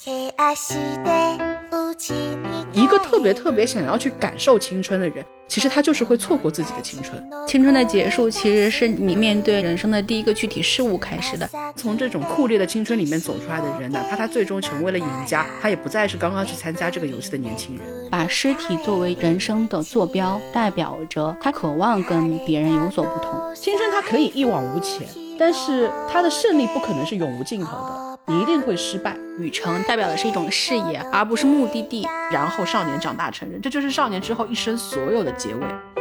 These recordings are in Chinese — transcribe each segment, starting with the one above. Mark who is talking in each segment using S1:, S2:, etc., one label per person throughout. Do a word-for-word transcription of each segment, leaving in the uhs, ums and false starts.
S1: 一个特别特别想要去感受青春的人，其实他就是会错过自己的青春。
S2: 青春的结束其实是你面对人生的第一个具体事物开始的。
S1: 从这种酷烈的青春里面走出来的人，哪怕他最终成为了赢家，他也不再是刚刚去参加这个游戏的年轻人。
S2: 把尸体作为人生的坐标，代表着他渴望跟别人有所不同。
S1: 青春它可以一往无前，但是他的胜利不可能是永无尽头的，你一定会失败。
S2: 旅程代表的是一种视野，而不是目的地。
S1: 然后少年长大成人，这就是少年之后一生所有的结尾。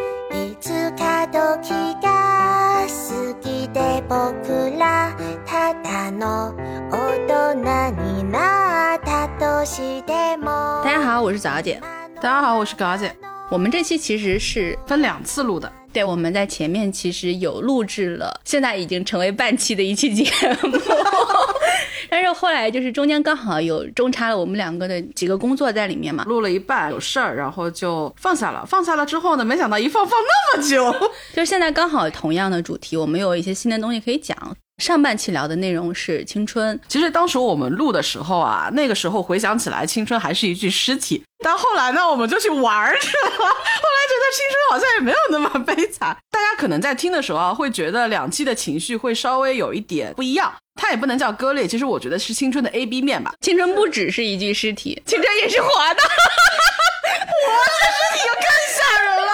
S2: 大家好，我是早姐。
S1: 大家好，我是高姐。
S2: 我们这期其实是
S1: 分两次录的。
S2: 对，我们在前面其实有录制了，现在已经成为半期的一期节目但是后来就是中间刚好有中插了我们两个的几个工作在里面嘛，
S1: 录了一半有事儿，然后就放下了。放下了之后呢，没想到一放放那么久
S2: 就是现在刚好同样的主题，我们有一些新的东西可以讲。上半期聊的内容是青春，
S1: 其实当时我们录的时候啊，那个时候回想起来青春还是一具尸体，但后来呢我们就去玩去了，后来觉得青春好像也没有那么悲惨。大家可能在听的时候啊，会觉得两期的情绪会稍微有一点不一样，它也不能叫割裂，其实我觉得是青春的 A B 面吧。
S2: 青春不只是一具尸体，青春也是活的
S1: 活的尸体就更吓人了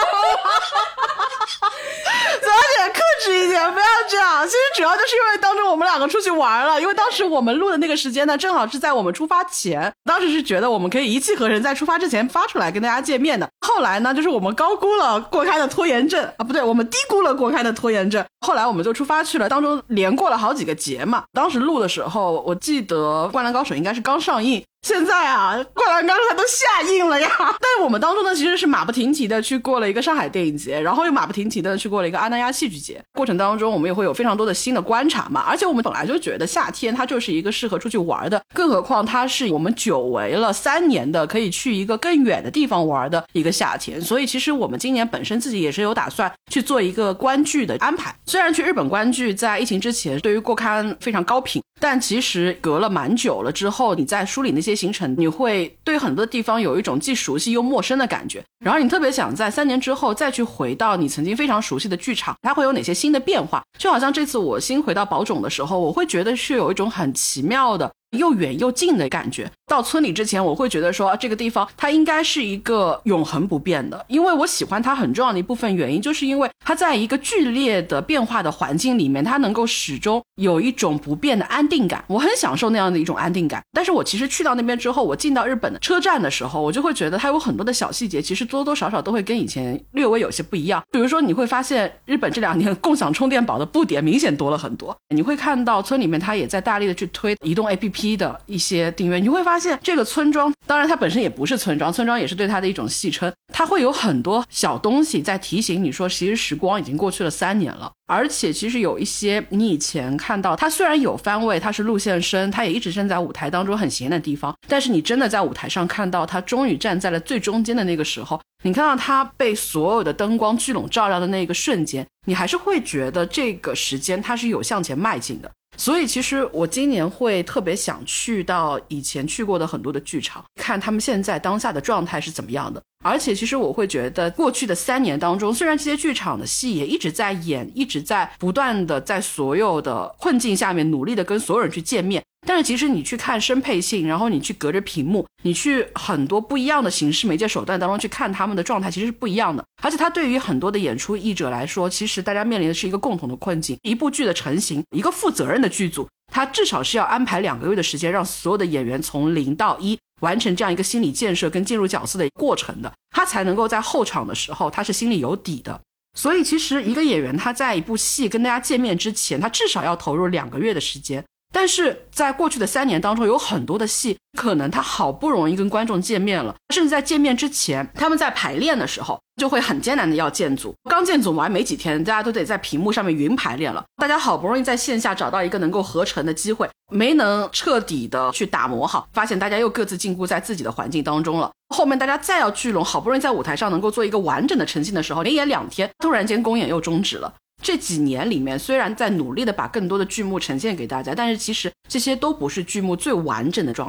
S1: 早点克制一点，不要这样。其实主要就是因为当时我们两个出去玩了，因为当时我们录的那个时间呢，正好是在我们出发前，当时是觉得我们可以一气呵成在出发之前发出来跟大家见面的。后来呢，就是我们高估了过开的拖延症啊，不对，我们低估了过开的拖延症。后来我们就出发去了，当中连过了好几个节嘛。当时录的时候，我记得《灌篮高手》应该是刚上映。现在啊，《灌篮高手》它都下映了呀。但是我们当中呢，其实是马不停蹄的去过了一个上海电影节，然后又马不停蹄的去过了一个阿那亚戏剧节。过程当中我们也会有非常多的新的观察嘛，而且我们本来就觉得夏天它就是一个适合出去玩的，更何况它是我们久违了三年的可以去一个更远的地方玩的一个夏天。所以其实我们今年本身自己也是有打算去做一个观剧的安排。虽然去日本观剧在疫情之前对于过刊非常高频，但其实隔了蛮久了之后，你在梳理那些行程，你会对很多地方有一种既熟悉又陌生的感觉，然后你特别想在三年之后再去回到你曾经非常熟悉的剧场，它会有哪些新的变化。就好像这次我新回到宝冢的时候，我会觉得是有一种很奇妙的又远又近的感觉。到村里之前我会觉得说、啊、这个地方它应该是一个永恒不变的，因为我喜欢它很重要的一部分原因就是因为它在一个剧烈的变化的环境里面，它能够始终有一种不变的安定感，我很享受那样的一种安定感。但是我其实去到那边之后，我进到日本的车站的时候，我就会觉得它有很多的小细节其实多多少少都会跟以前略微有些不一样。比如说你会发现日本这两年共享充电宝的布点明显多了很多，你会看到村里面它也在大力的去推移动 A P P 的一些订阅，你会发现这个村庄，当然它本身也不是村庄，村庄也是对它的一种戏称，它会有很多小东西在提醒你说其实时光已经过去了三年了。而且其实有一些你以前看到它虽然有番位，它是路线深，它也一直站在舞台当中很闲的地方，但是你真的在舞台上看到它终于站在了最中间的那个时候，你看到它被所有的灯光聚拢照亮的那个瞬间，你还是会觉得这个时间它是有向前迈进的。所以其实我今年会特别想去到以前去过的很多的剧场，看他们现在当下的状态是怎么样的。而且其实我会觉得过去的三年当中，虽然这些剧场的戏也一直在演，一直在不断的在所有的困境下面努力的跟所有人去见面，但是其实你去看声配性，然后你去隔着屏幕，你去很多不一样的形式媒介手段当中去看他们的状态其实是不一样的。而且它对于很多的演出译者来说，其实大家面临的是一个共同的困境。一部剧的成型，一个负责任的剧组，他至少是要安排两个月的时间，让所有的演员从零到一完成这样一个心理建设跟进入角色的过程的，他才能够在后场的时候他是心里有底的。所以其实一个演员他在一部戏跟大家见面之前，他至少要投入两个月的时间。但是在过去的三年当中，有很多的戏可能他好不容易跟观众见面了，甚至在见面之前他们在排练的时候就会很艰难的要建组，刚建组完没几天，大家都得在屏幕上面云排练了，大家好不容易在线下找到一个能够合成的机会，没能彻底的去打磨好，发现大家又各自禁锢在自己的环境当中了。后面大家再要聚拢，好不容易在舞台上能够做一个完整的呈现的时候，连演两天，突然间公演又终止了。这几年里面虽然在努力的把更多的剧目呈现给大家，但是其实这些都不是剧目最完整的状态。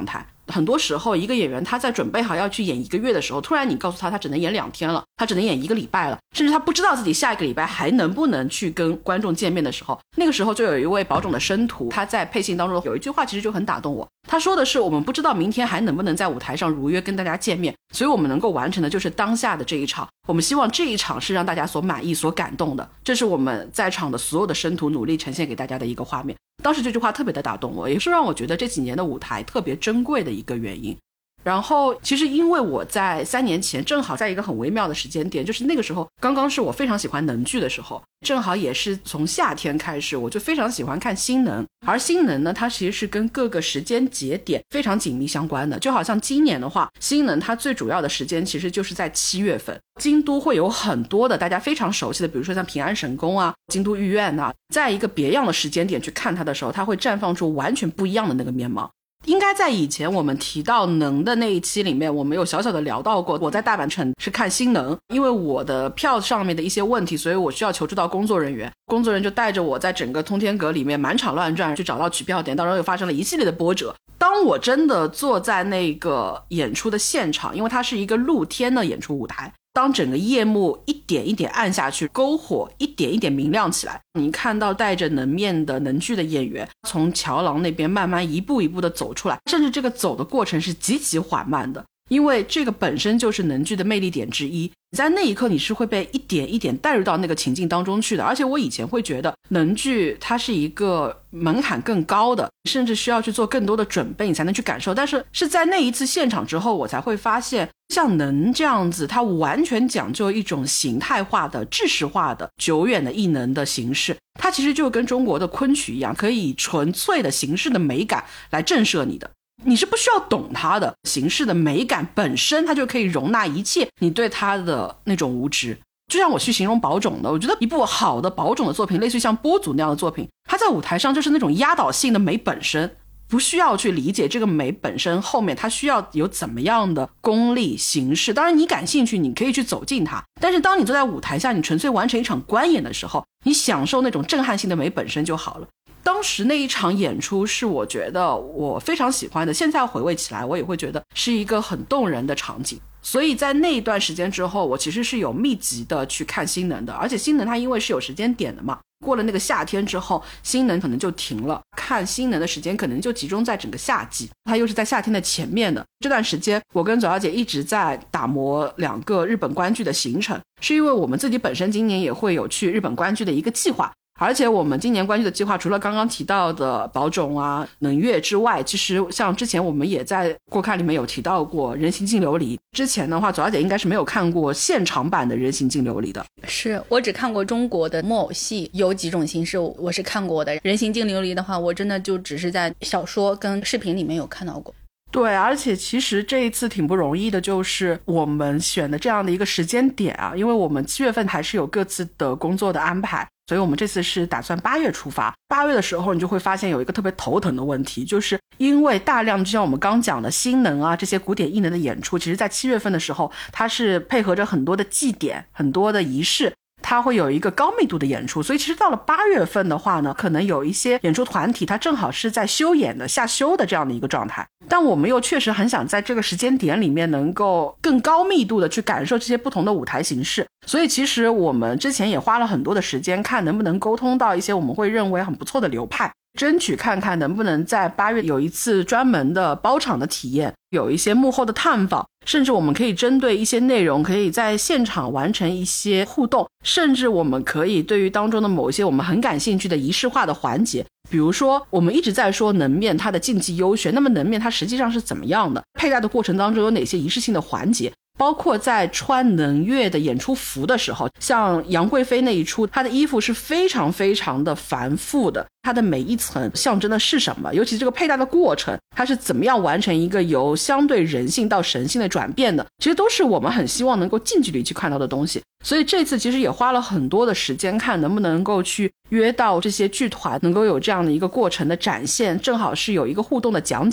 S1: 很多时候一个演员他在准备好要去演一个月的时候，突然你告诉他他只能演两天了，他只能演一个礼拜了，甚至他不知道自己下一个礼拜还能不能去跟观众见面的时候，那个时候就有一位宝冢的生徒，他在配信当中有一句话其实就很打动我，他说的是我们不知道明天还能不能在舞台上如约跟大家见面，所以我们能够完成的就是当下的这一场，我们希望这一场是让大家所满意所感动的，这是我们在场的所有的生徒努力呈现给大家的一个画面。当时这句话特别的打动我，也是让我觉得这几年的舞台特别珍贵的一个原因。然后其实因为我在三年前正好在一个很微妙的时间点，就是那个时候刚刚是我非常喜欢能剧的时候，正好也是从夏天开始我就非常喜欢看新能，而新能呢它其实是跟各个时间节点非常紧密相关的，就好像今年的话，新能它最主要的时间其实就是在七月份，京都会有很多的大家非常熟悉的，比如说像平安神宫啊、京都御苑啊，在一个别样的时间点去看它的时候，它会绽放出完全不一样的那个面貌。应该在以前我们提到能的那一期里面，我们有小小的聊到过，我在大阪城是看新能，因为我的票上面的一些问题，所以我需要求助到工作人员，工作人员就带着我在整个通天阁里面满场乱转去找到取票点，当中又发生了一系列的波折。当我真的坐在那个演出的现场，因为它是一个露天的演出舞台，当整个夜幕一点一点暗下去，篝火一点一点明亮起来，你看到带着能面的能剧的演员从桥廊那边慢慢一步一步的走出来，甚至这个走的过程是极其缓慢的，因为这个本身就是能剧的魅力点之一，你在那一刻你是会被一点一点带入到那个情境当中去的。而且我以前会觉得能剧它是一个门槛更高的，甚至需要去做更多的准备你才能去感受，但是是在那一次现场之后，我才会发现像能这样子，它完全讲究一种形态化的制式化的久远的艺能的形式，它其实就跟中国的昆曲一样，可以以纯粹的形式的美感来震慑你的，你是不需要懂它的，形式的美感本身它就可以容纳一切你对它的那种无知。就像我去形容宝冢的，我觉得一部好的宝冢的作品，类似于像波祖那样的作品，它在舞台上就是那种压倒性的美本身，不需要去理解这个美本身后面它需要有怎么样的功力形式，当然你感兴趣你可以去走进它，但是当你坐在舞台下，你纯粹完成一场观演的时候，你享受那种震撼性的美本身就好了。当时那一场演出是我觉得我非常喜欢的，现在回味起来我也会觉得是一个很动人的场景，所以在那一段时间之后，我其实是有密集的去看新能的，而且新能它因为是有时间点的嘛，过了那个夏天之后，新能可能就停了，看新能的时间可能就集中在整个夏季，它又是在夏天的前面的这段时间，我跟左小姐一直在打磨两个日本观剧的行程，是因为我们自己本身今年也会有去日本观剧的一个计划，而且我们今年观剧的计划除了刚刚提到的宝冢啊能乐之外，其实像之前我们也在过看里面有提到过人形净琉璃，之前的话左小姐应该是没有看过现场版的人形净琉璃的。
S2: 是我只看过中国的木偶戏，有几种形式我是看过的，人形净琉璃的话我真的就只是在小说跟视频里面有看到过。
S1: 对，而且其实这一次挺不容易的，就是我们选的这样的一个时间点啊，因为我们七月份还是有各自的工作的安排，所以我们这次是打算八月出发。八月的时候你就会发现有一个特别头疼的问题，就是因为大量就像我们刚讲的新能啊这些古典艺能的演出，其实在七月份的时候它是配合着很多的祭典很多的仪式，它会有一个高密度的演出，所以其实到了八月份的话呢，可能有一些演出团体它正好是在休演的下休的这样的一个状态，但我们又确实很想在这个时间点里面能够更高密度的去感受这些不同的舞台形式，所以其实我们之前也花了很多的时间看能不能沟通到一些我们会认为很不错的流派，争取看看能不能在八月有一次专门的包场的体验，有一些幕后的探访，甚至我们可以针对一些内容可以在现场完成一些互动，甚至我们可以对于当中的某一些我们很感兴趣的仪式化的环节，比如说我们一直在说能面它的竞技优选，那么能面它实际上是怎么样的，佩戴的过程当中有哪些仪式性的环节，包括在穿能乐的演出服的时候，像杨贵妃那一出，她的衣服是非常非常的繁复的，它的每一层象征的是什么，尤其这个佩戴的过程它是怎么样完成一个由相对人性到神性的转变的，其实都是我们很希望能够近距离去看到的东西。所以这次其实也花了很多的时间，看能不能够去约到这些剧团能够有这样的一个过程的展现，正好是有一个互动的讲解的。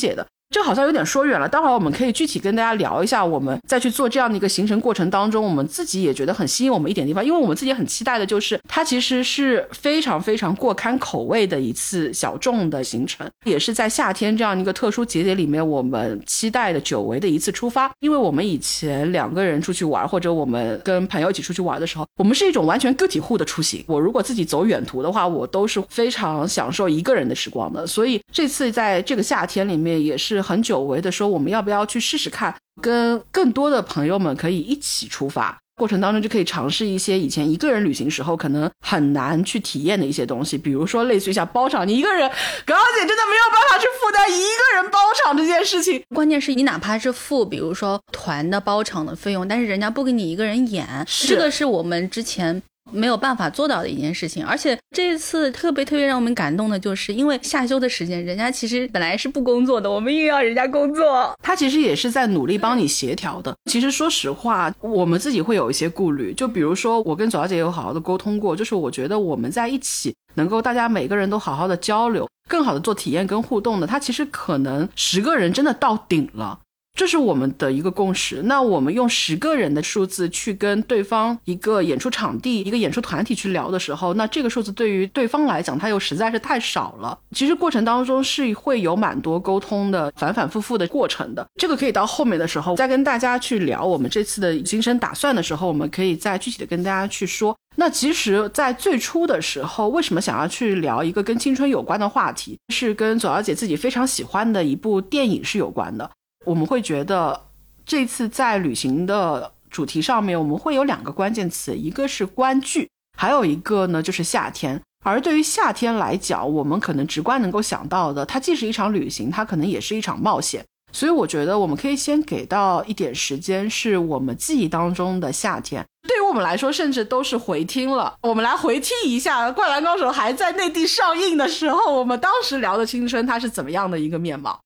S1: 这好像有点说远了，待会儿我们可以具体跟大家聊一下我们再去做这样的一个行程过程当中我们自己也觉得很吸引我们一点地方，因为我们自己很期待的就是它其实是非常非常过堪口味的一次小众的行程，也是在夏天这样一个特殊节点里面我们期待的久违的一次出发。因为我们以前两个人出去玩或者我们跟朋友一起出去玩的时候，我们是一种完全个体户的出行，我如果自己走远途的话我都是非常享受一个人的时光的，所以这次在这个夏天里面也是很久违的说我们要不要去试试看跟更多的朋友们可以一起出发，过程当中就可以尝试一些以前一个人旅行时候可能很难去体验的一些东西，比如说类似于像包场，你一个人高姐真的没有办法去负担一个人包场这件事情，
S2: 关键是你哪怕是付比如说团的包场的费用，但是人家不给你一个人演，这个是我们之前没有办法做到的一件事情。而且这一次特别特别让我们感动的就是因为夏休的时间人家其实本来是不工作的，我们又要人家工作，
S1: 他其实也是在努力帮你协调的。其实说实话我们自己会有一些顾虑，就比如说我跟左小姐有好好的沟通过，就是我觉得我们在一起能够大家每个人都好好的交流，更好的做体验跟互动的，他其实可能十个人真的到顶了，这是我们的一个共识。那我们用十个人的数字去跟对方一个演出场地一个演出团体去聊的时候，那这个数字对于对方来讲它又实在是太少了，其实过程当中是会有蛮多沟通的反反复复的过程的，这个可以到后面的时候再跟大家去聊我们这次的行程打算的时候我们可以再具体的跟大家去说。那其实在最初的时候为什么想要去聊一个跟青春有关的话题，是跟左小姐自己非常喜欢的一部电影是有关的。我们会觉得这次在旅行的主题上面我们会有两个关键词，一个是观剧，还有一个呢就是夏天。而对于夏天来讲我们可能直观能够想到的，它既是一场旅行它可能也是一场冒险，所以我觉得我们可以先给到一点时间是我们记忆当中的夏天，对于我们来说甚至都是回听了。我们来回听一下灌篮高手还在内地上映的时候我们当时聊的青春它是怎么样的一个面貌。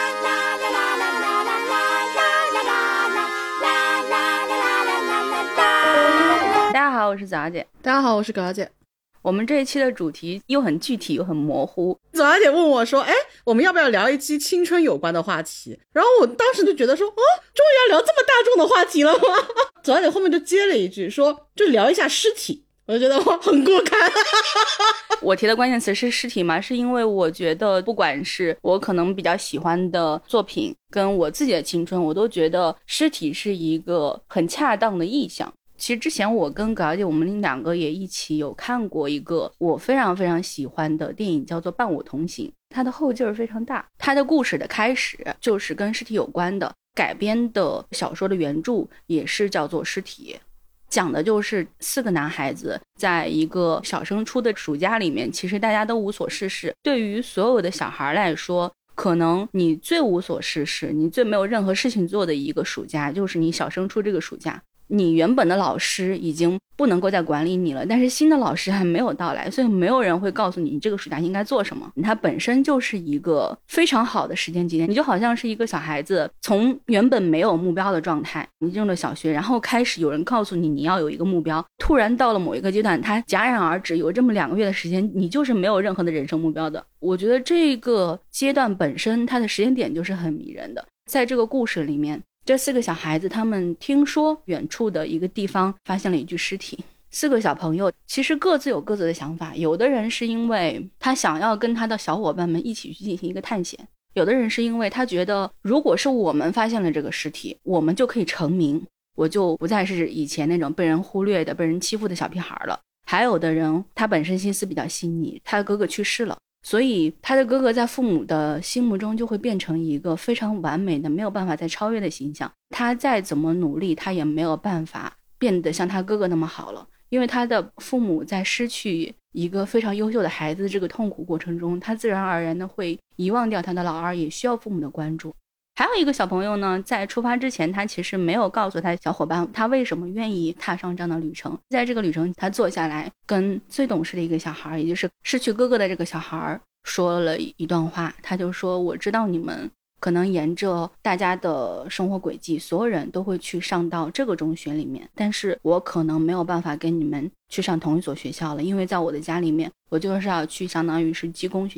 S2: 大家好，我是左小姐。
S1: 大家好，我是葛小姐。
S2: 我们这一期的主题又很具体又很模糊。
S1: 左小姐问我说哎，我们要不要聊一期青春有关的话题，然后我当时就觉得说哦，终于要聊这么大众的话题了吗？左小姐后面就接了一句说就聊一下尸体，我就觉得哇很过堪。
S2: 我提的关键词是尸体嘛，是因为我觉得不管是我可能比较喜欢的作品跟我自己的青春，我都觉得尸体是一个很恰当的意象。其实之前我跟葛小姐我们两个也一起有看过一个我非常非常喜欢的电影，叫做《伴我同行》，它的后劲儿非常大。它的故事的开始就是跟尸体有关的，改编的小说的原著也是叫做《尸体》，讲的就是四个男孩子在一个小升初的暑假里面，其实大家都无所事事。对于所有的小孩来说，可能你最无所事事你最没有任何事情做的一个暑假就是你小升初这个暑假。你原本的老师已经不能够再管理你了，但是新的老师还没有到来，所以没有人会告诉你你这个暑假应该做什么。它本身就是一个非常好的时间节点，你就好像是一个小孩子从原本没有目标的状态，你进入了小学，然后开始有人告诉你你要有一个目标，突然到了某一个阶段它戛然而止，有这么两个月的时间你就是没有任何的人生目标的。我觉得这个阶段本身它的时间点就是很迷人的。在这个故事里面，这四个小孩子他们听说远处的一个地方发现了一具尸体。四个小朋友其实各自有各自的想法，有的人是因为他想要跟他的小伙伴们一起去进行一个探险，有的人是因为他觉得如果是我们发现了这个尸体我们就可以成名，我就不再是以前那种被人忽略的被人欺负的小屁孩了。还有的人他本身心思比较细腻，他的哥哥去世了，所以他的哥哥在父母的心目中就会变成一个非常完美的没有办法再超越的形象，他再怎么努力他也没有办法变得像他哥哥那么好了，因为他的父母在失去一个非常优秀的孩子这个痛苦过程中，他自然而然的会遗忘掉他的老二也需要父母的关注。还有一个小朋友呢，在出发之前他其实没有告诉他的小伙伴他为什么愿意踏上这样的旅程。在这个旅程他坐下来跟最懂事的一个小孩，也就是失去哥哥的这个小孩说了一段话，他就说我知道你们可能沿着大家的生活轨迹所有人都会去上到这个中学里面，但是我可能没有办法跟你们去上同一所学校了，因为在我的家里面我就是要去相当于是技工学校，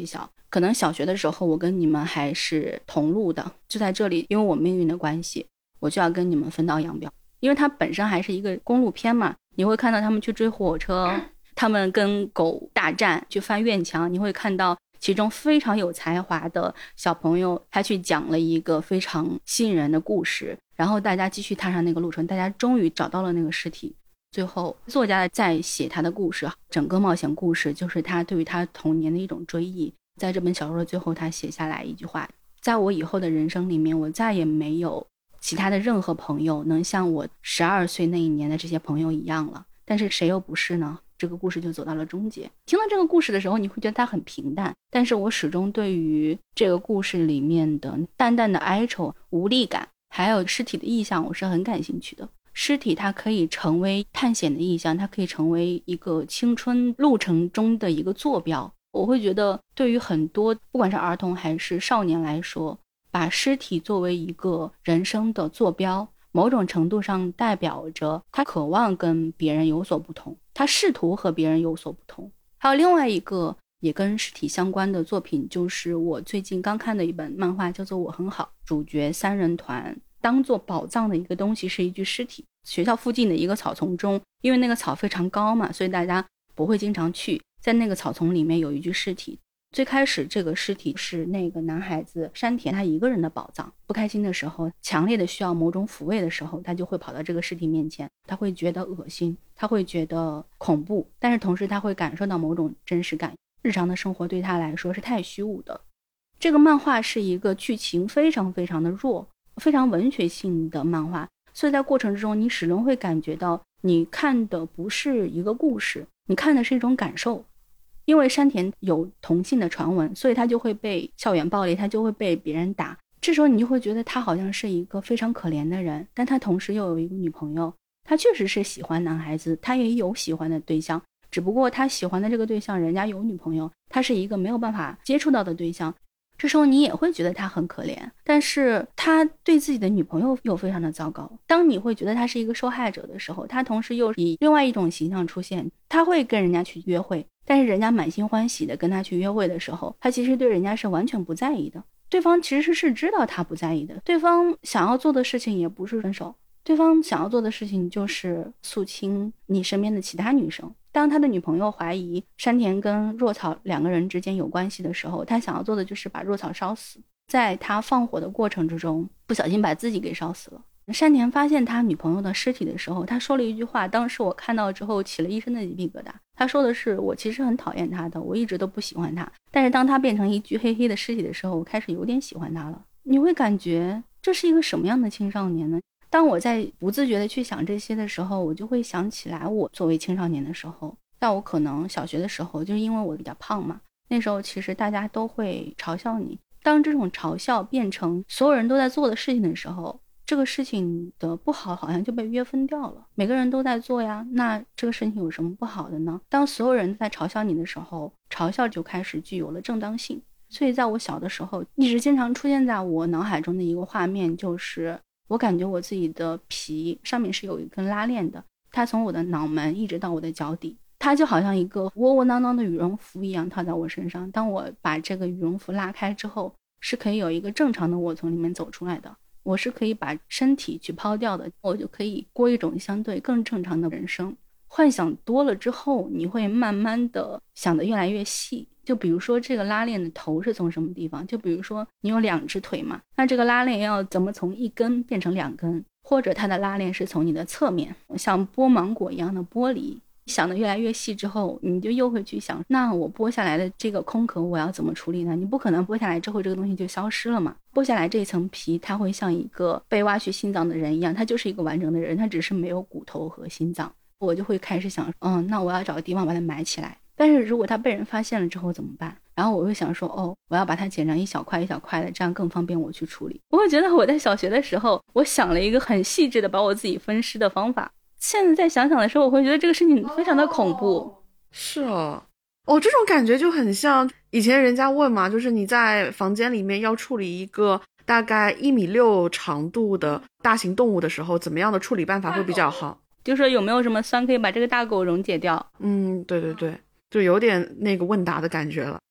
S2: 可能小学的时候我跟你们还是同路的，就在这里因为我命运的关系，我就要跟你们分道扬镳。因为它本身还是一个公路片嘛，你会看到他们去追火车，他们跟狗大战，去翻院墙，你会看到其中非常有才华的小朋友他去讲了一个非常吸引人的故事，然后大家继续踏上那个路程，大家终于找到了那个尸体。最后作家在写他的故事，整个冒险故事就是他对于他童年的一种追忆。在这本小说的最后，他写下来一句话，在我以后的人生里面，我再也没有其他的任何朋友能像我十二岁那一年的这些朋友一样了，但是谁又不是呢？这个故事就走到了终结。听到这个故事的时候，你会觉得它很平淡，但是我始终对于这个故事里面的淡淡的哀愁、无力感，还有尸体的意象，我是很感兴趣的。尸体它可以成为探险的意象，它可以成为一个青春路程中的一个坐标。我会觉得对于很多不管是儿童还是少年来说，把尸体作为一个人生的坐标，某种程度上代表着他渴望跟别人有所不同，他试图和别人有所不同。还有另外一个也跟尸体相关的作品，就是我最近刚看的一本漫画，叫做《我很好》，主角三人团当做宝藏的一个东西是一具尸体。学校附近的一个草丛中，因为那个草非常高嘛，所以大家不会经常去，在那个草丛里面有一具尸体。最开始这个尸体是那个男孩子山田他一个人的宝藏，不开心的时候，强烈的需要某种抚慰的时候，他就会跑到这个尸体面前，他会觉得恶心，他会觉得恐怖，但是同时他会感受到某种真实感。日常的生活对他来说是太虚无的。这个漫画是一个剧情非常非常的弱，非常文学性的漫画，所以在过程之中你始终会感觉到你看的不是一个故事，你看的是一种感受。因为山田有同性的传闻，所以他就会被校园暴力，他就会被别人打。这时候你就会觉得他好像是一个非常可怜的人，但他同时又有一个女朋友，他确实是喜欢男孩子，他也有喜欢的对象，只不过他喜欢的这个对象人家有女朋友，他是一个没有办法接触到的对象。这时候你也会觉得他很可怜，但是他对自己的女朋友又非常的糟糕。当你会觉得他是一个受害者的时候，他同时又以另外一种形象出现，他会跟人家去约会，但是人家满心欢喜的跟他去约会的时候，他其实对人家是完全不在意的。对方其实是知道他不在意的，对方想要做的事情也不是分手，对方想要做的事情就是肃清你身边的其他女生。当他的女朋友怀疑山田跟若草两个人之间有关系的时候，他想要做的就是把若草烧死。在他放火的过程之中，不小心把自己给烧死了。山田发现他女朋友的尸体的时候，他说了一句话，当时我看到之后起了一身的鸡皮疙瘩。他说的是，我其实很讨厌他的，我一直都不喜欢他，但是当他变成一具黑黑的尸体的时候，我开始有点喜欢他了。你会感觉这是一个什么样的青少年呢？当我在不自觉的去想这些的时候，我就会想起来我作为青少年的时候，在我可能小学的时候，就是因为我比较胖嘛，那时候其实大家都会嘲笑你。当这种嘲笑变成所有人都在做的事情的时候，这个事情的不好好像就被约分掉了。每个人都在做呀，那这个事情有什么不好的呢？当所有人都在嘲笑你的时候，嘲笑就开始具有了正当性。所以在我小的时候，一直经常出现在我脑海中的一个画面，就是我感觉我自己的皮上面是有一根拉链的，它从我的脑门一直到我的脚底，它就好像一个窝窝囊囊的羽绒服一样套在我身上。当我把这个羽绒服拉开之后，是可以有一个正常的我从里面走出来的，我是可以把身体去抛掉的，我就可以过一种相对更正常的人生。幻想多了之后，你会慢慢的想得越来越细。就比如说这个拉链的头是从什么地方，就比如说你有两只腿嘛，那这个拉链要怎么从一根变成两根，或者它的拉链是从你的侧面像剥芒果一样的剥离。想得越来越细之后，你就又会去想，那我剥下来的这个空壳我要怎么处理呢？你不可能剥下来之后这个东西就消失了嘛。剥下来这一层皮，它会像一个被挖去心脏的人一样，它就是一个完整的人，它只是没有骨头和心脏。我就会开始想，嗯，那我要找个地方把它埋起来。但是如果它被人发现了之后怎么办？然后我会想说，哦，我要把它剪成一小块一小块的，这样更方便我去处理。我会觉得我在小学的时候，我想了一个很细致的把我自己分尸的方法。现在在想想的时候，我会觉得这个事情非常的恐怖。
S1: 哦是哦，哦，这种感觉就很像以前人家问嘛，就是你在房间里面要处理一个大概一米六长度的大型动物的时候，怎么样的处理办法会比较好？
S2: 就说有没有什么酸可以把这个大狗溶解掉？
S1: 嗯，对对对，就有点那个问答的感觉了。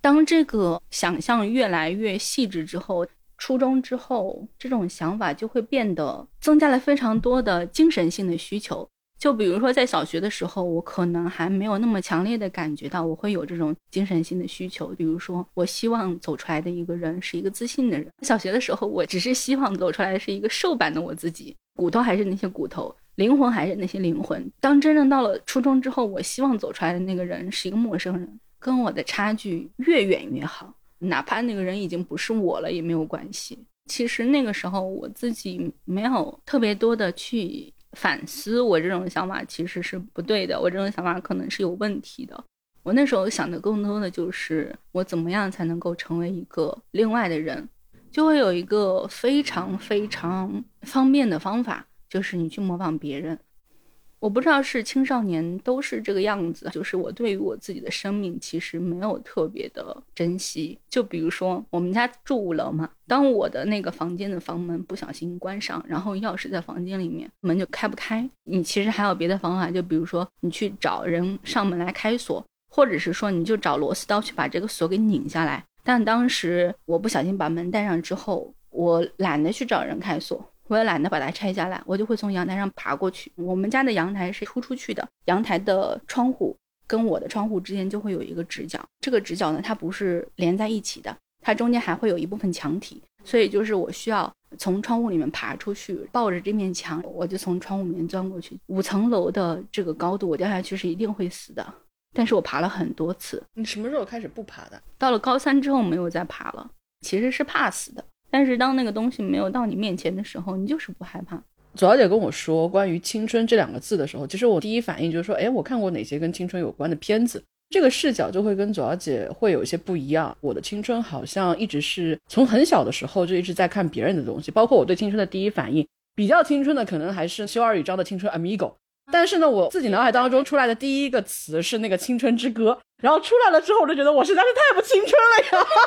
S2: 当这个想象越来越细致之后，初中之后这种想法就会变得增加了非常多的精神性的需求。就比如说在小学的时候，我可能还没有那么强烈的感觉到我会有这种精神性的需求，比如说我希望走出来的一个人是一个自信的人。小学的时候我只是希望走出来的是一个瘦版的我自己，骨头还是那些骨头，灵魂还是那些灵魂。当真正到了初中之后，我希望走出来的那个人是一个陌生人，跟我的差距越远越好，哪怕那个人已经不是我了也没有关系。其实那个时候我自己没有特别多的去反思，我这种想法其实是不对的，我这种想法可能是有问题的。我那时候想的更多的就是我怎么样才能够成为一个另外的人，就会有一个非常非常方便的方法，就是你去模仿别人。我不知道是青少年都是这个样子，就是我对于我自己的生命其实没有特别的珍惜。就比如说我们家住五楼嘛，当我的那个房间的房门不小心关上，然后钥匙在房间里面，门就开不开，你其实还有别的方法，就比如说你去找人上门来开锁，或者是说你就找螺丝刀去把这个锁给拧下来。但当时我不小心把门带上之后，我懒得去找人开锁，我也懒得把它拆下来，我就会从阳台上爬过去。我们家的阳台是突出去的，阳台的窗户跟我的窗户之间就会有一个直角，这个直角呢它不是连在一起的，它中间还会有一部分墙体，所以就是我需要从窗户里面爬出去，抱着这面墙，我就从窗户里面钻过去。五层楼的这个高度我掉下去是一定会死的，但是我爬了很多次。
S1: 你什么时候开始不爬的？
S2: 到了高三之后没有再爬了，其实是怕死的，但是当那个东西没有到你面前的时候，你就是不害怕。
S1: 左小姐跟我说关于青春这两个字的时候，其实我第一反应就是说，哎，我看过哪些跟青春有关的片子，这个视角就会跟左小姐会有一些不一样。我的青春好像一直是从很小的时候就一直在看别人的东西，包括我对青春的第一反应，比较青春的可能还是修二语章的青春 Amigo， 但是呢我自己脑海当中出来的第一个词是那个青春之歌，然后出来了之后我就觉得我实在是太不青春了呀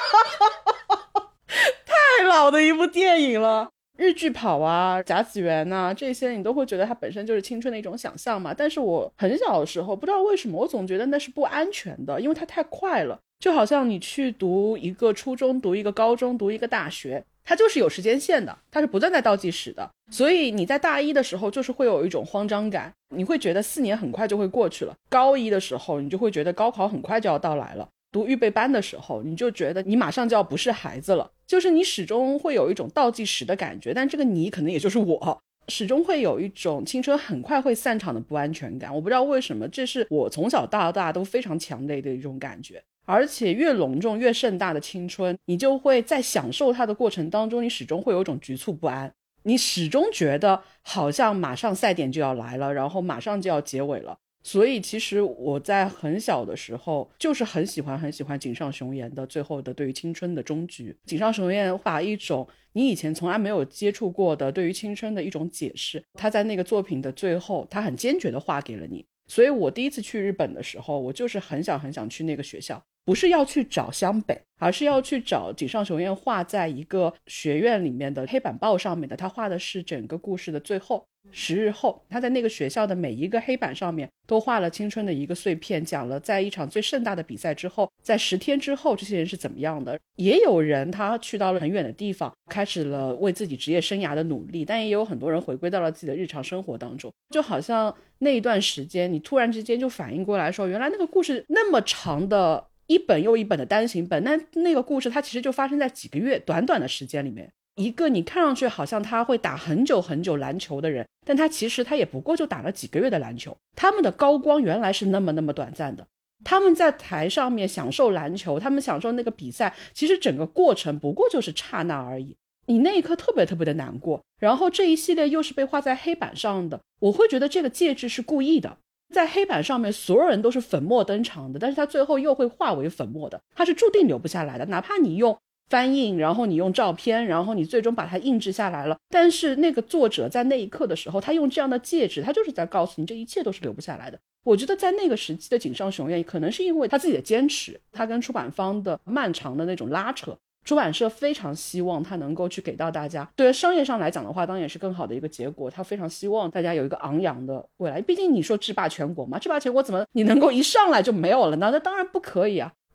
S1: 太老的一部电影了。日剧跑啊，甲子园啊，这些你都会觉得它本身就是青春的一种想象嘛。但是我很小的时候不知道为什么我总觉得那是不安全的，因为它太快了，就好像你去读一个初中，读一个高中，读一个大学，它就是有时间线的，它是不断在倒计时的。所以你在大一的时候就是会有一种慌张感，你会觉得四年很快就会过去了。高一的时候你就会觉得高考很快就要到来了，读预备班的时候你就觉得你马上就要不是孩子了，就是你始终会有一种倒计时的感觉。但这个你可能也就是我，始终会有一种青春很快会散场的不安全感。我不知道为什么，这是我从小到大都非常强烈的一种感觉。而且越隆重越盛大的青春，你就会在享受它的过程当中，你始终会有一种局促不安，你始终觉得好像马上赛点就要来了，然后马上就要结尾了。所以其实我在很小的时候就是很喜欢很喜欢井上雄彦的最后的对于青春的终局。井上雄彦把一种你以前从来没有接触过的对于青春的一种解释，他在那个作品的最后他很坚决的画给了你。所以我第一次去日本的时候，我就是很想很想去那个学校，不是要去找湘北，而是要去找井上雄彦画在一个学院里面的黑板报上面的，他画的是整个故事的最后十日后，他在那个学校的每一个黑板上面都画了青春的一个碎片，讲了在一场最盛大的比赛之后，在十天之后这些人是怎么样的。也有人他去到了很远的地方，开始了为自己职业生涯的努力，但也有很多人回归到了自己的日常生活当中。就好像那一段时间你突然之间就反应过来说，原来那个故事那么长的一本又一本的单行本，那那个故事它其实就发生在几个月短短的时间里面。一个你看上去好像他会打很久很久篮球的人，但他其实他也不过就打了几个月的篮球，他们的高光原来是那么那么短暂的。他们在台上面享受篮球，他们享受那个比赛，其实整个过程不过就是刹那而已。你那一刻特别特别的难过，然后这一系列又是被画在黑板上的，我会觉得这个介质是故意的。在黑板上面所有人都是粉墨登场的，但是他最后又会化为粉墨的，他是注定留不下来的。哪怕你用翻印，然后你用照片，然后你最终把它印制下来了，但是那个作者在那一刻的时候，他用这样的介质，他就是在告诉你这一切都是留不下来的。我觉得在那个时期的井上雄彦可能是因为他自己的坚持，他跟出版方的漫长的那种拉扯，出版社非常希望他能够去给到大家，对商业上来讲的话当然也是更好的一个结果，他非常希望大家有一个昂扬的未来。毕竟你说制霸全国嘛，制霸全国怎么你能够一上来就没有了呢？那当然不可以啊。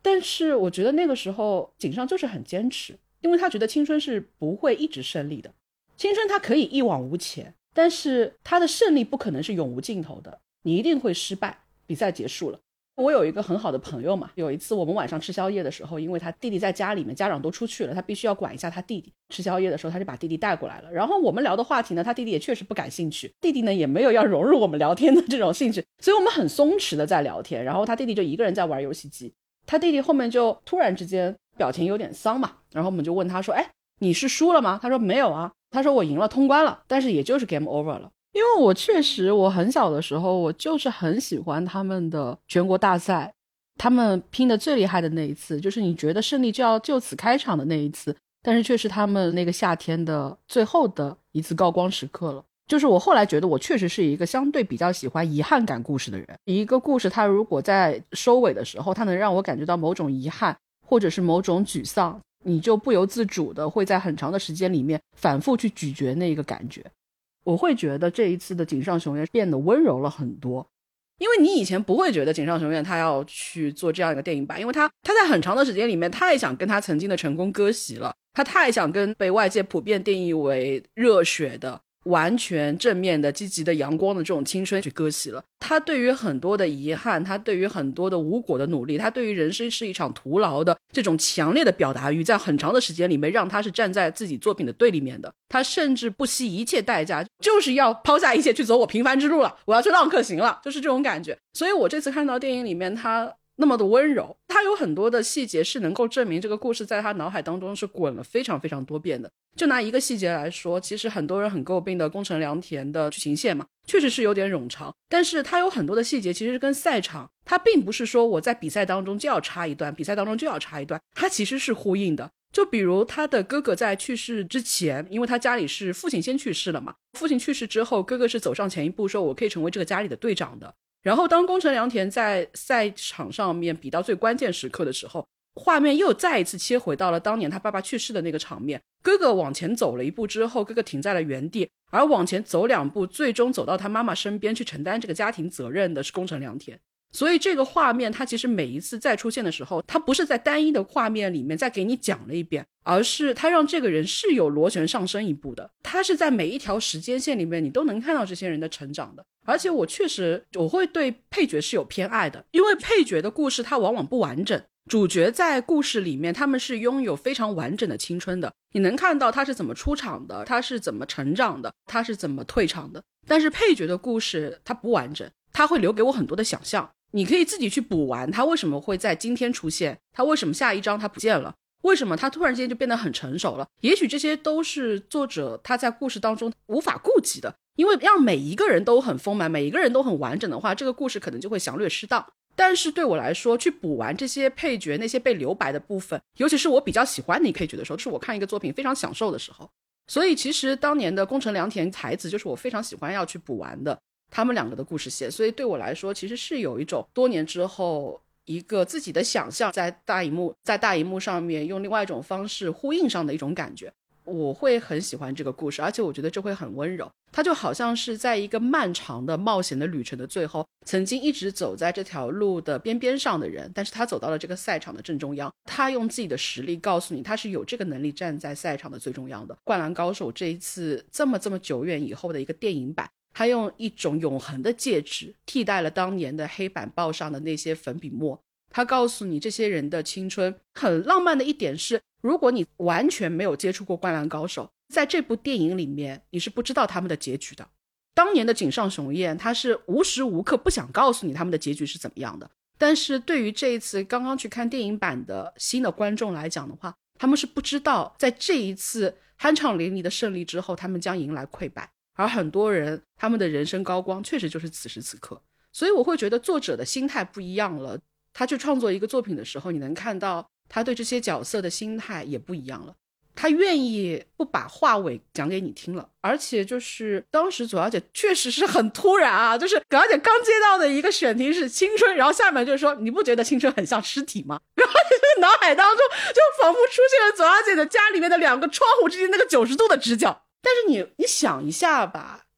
S1: 但是我觉得那个时候井上就是很坚持，因为他觉得青春是不会一直胜利的，青春它可以一往无前，但是他的胜利不可能是永无尽头的，你一定会失败，比赛结束了。我有一个很好的朋友嘛，有一次我们晚上吃宵夜的时候，因为他弟弟在家里面，家长都出去了，他必须要管一下他弟弟，吃宵夜的时候他就把弟弟带过来了，然后我们聊的话题呢，他弟弟也确实不感兴趣，弟弟呢也没有要融入我们聊天的这种兴趣，所以我们很松弛的在聊天，然后他弟弟就一个人在玩游戏机，他弟弟后面就突然之间表情有点丧嘛，然后我们就问他说，哎，你是输了吗？他说没有啊，他说我赢了，通关了，但是也就是 game over 了。因为我确实我很小的时候我就是很喜欢他们的全国大赛，他们拼的最厉害的那一次，就是你觉得胜利就要就此开场的那一次，但是却是他们那个夏天的最后的一次高光时刻了。就是我后来觉得我确实是一个相对比较喜欢遗憾感故事的人，一个故事它如果在收尾的时候它能让我感觉到某种遗憾或者是某种沮丧，你就不由自主的会在很长的时间里面反复去咀嚼那个感觉。我会觉得这一次的井上雄彦变得温柔了很多，因为你以前不会觉得井上雄彦他要去做这样一个电影版，因为他他在很长的时间里面太想跟他曾经的成功割席了，他太想跟被外界普遍定义为热血的完全正面的积极的阳光的这种青春去割席了。他对于很多的遗憾，他对于很多的无果的努力，他对于人生是一场徒劳的这种强烈的表达欲，在很长的时间里面让他是站在自己作品的对立面的，他甚至不惜一切代价就是要抛下一切去走我平凡之路了，我要去浪客行了，就是这种感觉。所以我这次看到电影里面他那么的温柔，他有很多的细节是能够证明这个故事在他脑海当中是滚了非常非常多遍的。就拿一个细节来说，其实很多人很诟病的宫城良田的剧情线嘛，确实是有点冗长，但是他有很多的细节其实跟赛场，他并不是说我在比赛当中就要插一段，比赛当中就要插一段，他其实是呼应的。就比如他的哥哥在去世之前，因为他家里是父亲先去世了嘛，父亲去世之后，哥哥是走上前一步说我可以成为这个家里的队长的。然后当宫城良田在赛场上面比到最关键时刻的时候，画面又再一次切回到了当年他爸爸去世的那个场面，哥哥往前走了一步之后，哥哥停在了原地，而往前走两步最终走到他妈妈身边去承担这个家庭责任的是宫城良田。所以这个画面它其实每一次再出现的时候，它不是在单一的画面里面再给你讲了一遍，而是它让这个人是有螺旋上升一步的，它是在每一条时间线里面你都能看到这些人的成长的。而且我确实我会对配角是有偏爱的，因为配角的故事它往往不完整，主角在故事里面他们是拥有非常完整的青春的，你能看到他是怎么出场的，他是怎么成长的，他是怎么退场的。但是配角的故事它不完整，它会留给我很多的想象，你可以自己去补完他为什么会在今天出现，他为什么下一章他不见了，为什么他突然间就变得很成熟了，也许这些都是作者他在故事当中无法顾及的，因为让每一个人都很丰满，每一个人都很完整的话，这个故事可能就会详略适当。但是对我来说，去补完这些配角那些被留白的部分，尤其是我比较喜欢的配角的时候，是我看一个作品非常享受的时候。所以其实当年的宫城良田才子就是我非常喜欢要去补完的他们两个的故事线，所以对我来说其实是有一种多年之后一个自己的想象在大荧幕在大荧幕上面用另外一种方式呼应上的一种感觉。我会很喜欢这个故事，而且我觉得这会很温柔，它就好像是在一个漫长的冒险的旅程的最后，曾经一直走在这条路的边边上的人，但是他走到了这个赛场的正中央，他用自己的实力告诉你他是有这个能力站在赛场的最中央的。灌篮高手这一次这么这么久远以后的一个电影版，他用一种永恒的戒指替代了当年的黑板报上的那些粉笔墨，他告诉你这些人的青春。很浪漫的一点是，如果你完全没有接触过灌篮高手，在这部电影里面你是不知道他们的结局的。当年的井上雄彦他是无时无刻不想告诉你他们的结局是怎么样的，但是对于这一次刚刚去看电影版的新的观众来讲的话，他们是不知道在这一次酣畅淋漓的胜利之后他们将迎来溃败，而很多人他们的人生高光确实就是此时此刻。所以我会觉得作者的心态不一样了，他去创作一个作品的时候，你能看到他对这些角色的心态也不一样了，他愿意不把话尾讲给你听了。而且就是当时左小姐确实是很突然啊，就是左小姐刚接到的一个选题是青春，然后下面就是说你不觉得青春很像尸体吗？然后就是脑海当中就仿佛出现了左小姐的家里面的两个窗户之间那个九十度的直角。但是你你想一下吧，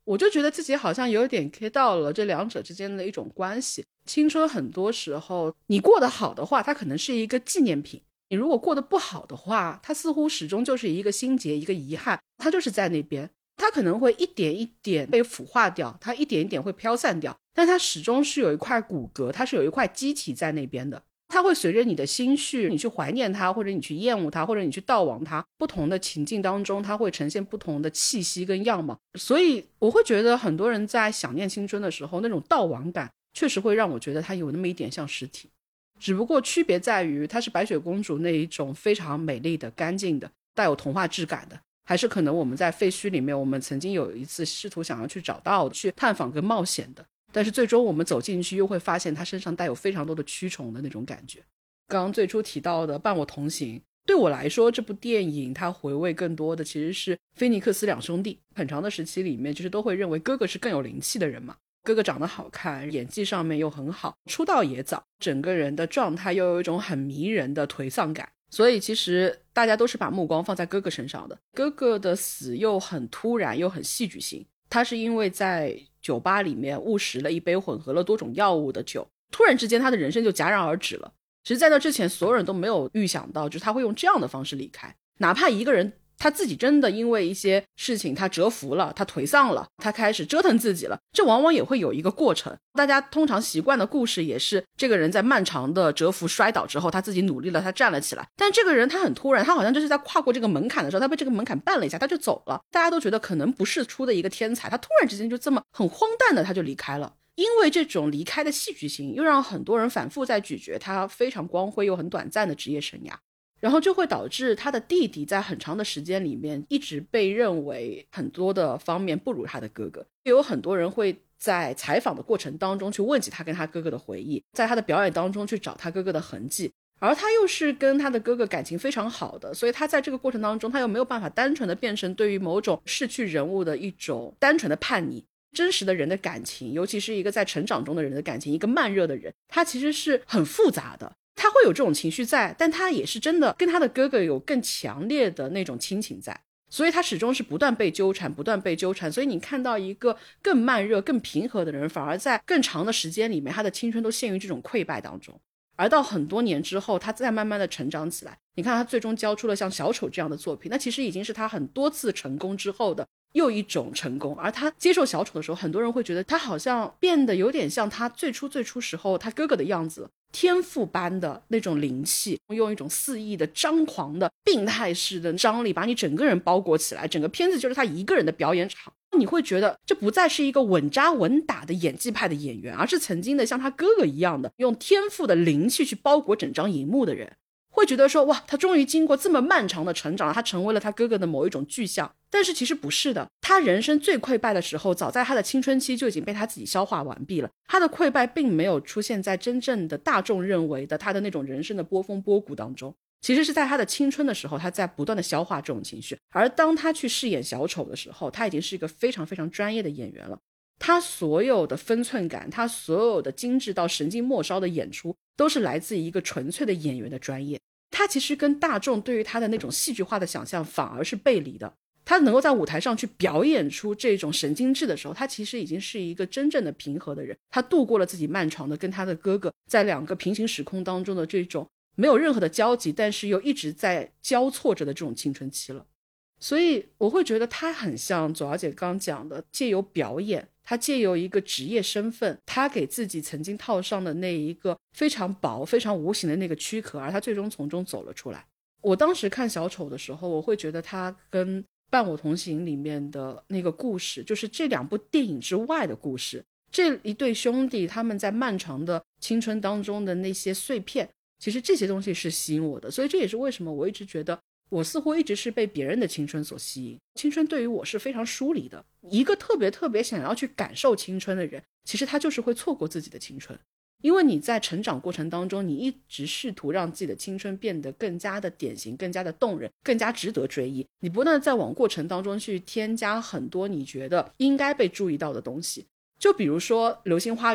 S1: 我就觉得自己好像有点 get 到了这两者之间的一种关系。青春很多时候你过得好的话，它可能是一个纪念品，你如果过得不好的话，它似乎始终就是一个心结，一个遗憾，它就是在那边，它可能会一点一点被腐化掉，它一点一点会飘散掉，但它始终是有一块骨骼，它是有一块机体在那边的，它会随着你的心绪，你去怀念它，或者你去厌恶它，或者你去悼亡它，不同的情境当中它会呈现不同的气息跟样貌。所以我会觉得很多人在想念青春的时候，那种悼亡感确实会让我觉得它有那么一点像尸体，只不过区别在于它是白雪公主那一种非常美丽的干净的带有童话质感的，还是可能我们在废墟里面我们曾经有一次试图想要去找到去探访跟冒险的，但是最终我们走进去又会发现它身上带有非常多的蛆虫的那种感觉。刚刚最初提到的伴我同行，对我来说这部电影它回味更多的其实是菲尼克斯两兄弟。很长的时期里面就是都会认为哥哥是更有灵气的人嘛，哥哥长得好看，演技上面又很好，出道也早，整个人的状态又有一种很迷人的颓丧感，所以其实大家都是把目光放在哥哥身上的。哥哥的死又很突然又很戏剧性，他是因为在酒吧里面误食了一杯混合了多种药物的酒，突然之间他的人生就戛然而止了。其实在那之前所有人都没有预想到就是他会用这样的方式离开，哪怕一个人他自己真的因为一些事情他折服了，他颓丧了，他开始折腾自己了，这往往也会有一个过程。大家通常习惯的故事也是这个人在漫长的蛰伏摔倒之后他自己努力了，他站了起来，但这个人他很突然，他好像就是在跨过这个门槛的时候他被这个门槛绊了一下他就走了，大家都觉得可能不是出的一个天才，他突然之间就这么很荒诞的他就离开了。因为这种离开的戏剧性又让很多人反复在咀嚼他非常光辉又很短暂的职业生涯，然后就会导致他的弟弟在很长的时间里面一直被认为很多的方面不如他的哥哥。有很多人会在采访的过程当中去问起他跟他哥哥的回忆，在他的表演当中去找他哥哥的痕迹，而他又是跟他的哥哥感情非常好的，所以他在这个过程当中他又没有办法单纯的变成对于某种逝去人物的一种单纯的叛逆。真实的人的感情，尤其是一个在成长中的人的感情，一个慢热的人，他其实是很复杂的，他会有这种情绪在，但他也是真的跟他的哥哥有更强烈的那种亲情在，所以他始终是不断被纠缠不断被纠缠。所以你看到一个更慢热更平和的人，反而在更长的时间里面他的青春都陷于这种溃败当中，而到很多年之后他再慢慢的成长起来，你看他最终交出了像小丑这样的作品，那其实已经是他很多次成功之后的又一种成功。而他接受小丑的时候，很多人会觉得他好像变得有点像他最初最初时候他哥哥的样子，天赋般的那种灵气，用一种肆意的张狂的病态式的张力把你整个人包裹起来，整个片子就是他一个人的表演场。你会觉得这不再是一个稳扎稳打的演技派的演员，而是曾经的像他哥哥一样的用天赋的灵气去包裹整张荧幕的人，会觉得说哇，他终于经过这么漫长的成长，他成为了他哥哥的某一种具象。但是其实不是的，他人生最溃败的时候早在他的青春期就已经被他自己消化完毕了，他的溃败并没有出现在真正的大众认为的他的那种人生的波峰波谷当中，其实是在他的青春的时候他在不断的消化这种情绪。而当他去饰演小丑的时候，他已经是一个非常非常专业的演员了，他所有的分寸感，他所有的精致到神经末梢的演出都是来自于一个纯粹的演员的专业。他其实跟大众对于他的那种戏剧化的想象反而是背离的，他能够在舞台上去表演出这种神经质的时候，他其实已经是一个真正的平和的人，他度过了自己漫长的跟他的哥哥在两个平行时空当中的这种没有任何的交集，但是又一直在交错着的这种青春期了。所以我会觉得他很像左小姐刚讲的，借由表演，他借由一个职业身份，他给自己曾经套上的那一个非常薄非常无形的那个躯壳，而他最终从中走了出来。我当时看小丑的时候，我会觉得他跟伴我同行里面的那个故事，就是这两部电影之外的故事，这一对兄弟他们在漫长的青春当中的那些碎片，其实这些东西是吸引我的。所以这也是为什么我一直觉得我似乎一直是被别人的青春所吸引，青春对于我是非常疏离的。一个特别特别想要去感受青春的人，其实他就是会错过自己的青春，因为你在成长过程当中，你一直试图让自己的青春变得更加的典型，更加的动人，更加值得追忆，你不断在往过程当中去添加很多你觉得应该被注意到的东西。就比如说流星花园，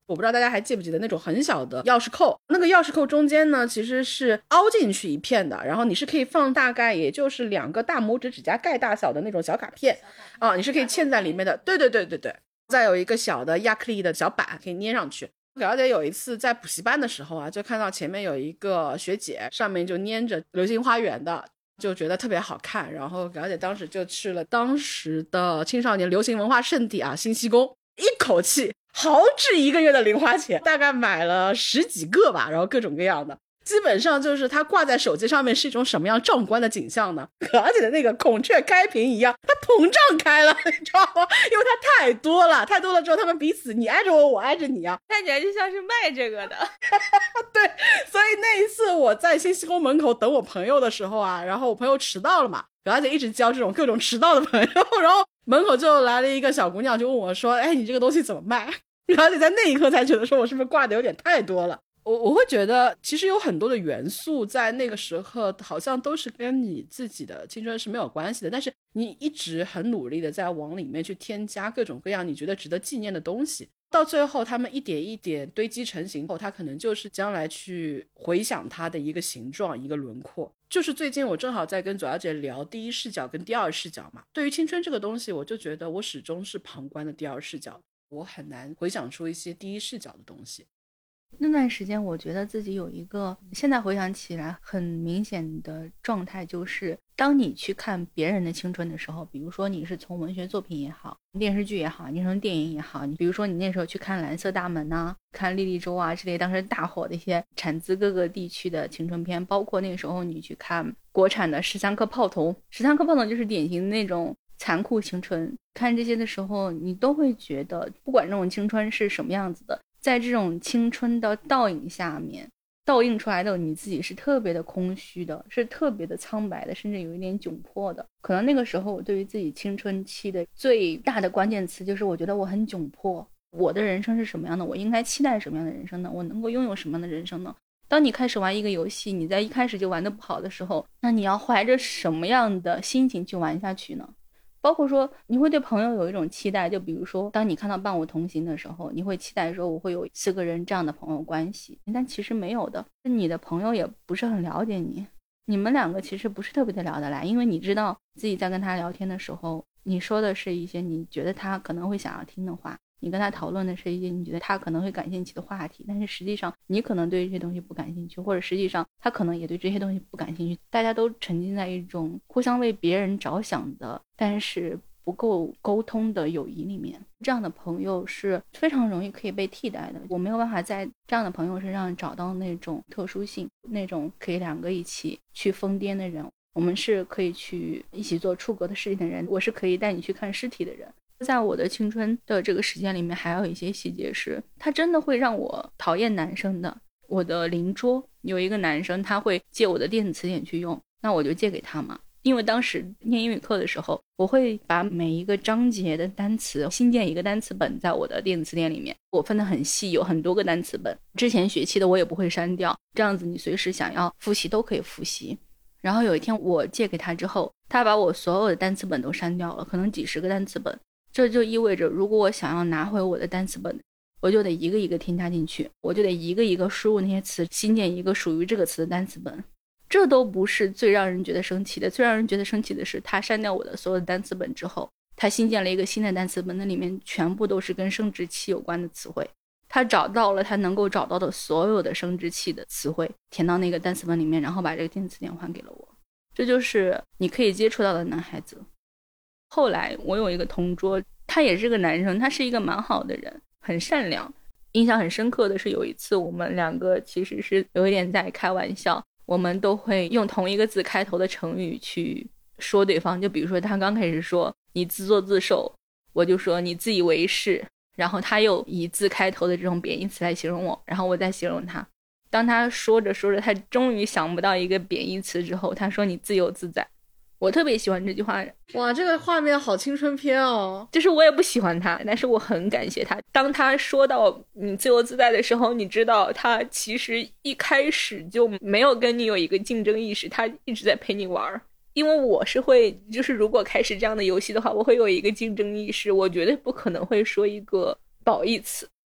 S1: 我不知道大家还记不记得那种很小的钥匙扣，那个钥匙扣中间呢其实是凹进去一片的，然后你是可以放大概也就是两个大拇指指甲盖大小的那种小卡片啊，你是可以嵌在里面的。对对对对对，再有一个小的亚克力的小板可以捏上去。表姐有一次在补习班的时候啊，就看到前面有一个学姐上面就粘着流星花园的，就觉得特别好看，然后表姐当时就去了当时的青少年流行文化圣地啊新西宫，一口气豪掷一个月的零花钱，大概买了十几个吧，然后各种各样的，基本上就是它挂在手机上面是一种什么样壮观的景象呢？而且的那个孔雀开屏一样，它膨胀开了，你知道吗？因为它太多了，太多了之后，他们彼此你挨着我，我挨着你啊，
S2: 看起来就像是卖这个的。
S1: 对，所以那一次我在新西宫门口等我朋友的时候啊，然后我朋友迟到了嘛，表姐一直教这种各种迟到的朋友，然后门口就来了一个小姑娘，就问我说：“哎，你这个东西怎么卖？”表姐在那一刻才觉得说我是不是挂的有点太多了。我我会觉得其实有很多的元素在那个时候好像都是跟你自己的青春是没有关系的，但是你一直很努力的在往里面去添加各种各样你觉得值得纪念的东西，到最后他们一点一点堆积成型后，它可能就是将来去回想它的一个形状一个轮廓。就是最近我正好在跟左小姐聊第一视角跟第二视角嘛，对于青春这个东西我就觉得我始终是旁观的第二视角，我很难回想出一些第一视角的东西。
S2: 那段时间我觉得自己有一个现在回想起来很明显的状态，就是当你去看别人的青春的时候，比如说你是从文学作品也好，电视剧也好，你从电影也好，你比如说你那时候去看蓝色大门啊，看莉莉周啊之类当时大火的一些产自各个地区的青春片，包括那个时候你去看国产的十三颗炮筒，十三颗炮筒就是典型的那种残酷青春，看这些的时候你都会觉得不管这种青春是什么样子的，在这种青春的倒影下面倒映出来的你自己是特别的空虚的，是特别的苍白的，甚至有一点窘迫的。可能那个时候我对于自己青春期的最大的关键词就是我觉得我很窘迫，我的人生是什么样的，我应该期待什么样的人生呢？我能够拥有什么样的人生呢？当你开始玩一个游戏，你在一开始就玩得不好的时候，那你要怀着什么样的心情去玩下去呢？包括说你会对朋友有一种期待，就比如说当你看到伴我同行的时候，你会期待说我会有四个人这样的朋友关系，但其实没有的，你的朋友也不是很了解你，你们两个其实不是特别的聊得来，因为你知道自己在跟他聊天的时候，你说的是一些你觉得他可能会想要听的话，你跟他讨论的是一些你觉得他可能会感兴趣的话题，但是实际上你可能对这些东西不感兴趣，或者实际上他可能也对这些东西不感兴趣，大家都沉浸在一种互相为别人着想的但是不够沟通的友谊里面。这样的朋友是非常容易可以被替代的，我没有办法在这样的朋友身上找到那种特殊性，那种可以两个一起去疯癫的人，我们是可以去一起做出格的事情的人，我是可以带你去看尸体的人。在我的青春的这个时间里面，还有一些细节是他真的会让我讨厌男生的。我的邻桌有一个男生，他会借我的电子词典去用，那我就借给他嘛。因为当时念英语课的时候，我会把每一个章节的单词新建一个单词本在我的电子词典里面，我分得很细，有很多个单词本，之前学期的我也不会删掉，这样子你随时想要复习都可以复习。然后有一天我借给他之后，他把我所有的单词本都删掉了，可能几十个单词本，这就意味着如果我想要拿回我的单词本，我就得一个一个添加进去，我就得一个一个输入那些词，新建一个属于这个词的单词本。这都不是最让人觉得生气的，最让人觉得生气的是他删掉我的所有的单词本之后，他新建了一个新的单词本，那里面全部都是跟生殖器有关的词汇，他找到了他能够找到的所有的生殖器的词汇，填到那个单词本里面，然后把这个电子词典还给了我。这就是你可以接触到的男孩子。后来我有一个同桌，他也是个男生，他是一个蛮好的人，很善良。印象很深刻的是有一次我们两个其实是有一点在开玩笑，我们都会用同一个字开头的成语去说对方，就比如说他刚开始说你自作自受，我就说你自以为是，然后他又以字开头的这种贬义词来形容我，然后我再形容他。当他说着说着他终于想不到一个贬义词之后，他说你自由自在。我特别喜欢这句话。
S1: 哇，这个画面好青春片哦。
S2: 就是我也不喜欢他，但是我很感谢他。当他说到你自由自在的时候，你知道他其实一开始就没有跟你有一个竞争意识，他一直在陪你玩。因为我是会，就是如果开始这样的游戏的话，我会有一个竞争意识，我绝对不可能会说一个褒义词。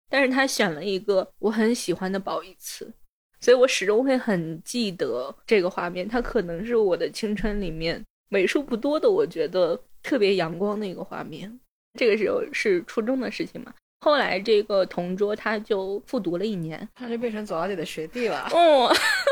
S3: 但是他选了一个我很喜欢的褒义词，所以我始终会很记得这个画面。它可能是我的青春里面为数不多的我觉得特别阳光的一个画面。这个时候是初中的事情嘛，后来这个同桌他就复读了一年，
S1: 他就变成左小姐的学弟了。
S3: 哦，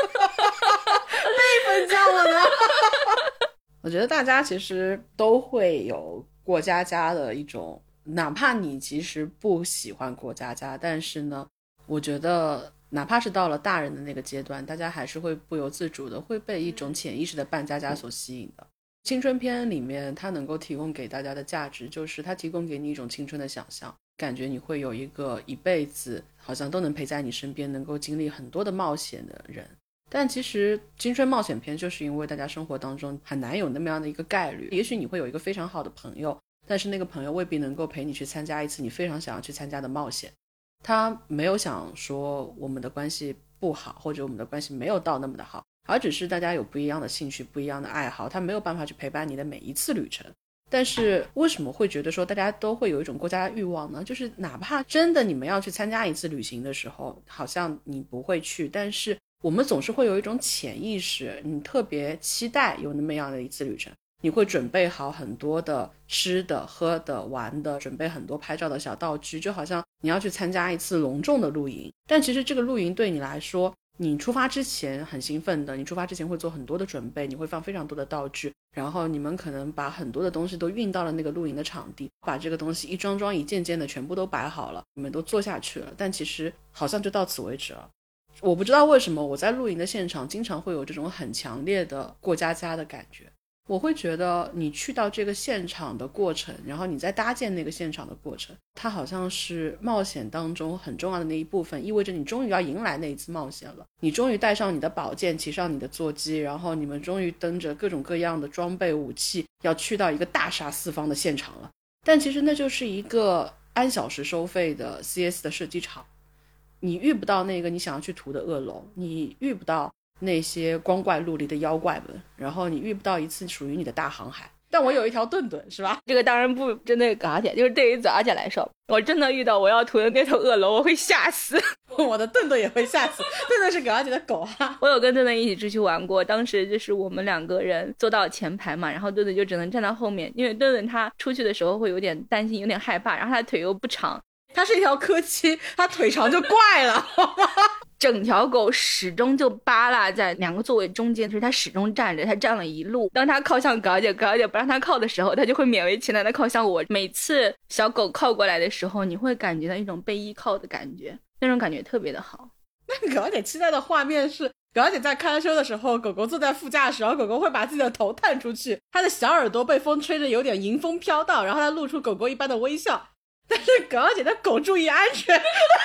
S1: 辈分叫我呢。我觉得大家其实都会有过家家的一种，哪怕你其实不喜欢过家家，但是呢我觉得哪怕是到了大人的那个阶段，大家还是会不由自主的会被一种潜意识的扮家家所吸引的。青春片里面它能够提供给大家的价值，就是它提供给你一种青春的想象，感觉你会有一个一辈子好像都能陪在你身边，能够经历很多的冒险的人。但其实青春冒险片就是因为大家生活当中很难有那么样的一个概率，也许你会有一个非常好的朋友，但是那个朋友未必能够陪你去参加一次你非常想要去参加的冒险。他没有想说我们的关系不好，或者我们的关系没有到那么的好，而只是大家有不一样的兴趣，不一样的爱好，他没有办法去陪伴你的每一次旅程。但是为什么会觉得说大家都会有一种过家家欲望呢？就是哪怕真的你们要去参加一次旅行的时候，好像你不会去，但是我们总是会有一种潜意识，你特别期待有那么样的一次旅程，你会准备好很多的吃的喝的玩的，准备很多拍照的小道具，就好像你要去参加一次隆重的露营。但其实这个露营对你来说，你出发之前很兴奋的，你出发之前会做很多的准备，你会放非常多的道具，然后你们可能把很多的东西都运到了那个露营的场地，把这个东西一桩桩一件件的全部都摆好了，你们都做下去了，但其实好像就到此为止了。我不知道为什么我在露营的现场经常会有这种很强烈的过家家的感觉，我会觉得你去到这个现场的过程，然后你在搭建那个现场的过程，它好像是冒险当中很重要的那一部分，意味着你终于要迎来那一次冒险了，你终于带上你的宝剑，骑上你的坐骑，然后你们终于蹬着各种各样的装备武器，要去到一个大杀四方的现场了。但其实那就是一个按小时收费的 C S 的射击场，你遇不到那个你想要去屠的恶龙，你遇不到那些光怪陆离的妖怪们，然后你遇不到一次属于你的大航海。但我有一条盾盾，是吧？
S3: 这个当然不针对葛小姐，就是对于左小姐来说，我真的遇到我要屠的那头恶龙，我会吓死。
S1: 我的盾盾也会吓死，盾盾是葛小姐的狗啊。
S3: 我有跟盾盾一起出去玩过，当时就是我们两个人坐到前排嘛，然后盾盾就只能站到后面，因为盾盾他出去的时候会有点担心，有点害怕，然后他腿又不长，
S1: 他是一条柯基，他腿长就怪了，好吗？
S3: 整条狗始终就扒拉在两个座位中间，就是它始终站着，它站了一路。当它靠向葛小姐，葛小姐不让它靠的时候，它就会勉为其难的靠向我。每次小狗靠过来的时候，你会感觉到一种被依靠的感觉，那种感觉特别的好。
S1: 那葛小姐期待的画面是，葛小姐在开车的时候，狗狗坐在副驾驶，然后狗狗会把自己的头探出去，它的小耳朵被风吹着有点迎风飘荡，然后它露出狗狗一般的微笑。但是葛小姐的狗注意安全，葛小姐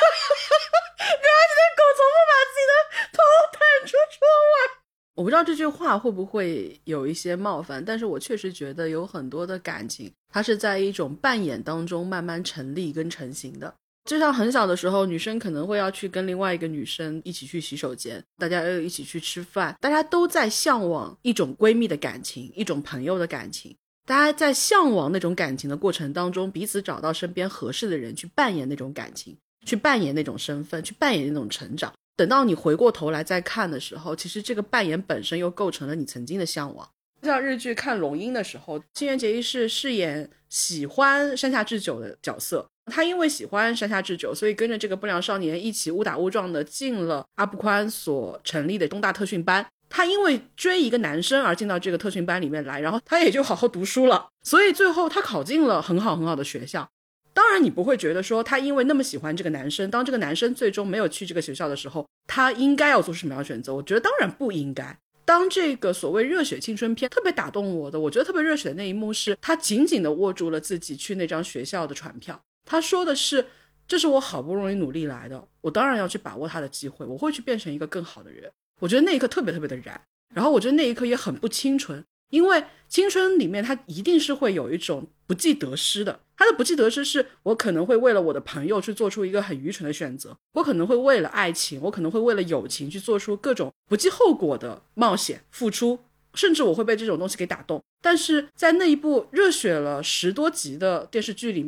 S1: 的狗从不把自己的头探出窗外。我不知道这句话会不会有一些冒犯，但是我确实觉得有很多的感情它是在一种扮演当中慢慢成立跟成型的。就像很小的时候，女生可能会要去跟另外一个女生一起去洗手间，大家要一起去吃饭，大家都在向往一种闺蜜的感情，一种朋友的感情，大家在向往那种感情的过程当中，彼此找到身边合适的人去扮演那种感情，去扮演那种身份，去扮演那种成长。等到你回过头来再看的时候，其实这个扮演本身又构成了你曾经的向往。像日剧看龙樱的时候，新垣结衣是饰演喜欢山下智久的角色，他因为喜欢山下智久，所以跟着这个不良少年一起误打误撞的进了阿部宽所成立的东大特训班。他因为追一个男生而进到这个特训班里面来，然后他也就好好读书了，所以最后他考进了很好很好的学校。当然你不会觉得说他因为那么喜欢这个男生，当这个男生最终没有去这个学校的时候，他应该要做出什么样的选择？我觉得当然不应该。当这个所谓热血青春片特别打动我的，我觉得特别热血的那一幕是他紧紧地握住了自己去那张学校的船票，他说的是，这是我好不容易努力来的，我当然要去把握他的机会，我会去变成一个更好的人。我觉得那一刻特别特别的燃，然后我觉得那一刻也很不清纯，因为青春里面它一定是会有一种不计得失的，它的不计得失是我可能会为了我的朋友去做出一个很愚蠢的选择，我可能会为了爱情，我可能会为了友情去做出各种不计后果的冒险付出，甚至我会被这种东西给打动。但是在那一部热血了十多集的电视剧里面，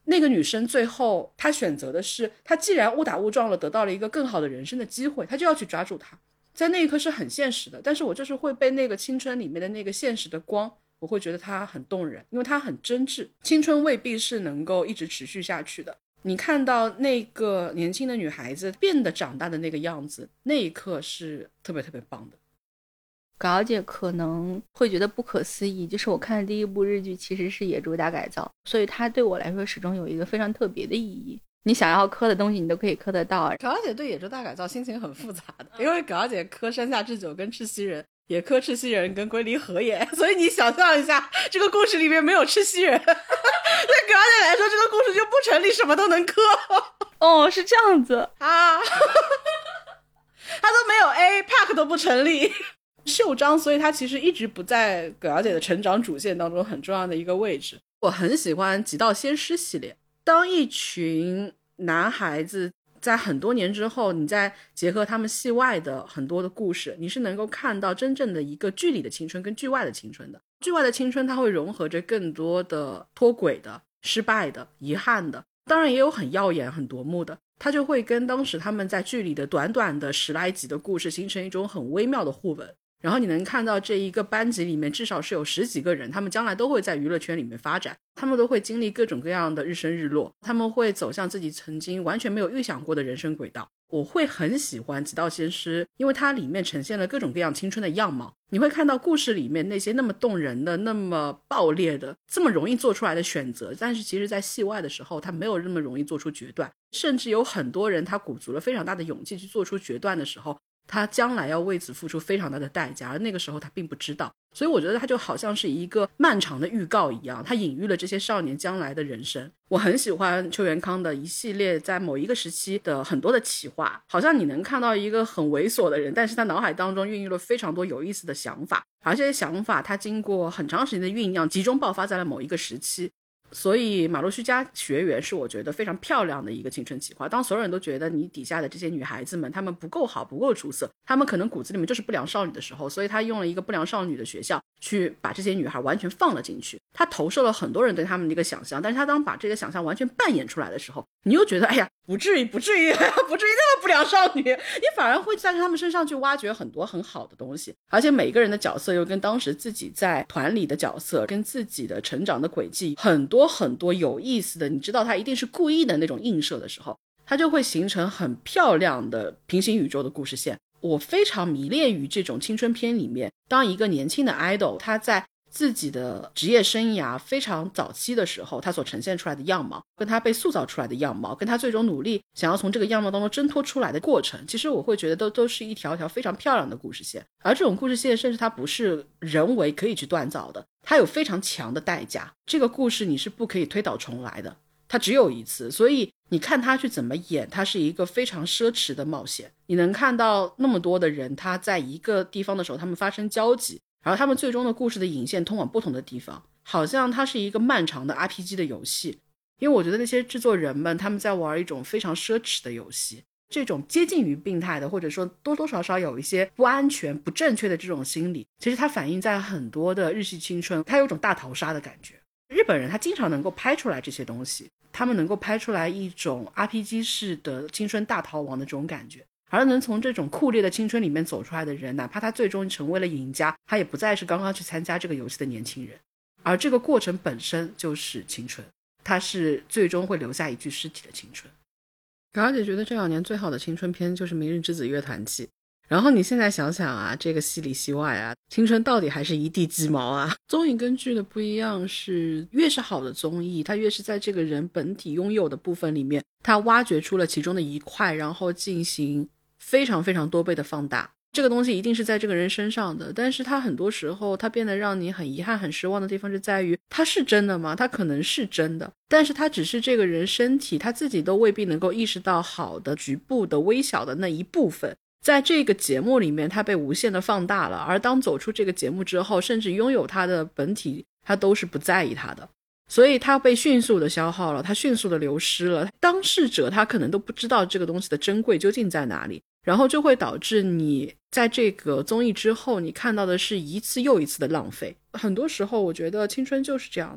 S1: 那个女生最后她选择的是，她既然误打误撞了得到了一个更好的人生的机会，她就要去抓住它。在那一刻是很现实的，但是我就是会被那个青春里面的那个现实的光，我会觉得它很动人，因为它很真挚。青春未必是能够一直持续下去的，你看到那个年轻的女孩子变得长大的那个样子，那一刻是特别特别棒的。
S2: 搞姐可能会觉得不可思议，就是我看的第一部日剧其实是《野猪大改造》，所以它对我来说始终有一个非常特别的意义。你想要磕的东西你都可以磕得到。
S1: 搞姐对野猪大改造心情很复杂的，因为搞姐磕山下智久跟赤西仁，也磕赤西仁跟龟梨和也，所以你想象一下，这个故事里面没有赤西仁，对搞姐来说这个故事就不成立，什么都能磕。
S2: 哦，是这样子
S1: 啊，他都没有 A Park 都不成立。袖章，所以他其实一直不在葛小姐的成长主线当中很重要的一个位置。我很喜欢极道先师系列，当一群男孩子在很多年之后，你再结合他们戏外的很多的故事，你是能够看到真正的一个剧里的青春跟剧外的青春的。剧外的青春它会融合着更多的脱轨的、失败的、遗憾的，当然也有很耀眼很夺目的，它就会跟当时他们在剧里的短短的十来集的故事形成一种很微妙的互文。然后你能看到这一个班级里面至少是有十几个人，他们将来都会在娱乐圈里面发展，他们都会经历各种各样的日升日落，他们会走向自己曾经完全没有预想过的人生轨道。我会很喜欢极道先师，因为它里面呈现了各种各样青春的样貌。你会看到故事里面那些那么动人的、那么爆裂的、这么容易做出来的选择，但是其实在戏外的时候他没有那么容易做出决断，甚至有很多人他鼓足了非常大的勇气去做出决断的时候，他将来要为此付出非常大的代价，而那个时候他并不知道。所以我觉得他就好像是一个漫长的预告一样，他隐喻了这些少年将来的人生。我很喜欢邱元康的一系列在某一个时期的很多的企划，好像你能看到一个很猥琐的人，但是他脑海当中孕育了非常多有意思的想法，而这些想法他经过很长时间的酝酿，集中爆发在了某一个时期。所以马路须加学园是我觉得非常漂亮的一个青春企划。当所有人都觉得你底下的这些女孩子们她们不够好不够出色，她们可能骨子里面就是不良少女的时候，所以他用了一个不良少女的学校去把这些女孩完全放了进去，他投射了很多人对他们的一个想象，但是他当把这个想象完全扮演出来的时候，你又觉得哎呀不至于不至于不至于那么不良少女，你反而会在他们身上去挖掘很多很好的东西，而且每个人的角色又跟当时自己在团里的角色跟自己的成长的轨迹很多很多有意思的，你知道他一定是故意的那种映射的时候，它就会形成很漂亮的平行宇宙的故事线。我非常迷恋于这种青春片里面，当一个年轻的 idol 他在自己的职业生涯非常早期的时候，他所呈现出来的样貌，跟他被塑造出来的样貌，跟他最终努力想要从这个样貌当中挣脱出来的过程，其实我会觉得都都是一条条非常漂亮的故事线。而这种故事线甚至它不是人为可以去锻造的，它有非常强的代价，这个故事你是不可以推倒重来的，它只有一次，所以你看他去怎么演，它是一个非常奢侈的冒险。你能看到那么多的人他在一个地方的时候他们发生交集，然后他们最终的故事的引线通往不同的地方，好像它是一个漫长的 R P G 的游戏。因为我觉得那些制作人们他们在玩一种非常奢侈的游戏，这种接近于病态的或者说多多少少有一些不安全不正确的这种心理，其实它反映在很多的日系青春，它有种大逃杀的感觉。日本人他经常能够拍出来这些东西，他们能够拍出来一种 R P G 式的青春大逃亡的这种感觉，而能从这种酷烈的青春里面走出来的人，哪怕他最终成为了赢家，他也不再是刚刚去参加这个游戏的年轻人，而这个过程本身就是青春，它是最终会留下一具尸体的青春。而且觉得这两年最好的青春片就是《明日之子乐团季》，然后你现在想想啊，这个戏里戏外啊，青春到底还是一地鸡毛啊。综艺跟剧的不一样是，越是好的综艺，它越是在这个人本体拥有的部分里面，它挖掘出了其中的一块，然后进行非常非常多倍的放大。这个东西一定是在这个人身上的，但是它很多时候它变得让你很遗憾很失望的地方是在于，它是真的吗？它可能是真的，但是它只是这个人身体他自己都未必能够意识到好的局部的微小的那一部分，在这个节目里面它被无限的放大了，而当走出这个节目之后，甚至拥有它的本体他都是不在意它的，所以它被迅速的消耗了，它迅速的流失了，当事者他可能都不知道这个东西的珍贵究竟在哪里，然后就会导致你在这个综艺之后你看到的是一次又一次的浪费。很多时候我觉得青春就是这样的，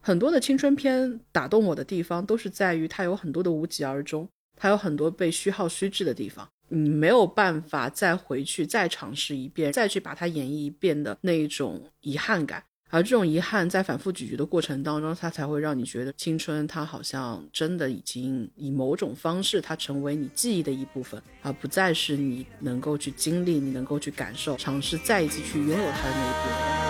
S1: 很多的青春片打动我的地方都是在于它有很多的无疾而终，它有很多被虚耗虚掷的地方，你没有办法再回去再尝试一遍，再去把它演绎一遍的那一种遗憾感。而这种遗憾在反复咀嚼的过程当中，它才会让你觉得青春它好像真的已经以某种方式它成为你记忆的一部分，而不再是你能够去经历，你能够去感受，尝试再一次去拥有它的那一部分。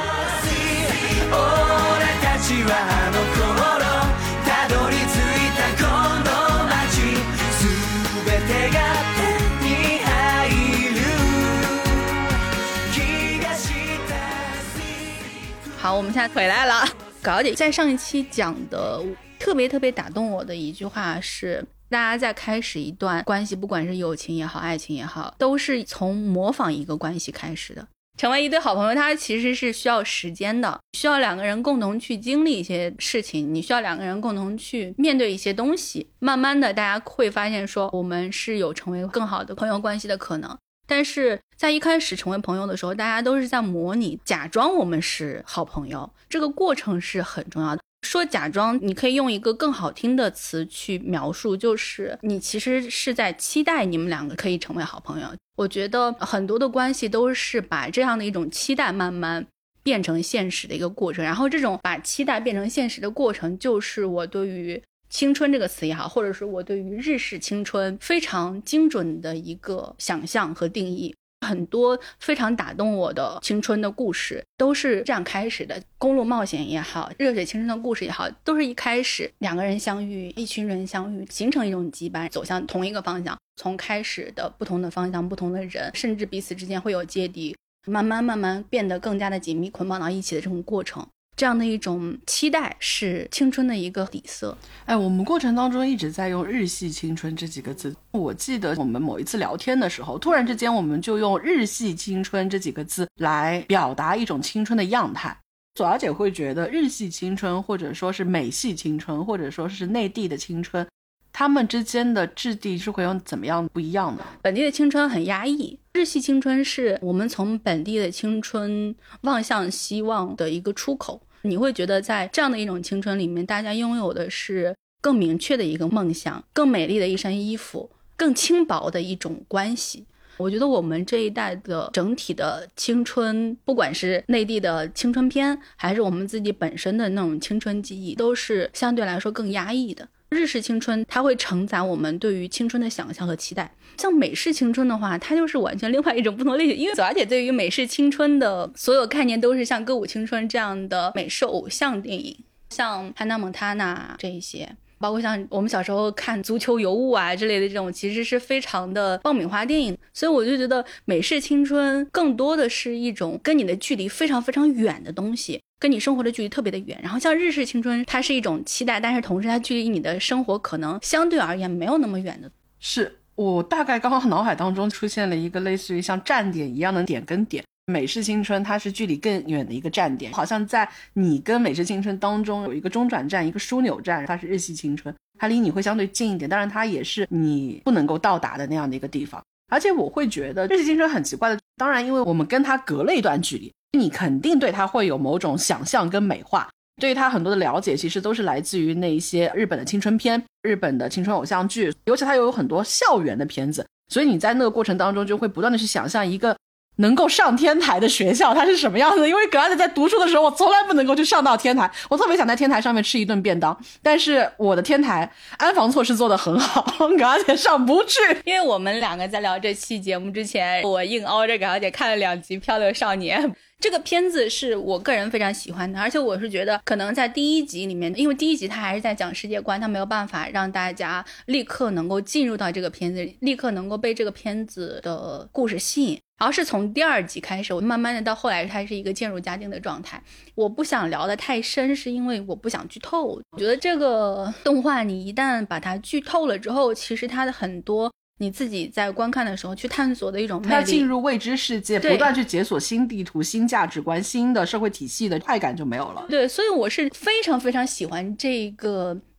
S2: 好，我们现在回来了。搞姐在上一期讲的特别特别打动我的一句话是，大家在开始一段关系，不管是友情也好爱情也好，都是从模仿一个关系开始的。成为一对好朋友，它其实是需要时间的，需要两个人共同去经历一些事情，你需要两个人共同去面对一些东西，慢慢的大家会发现说我们是有成为更好的朋友关系的可能。但是在一开始成为朋友的时候，大家都是在模拟假装我们是好朋友，这个过程是很重要的。说假装，你可以用一个更好听的词去描述，就是你其实是在期待你们两个可以成为好朋友。我觉得很多的关系都是把这样的一种期待慢慢变成现实的一个过程，然后这种把期待变成现实的过程，就是我对于青春这个词也好，或者是我对于日式青春非常精准的一个想象和定义。很多非常打动我的青春的故事都是这样开始的，公路冒险也好，热血青春的故事也好，都是一开始两个人相遇，一群人相遇，形成一种羁绊，走向同一个方向，从开始的不同的方向，不同的人，甚至彼此之间会有芥蒂，慢慢慢慢变得更加的紧密捆绑到一起的这种过程，这样的一种期待是青春的一个底色。
S1: 哎，我们过程当中一直在用日系青春这几个字，我记得我们某一次聊天的时候，突然之间我们就用日系青春这几个字来表达一种青春的样态。左小姐会觉得日系青春或者说是美系青春或者说是内地的青春，他们之间的质地是会有怎么样不一样的？
S2: 本地的青春很压抑，日系青春是我们从本地的青春望向希望的一个出口。你会觉得在这样的一种青春里面，大家拥有的是更明确的一个梦想，更美丽的一身衣服，更轻薄的一种关系。我觉得我们这一代的整体的青春，不管是内地的青春片还是我们自己本身的那种青春记忆，都是相对来说更压抑的。日式青春它会承载我们对于青春的想象和期待，像美式青春的话，它就是完全另外一种不同类型。因为左小姐对于美式青春的所有概念都是像歌舞青春这样的美式偶像电影，像汉娜蒙塔娜这一些，包括像我们小时候看足球尤物啊之类的，这种其实是非常的爆米花电影。所以我就觉得美式青春更多的是一种跟你的距离非常非常远的东西，跟你生活的距离特别的远。然后像日式青春，它是一种期待，但是同时它距离你的生活可能相对而言没有那么远的。
S1: 是我大概刚刚脑海当中出现了一个类似于像站点一样的点跟点，美式青春它是距离更远的一个站点，好像在你跟美式青春当中有一个中转站，一个枢纽站，它是日系青春，它离你会相对近一点，当然它也是你不能够到达的那样的一个地方。而且我会觉得日系青春很奇怪的，当然因为我们跟它隔了一段距离，你肯定对它会有某种想象跟美化，对于它很多的了解其实都是来自于那一些日本的青春片，日本的青春偶像剧，尤其它又有很多校园的片子，所以你在那个过程当中就会不断的去想象一个能够上天台的学校它是什么样的。因为格拉德在读书的时候我从来不能够去上到天台，我特别想在天台上面吃一顿便当，但是我的天台安防措施做得很好，格拉德上不去。
S2: 因为我们两个在聊这期节目之前，我硬凹着格拉德看了两集《漂流少年》，这个片子是我个人非常喜欢的，而且我是觉得可能在第一集里面，因为第一集它还是在讲世界观，它没有办法让大家立刻能够进入到这个片子，立刻能够被这个片子的故事吸引，然后是从第二集开始，我慢慢的到后来它是一个渐入佳境的状态。我不想聊得太深，是因为我不想剧透。我觉得这个动画你一旦把它剧透了之后，其实它的很多你自己在观看的时候去探索的一种魅力，
S1: 它进入未知世界，不断去解锁新地图、新价值观、新的社会体系的快感就没有了。
S2: 对，所以我是非常非常喜欢这个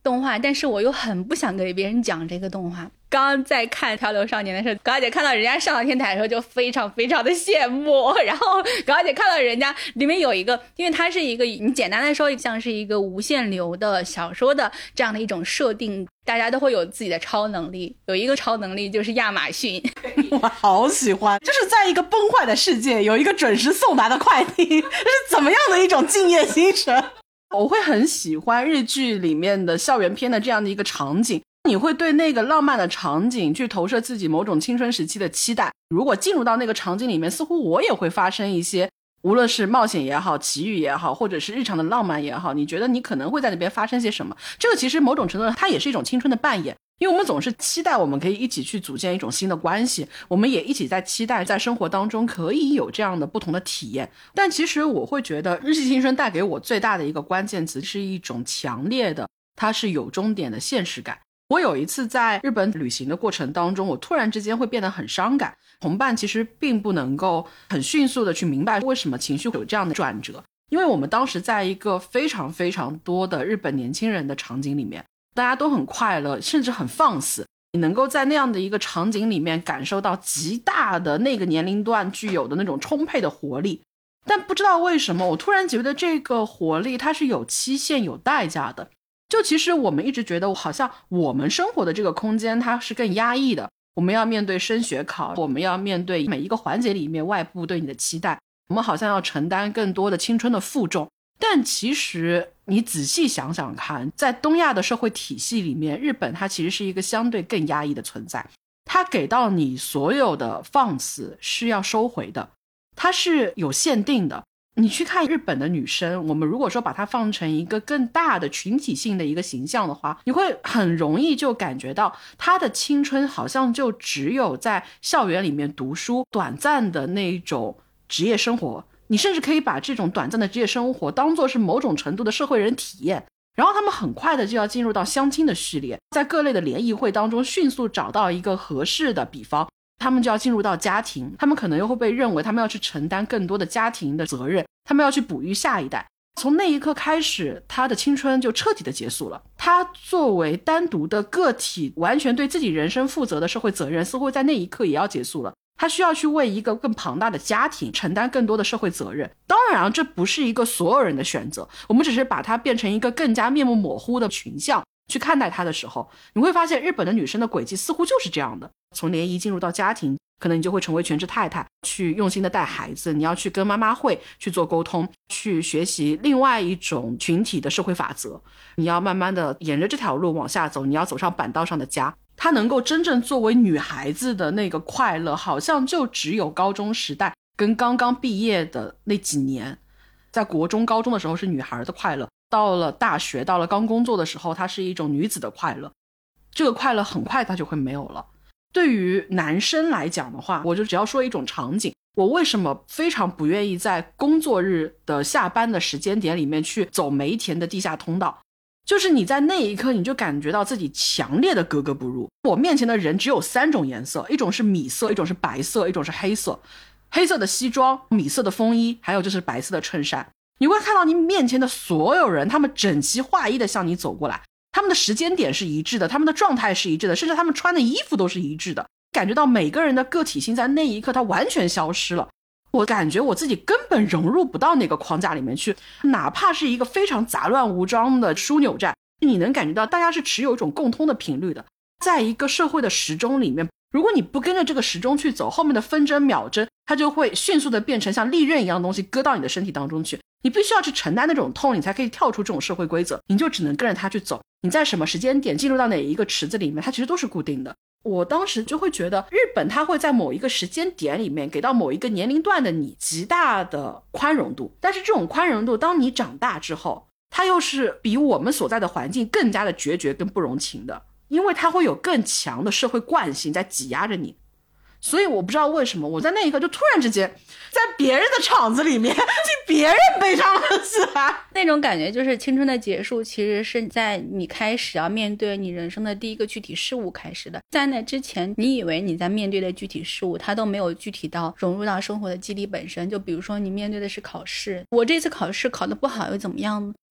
S2: 动画，但是我又很不想给别人讲这个动画。刚刚在看《漂流少年》的时候，高小姐看到人家上了天台的时候就非常非常的羡慕，然后高小姐看到人家里面有一个，因为它是一个你简单的说像是一个无限流的小说的这样的一种设定，大家都会有自己的超能力，有一个超能力就是亚马逊。
S1: 我好喜欢，就是在一个崩坏的世界有一个准时送达的快递，这是怎么样的一种敬业精神。我会很喜欢日剧里面的校园片的这样的一个场景，你会对那个浪漫的场景去投射自己某种青春时期的期待。如果进入到那个场景里面，似乎我也会发生一些，无论是冒险也好，奇遇也好，或者是日常的浪漫也好，你觉得你可能会在那边发生些什么。这个其实某种程度上它也是一种青春的扮演，因为我们总是期待我们可以一起去组建一种新的关系，我们也一起在期待在生活当中可以有这样的不同的体验。但其实我会觉得日系青春带给我最大的一个关键词是一种强烈的，它是有终点的现实感。我有一次在日本旅行的过程当中，我突然之间会变得很伤感，同伴其实并不能够很迅速的去明白为什么情绪会有这样的转折，因为我们当时在一个非常非常多的日本年轻人的场景里面，大家都很快乐，甚至很放肆，你能够在那样的一个场景里面感受到极大的那个年龄段具有的那种充沛的活力。但不知道为什么我突然觉得这个活力它是有期限有代价的。就其实我们一直觉得好像我们生活的这个空间它是更压抑的，我们要面对升学考，我们要面对每一个环节里面外部对你的期待，我们好像要承担更多的青春的负重。但其实你仔细想想看，在东亚的社会体系里面，日本它其实是一个相对更压抑的存在，它给到你所有的放肆是要收回的，它是有限定的。你去看日本的女生，我们如果说把它放成一个更大的群体性的一个形象的话，你会很容易就感觉到她的青春好像就只有在校园里面读书短暂的那种职业生活，你甚至可以把这种短暂的职业生活当作是某种程度的社会人体验。然后他们很快的就要进入到相亲的序列，在各类的联谊会当中迅速找到一个合适的比方，他们就要进入到家庭，他们可能又会被认为他们要去承担更多的家庭的责任，他们要去哺育下一代。从那一刻开始，他的青春就彻底的结束了。他作为单独的个体，完全对自己人生负责的社会责任似乎在那一刻也要结束了。他需要去为一个更庞大的家庭承担更多的社会责任。当然这不是一个所有人的选择，我们只是把它变成一个更加面目模糊的群像去看待它的时候，你会发现日本的女生的轨迹似乎就是这样的。从联谊进入到家庭，可能你就会成为全职太太，去用心的带孩子，你要去跟妈妈会去做沟通，去学习另外一种群体的社会法则，你要慢慢的沿着这条路往下走，你要走上板道上的家。她能够真正作为女孩子的那个快乐，好像就只有高中时代跟刚刚毕业的那几年。在国中高中的时候是女孩的快乐，到了大学到了刚工作的时候，它是一种女子的快乐，这个快乐很快它就会没有了。对于男生来讲的话，我就只要说一种场景，我为什么非常不愿意在工作日的下班的时间点里面去走梅田的地下通道，就是你在那一刻你就感觉到自己强烈的格格不入。我面前的人只有三种颜色，一种是米色，一种是白色，一种是黑色。黑色的西装，米色的风衣，还有就是白色的衬衫。你会看到你面前的所有人，他们整齐划一的向你走过来，他们的时间点是一致的，他们的状态是一致的，甚至他们穿的衣服都是一致的。感觉到每个人的个体性在那一刻它完全消失了，我感觉我自己根本融入不到那个框架里面去。哪怕是一个非常杂乱无章的枢纽站，你能感觉到大家是持有一种共通的频率的。在一个社会的时钟里面，如果你不跟着这个时钟去走，后面的分针秒针它就会迅速的变成像利刃一样的东西割到你的身体当中去，你必须要去承担那种痛，你才可以跳出这种社会规则，你就只能跟着它去走。你在什么时间点进入到哪一个池子里面，它其实都是固定的。我当时就会觉得日本它会在某一个时间点里面给到某一个年龄段的你极大的宽容度，但是这种宽容度当你长大之后，它又是比我们所在的环境更加的决绝跟不容情的，因为它会有更强的社会惯性在挤压着你。所以我不知道为什么我在那一刻就突然之间在别人的场子里面替别人悲伤了起来。
S2: 那种感觉就是青春的结束其实是在你开始要面对你人生的第一个具体事物开始的。在那之前你以为你在面对的具体事物它都没有具体到融入到生活的肌理本身，就比如说你面对的是考试，我这次考试考得不好又怎么样呢？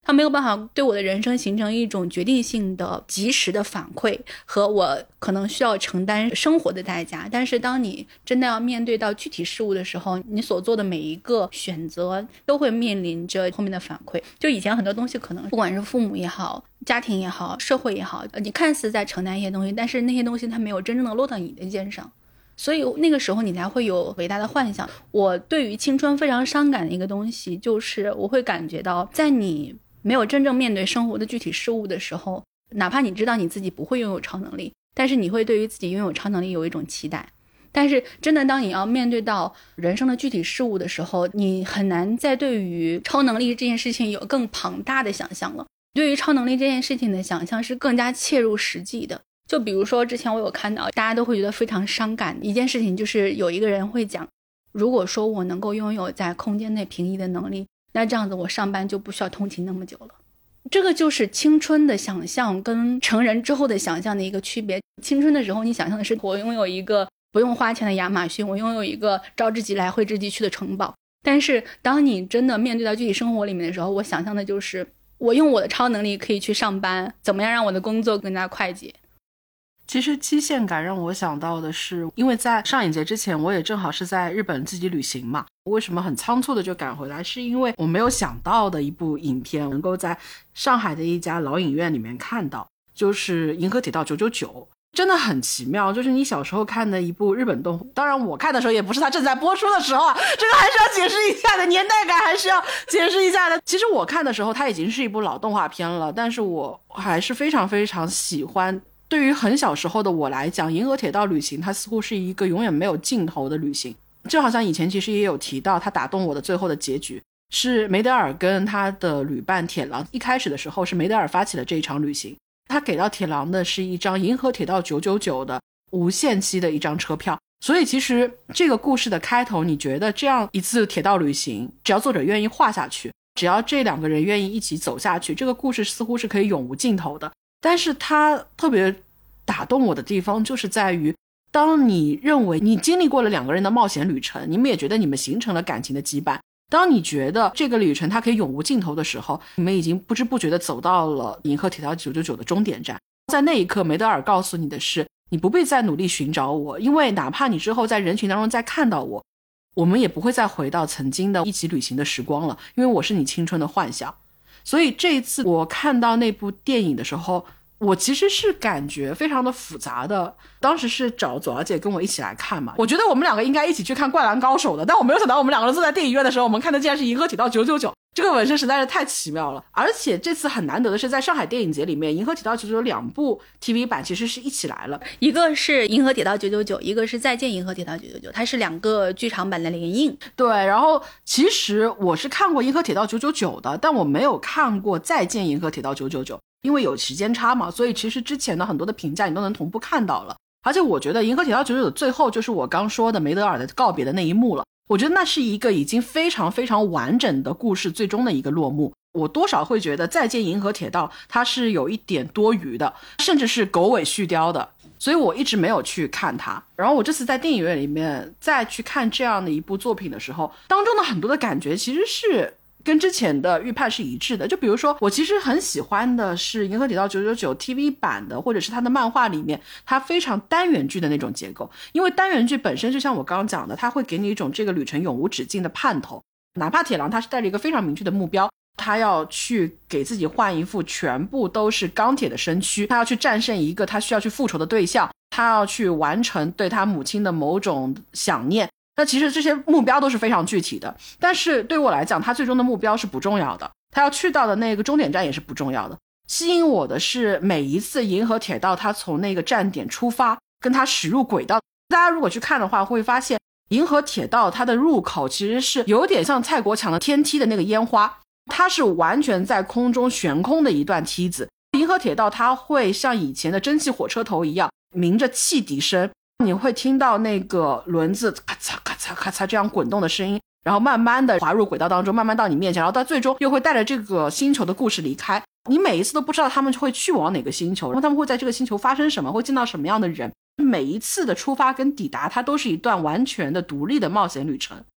S2: 它没有办法对我的人生形成一种决定性的及时的反馈和我可能需要承担生活的代价。但是当你真的要面对到具体事物的时候，你所做的每一个选择都会面临着后面的反馈。就以前很多东西可能不管是父母也好，家庭也好，社会也好，你看似在承担一些东西，但是那些东西它没有真正的落到你的肩上，所以那个时候你才会有伟大的幻想。我对于青春非常伤感的一个东西，就是我会感觉到在你没有真正面对生活的具体事物的时候，哪怕你知道你自己不会拥有超能力，但是你会对于自己拥有超能力有一种期待。但是真的当你要面对到人生的具体事物的时候，你很难再对于超能力这件事情有更庞大的想象了。对于超能力这件事情的想象是更加切入实际的。就比如说之前我有看到大家都会觉得非常伤感的一件事情，就是有一个人会讲，如果说我能够拥有在空间内平移的能力，那这样子我上班就不需要通勤那么久了。这个就是青春的想象跟成人之后的想象的一个区别。青春的时候你想象的是我拥有一个不用花钱的亚马逊，我拥有一个招之即来挥之即去的城堡，但是当你真的面对到具体生活里面的时候，我想象的就是我用我的超能力可以去上班，怎么样让我的工作更加快捷。
S1: 其实期限感让我想到的是，因为在上影节之前我也正好是在日本自己旅行嘛，为什么很仓促的就赶回来，是因为我没有想到的一部影片能够在上海的一家老影院里面看到，就是银河铁道九九九。真的很奇妙，就是你小时候看的一部日本动画，当然我看的时候也不是它正在播出的时候啊，这个还是要解释一下的，年代感还是要解释一下的。其实我看的时候它已经是一部老动画片了，但是我还是非常非常喜欢。对于很小时候的我来讲，银河铁道旅行它似乎是一个永远没有尽头的旅行。就好像以前其实也有提到，它打动我的最后的结局是梅德尔跟他的旅伴铁郎，一开始的时候是梅德尔发起了这一场旅行，他给到铁郎的是一张银河铁道九九九的无限期的一张车票。所以其实这个故事的开头，你觉得这样一次铁道旅行，只要作者愿意画下去，只要这两个人愿意一起走下去，这个故事似乎是可以永无尽头的。但是它特别打动我的地方就是在于，当你认为你经历过了两个人的冒险旅程，你们也觉得你们形成了感情的羁绊，当你觉得这个旅程它可以永无尽头的时候，你们已经不知不觉地走到了银河铁道九九九的终点站。在那一刻，梅德尔告诉你的是，你不必再努力寻找我，因为哪怕你之后在人群当中再看到我，我们也不会再回到曾经的一起旅行的时光了，因为我是你青春的幻想。所以这一次我看到那部电影的时候，我其实是感觉非常的复杂的。当时是找左小姐跟我一起来看嘛，我觉得我们两个应该一起去看灌篮高手的，但我没有想到我们两个人坐在电影院的时候，我们看的竟然是银河铁道九九九，这个纹身实在是太奇妙了。而且这次很难得的是，在上海电影节里面，银河铁道九九九两部 T V 版其实是一起来了，
S2: 一个是银河铁道九九九，一个是再见银河铁道九九九，它是两个剧场版的联映。
S1: 对，然后其实我是看过银河铁道九九九的，但我没有看过再见银河铁道九九九，因为有时间差嘛，所以其实之前的很多的评价你都能同步看到了。而且我觉得银河铁道九九九最后就是我刚说的梅德尔的告别的那一幕了，我觉得那是一个已经非常非常完整的故事最终的一个落幕。我多少会觉得再见银河铁道它是有一点多余的，甚至是狗尾续貂的，所以我一直没有去看它。然后我这次在电影院里面再去看这样的一部作品的时候，当中的很多的感觉其实是跟之前的预判是一致的。就比如说我其实很喜欢的是银河铁道九九九 T V 版的，或者是它的漫画里面它非常单元剧的那种结构，因为单元剧本身就像我刚刚讲的，它会给你一种这个旅程永无止境的盼头。哪怕铁郎他是带着一个非常明确的目标，他要去给自己换一副全部都是钢铁的身躯，他要去战胜一个他需要去复仇的对象，他要去完成对他母亲的某种想念。那其实这些目标都是非常具体的，但是对我来讲，他最终的目标是不重要的，他要去到的那个终点站也是不重要的。吸引我的是每一次银河铁道他从那个站点出发跟他驶入轨道，大家如果去看的话会发现银河铁道它的入口其实是有点像蔡国强的天梯的那个烟花，它是完全在空中悬空的一段梯子。银河铁道它会像以前的蒸汽火车头一样鸣着汽笛声，你会听到那个轮子咔嚓咔嚓咔嚓这样滚动的声音，然后慢慢的滑入轨道当中，慢慢到你面前，然后到最终又会带着这个星球的故事离开。你每一次都不知道他们会去往哪个星球，然后他们会在这个星球发生什么，会见到什么样的人。每一次的出发跟抵达它都是一段完全的独立的冒险旅程。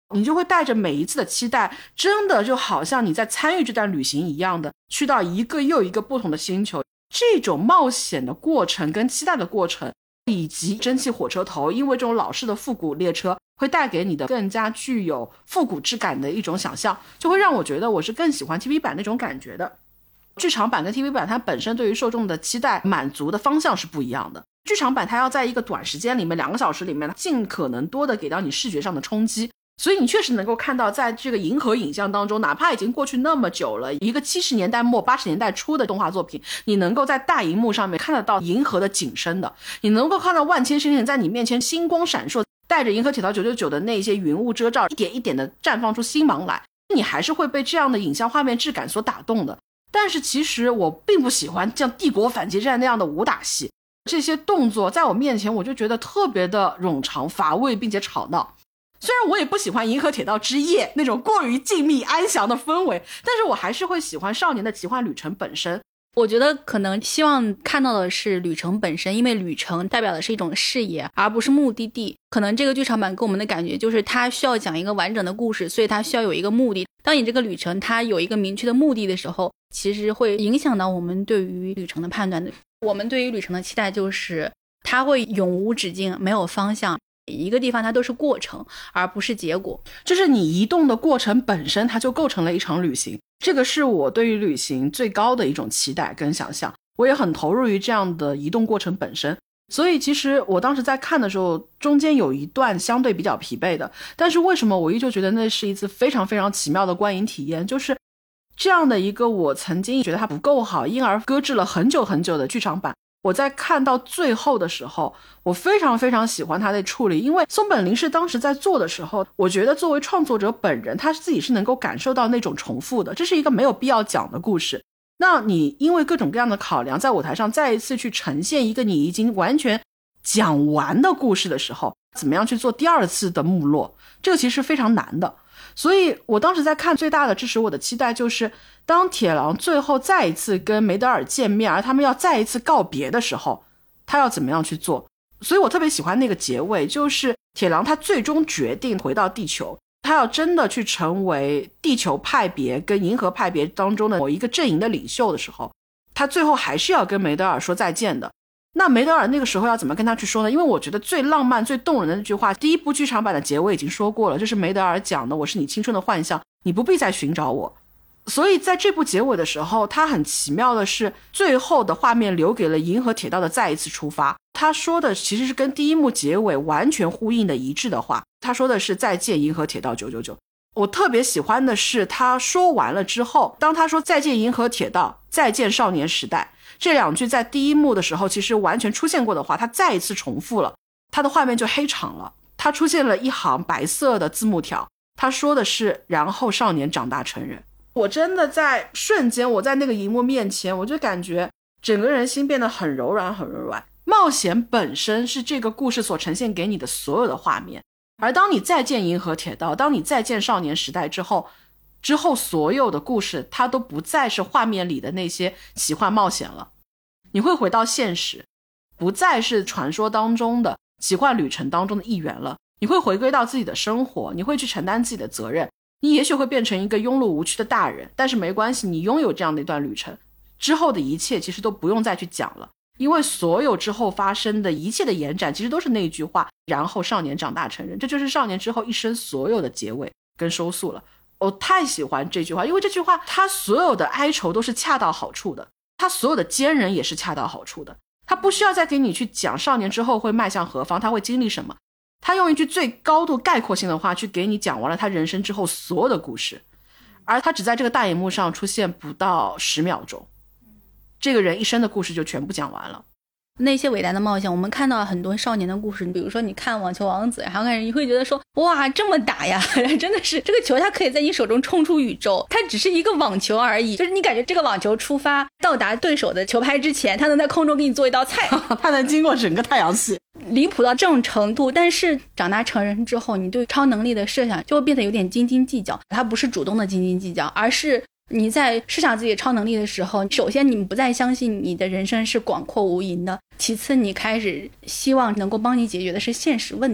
S1: 你就会带着每一次的期待，真的就好像你在参与这段旅行一样的，去到一个又一个不同的星球。这种冒险的过程跟期待的过程，以及蒸汽火车头，因为这种老式的复古列车会带给你的更加具有复古质感的一种想象，就会让我觉得我是更喜欢 T V 版那种感觉的。剧场版跟 T V 版它本身对于受众的期待满足的方向是不一样的。剧场版它要在一个短时间里面，两个小时里面尽可能多的给到你视觉上的冲击，所以你确实能够看到在这个银河影像当中，哪怕已经过去那么久了，一个七十年代末八十年代初的动画作品，你能够在大荧幕上面看得到银河的景深的，你能够看到万千星星在你面前星光闪烁，带着银河铁道九九九的那些云雾遮罩，一点一点的绽放出星芒来，你还是会被这样的影像画面质感所打动的。但是其实我并不喜欢像帝国反击战那样的武打戏，这些动作在我面前我就觉得特别的冗长乏味并且吵闹。虽然我也不喜欢银河铁道之夜那种过于静谧安详的氛围，但是我还是会喜欢少年的奇幻旅程本身。
S2: 我觉得可能希望看到的是旅程本身，因为旅程代表的是一种视野，而不是目的地。可能这个剧场版给我们的感觉就是它需要讲一个完整的故事，所以它需要有一个目的。当你这个旅程它有一个明确的目的的时候，其实会影响到我们对于旅程的判断的。我们对于旅程的期待就是它会永无止境，没有方向，一个地方它都是过程而不是结果，
S1: 就是你移动的过程本身它就构成了一场旅行，这个是我对于旅行最高的一种期待跟想象，我也很投入于这样的移动过程本身。所以其实我当时在看的时候，中间有一段相对比较疲惫的，但是为什么我依旧觉得那是一次非常非常奇妙的观影体验，就是这样的一个我曾经觉得它不够好因而搁置了很久很久的剧场版，我在看到最后的时候，我非常非常喜欢他的处理。因为松本零士当时在做的时候，我觉得作为创作者本人，他自己是能够感受到那种重复的，这是一个没有必要讲的故事。那你因为各种各样的考量，在舞台上再一次去呈现一个你已经完全讲完的故事的时候，怎么样去做第二次的幕落，这个其实非常难的。所以我当时在看，最大的支持我的期待就是当铁郎最后再一次跟梅德尔见面，而他们要再一次告别的时候，他要怎么样去做。所以我特别喜欢那个结尾，就是铁郎他最终决定回到地球，他要真的去成为地球派别跟银河派别当中的某一个阵营的领袖的时候，他最后还是要跟梅德尔说再见的。那梅德尔那个时候要怎么跟他去说呢？因为我觉得最浪漫最动人的那句话，第一部剧场版的结尾已经说过了，就是梅德尔讲的，我是你青春的幻象，你不必再寻找我。所以在这部结尾的时候，他很奇妙的是最后的画面留给了银河铁道的再一次出发，他说的其实是跟第一幕结尾完全呼应的一致的话，他说的是再见银河铁道九九九。我特别喜欢的是他说完了之后，当他说再见银河铁道再见少年时代，这两句在第一幕的时候其实完全出现过的话，他再一次重复了，他的画面就黑场了，他出现了一行白色的字幕条，他说的是然后少年长大成人。我真的在瞬间，我在那个荧幕面前，我就感觉整个人心变得很柔软很柔软。冒险本身是这个故事所呈现给你的所有的画面，而当你再见银河铁道，当你再见少年时代之后之后所有的故事它都不再是画面里的那些奇幻冒险了，你会回到现实，不再是传说当中的奇幻旅程当中的一员了，你会回归到自己的生活，你会去承担自己的责任，你也许会变成一个庸碌无趣的大人，但是没关系，你拥有这样的一段旅程之后的一切其实都不用再去讲了，因为所有之后发生的一切的延展其实都是那一句话，然后少年长大成人，这就是少年之后一生所有的结尾跟收束了。我太喜欢这句话，因为这句话它所有的哀愁都是恰到好处的，它所有的坚韧也是恰到好处的，它不需要再给你去讲少年之后会迈向何方，他会经历什么，他用一句最高度概括性的话去给你讲完了他人生之后所有的故事，而他只在这个大荧幕上出现不到十秒钟，这个人一生的故事就全部讲完了。
S2: 那些伟大的冒险，我们看到了很多少年的故事，比如说你看网球王子，然后看你会觉得说哇这么打呀，真的是这个球它可以在你手中冲出宇宙，它只是一个网球而已，就是你感觉这个网球出发到达对手的球拍之前，它能在空中给你做一道菜
S1: 它能经过整个太阳系，
S2: 离谱到这种程度。但是长大成人之后，你对超能力的设想就会变得有点斤斤计较，它不是主动的斤斤计较，而是你在设想自己的超能力的时候，首先你不再相信你的人生是广阔无垠的，其次你开始希望能够帮你解决的是现实问题。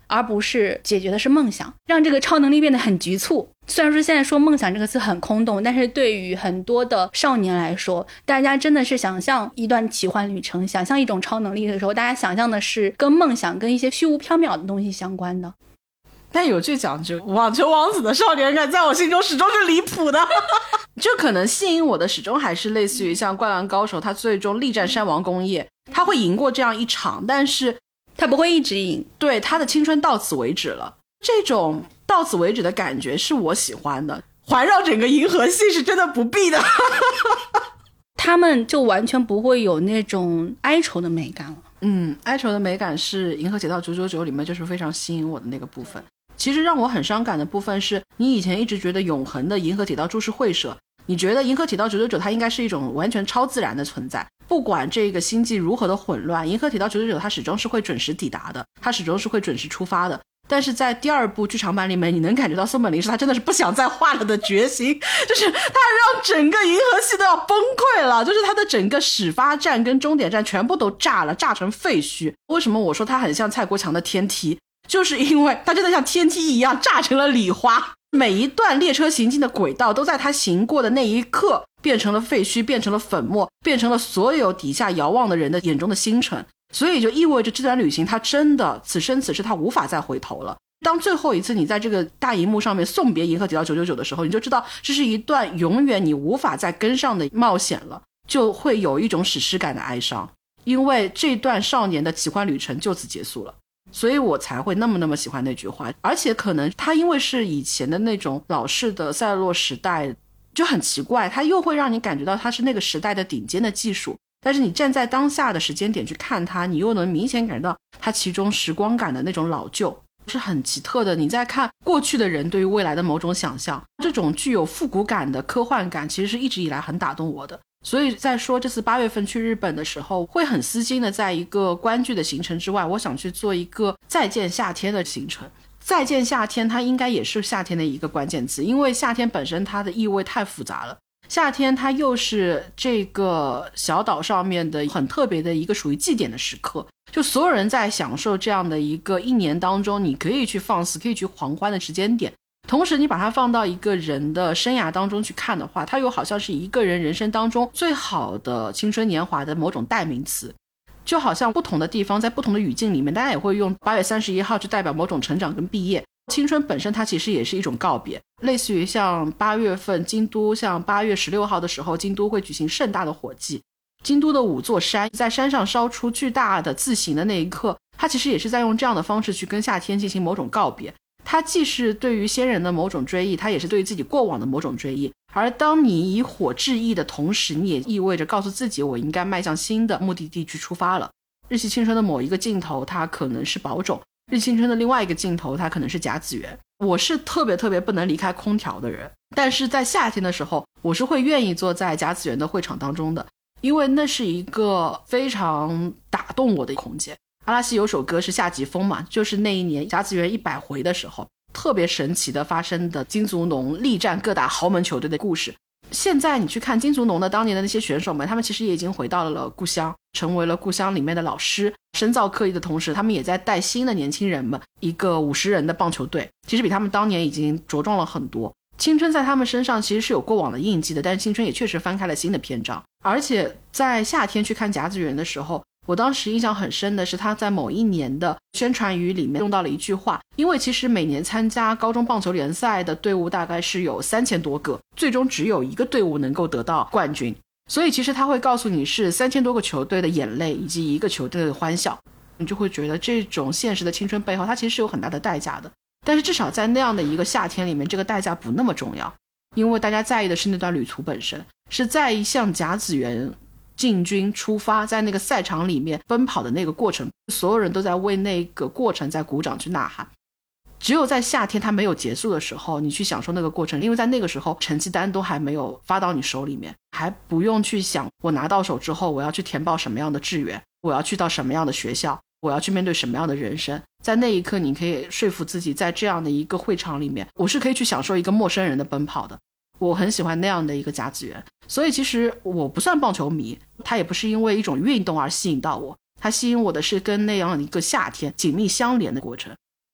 S2: 而不是解决的是梦想，让这个超能力变得很局促。虽然说现在说梦想这个词很空洞，但是对于很多的少年来说，大家真的是想象一段奇幻旅程，想象一种超能力的时候，大家想象的是跟梦想跟一些虚无缥缈的东西相关的。
S1: 但有句讲究，网球王子的少年感在我心中始终是离谱的就可能吸引我的始终还是类似于像灌篮高手，他最终力战山王工业，他会赢过这样一场，但是
S2: 他不会一直赢，
S1: 对，他的青春到此为止了。这种到此为止的感觉是我喜欢的，环绕整个银河系是真的不必的
S2: 他们就完全不会有那种哀愁的美感了。
S1: 嗯，哀愁的美感是银河铁道九九九里面就是非常吸引我的那个部分。其实让我很伤感的部分是，你以前一直觉得永恒的银河铁道株式会社，你觉得银河铁道九九九它应该是一种完全超自然的存在，不管这个星际如何的混乱，银河铁道九九九它始终是会准时抵达的，它始终是会准时出发的。但是在第二部剧场版里面，你能感觉到松本零士他真的是不想再画了的决心，就是他让整个银河系都要崩溃了，就是他的整个始发站跟终点站全部都炸了，炸成废墟。为什么我说他很像蔡国强的天梯，就是因为他真的像天梯一样炸成了礼花，每一段列车行进的轨道都在他行过的那一刻变成了废墟，变成了粉末，变成了所有底下遥望的人的眼中的星辰。所以就意味着这段旅行他真的此生此世他无法再回头了。当最后一次你在这个大荧幕上面送别银河铁道九九九的时候，你就知道这是一段永远你无法再跟上的冒险了，就会有一种史诗感的哀伤，因为这段少年的奇幻旅程就此结束了。所以我才会那么那么喜欢那句话。而且可能他因为是以前的那种老式的赛洛时代，就很奇怪，他又会让你感觉到他是那个时代的顶尖的技术，但是你站在当下的时间点去看它，你又能明显感到它其中时光感的那种老旧，是很奇特的。你在看过去的人对于未来的某种想象，这种具有复古感的科幻感其实是一直以来很打动我的。所以在说这次八月份去日本的时候，会很私心的在一个观剧的行程之外，我想去做一个再见夏天的行程。再见夏天它应该也是夏天的一个关键词，因为夏天本身它的意味太复杂了。夏天它又是这个小岛上面的很特别的一个属于祭典的时刻，就所有人在享受这样的一个一年当中你可以去放肆可以去狂欢的时间点。同时你把它放到一个人的生涯当中去看的话，它又好像是一个人人生当中最好的青春年华的某种代名词。就好像不同的地方在不同的语境里面，大家也会用八月三十一号去代表某种成长跟毕业。青春本身它其实也是一种告别，类似于像八月份京都，像八月十六号的时候京都会举行盛大的火祭，京都的五座山在山上烧出巨大的字形的那一刻，它其实也是在用这样的方式去跟夏天进行某种告别。它既是对于先人的某种追忆，它也是对于自己过往的某种追忆。而当你以火致意的同时，你也意味着告诉自己我应该迈向新的目的地去出发了。日系青春的某一个镜头它可能是宝冢，日系青春的另外一个镜头它可能是甲子园。我是特别特别不能离开空调的人，但是在夏天的时候我是会愿意坐在甲子园的会场当中的，因为那是一个非常打动我的空间。阿拉西有首歌是夏季风嘛，就是那一年甲子园一百回的时候特别神奇的发生的金足农力战各大豪门球队的故事。现在你去看金足农的当年的那些选手们，他们其实也已经回到了故乡，成为了故乡里面的老师，深造科艺的同时他们也在带新的年轻人们，一个五十人的棒球队其实比他们当年已经茁壮了很多。青春在他们身上其实是有过往的印记的，但是青春也确实翻开了新的篇章。而且在夏天去看甲子园的时候，我当时印象很深的是他在某一年的宣传语里面用到了一句话，因为其实每年参加高中棒球联赛的队伍大概是有三千多个，最终只有一个队伍能够得到冠军，所以其实他会告诉你是三千多个球队的眼泪以及一个球队的欢笑，你就会觉得这种现实的青春背后它其实是有很大的代价的。但是至少在那样的一个夏天里面，这个代价不那么重要，因为大家在意的是那段旅途本身，是在意向甲子园进军出发，在那个赛场里面奔跑的那个过程，所有人都在为那个过程在鼓掌去呐喊。只有在夏天它没有结束的时候，你去享受那个过程，因为在那个时候成绩单都还没有发到你手里面，还不用去想我拿到手之后我要去填报什么样的志愿，我要去到什么样的学校，我要去面对什么样的人生。在那一刻你可以说服自己，在这样的一个会场里面，我是可以去享受一个陌生人的奔跑的。我很喜欢那样的一个甲子园。所以其实我不算棒球迷，它也不是因为一种运动而吸引到我，它吸引我的是跟那样一个夏天紧密相连的过程。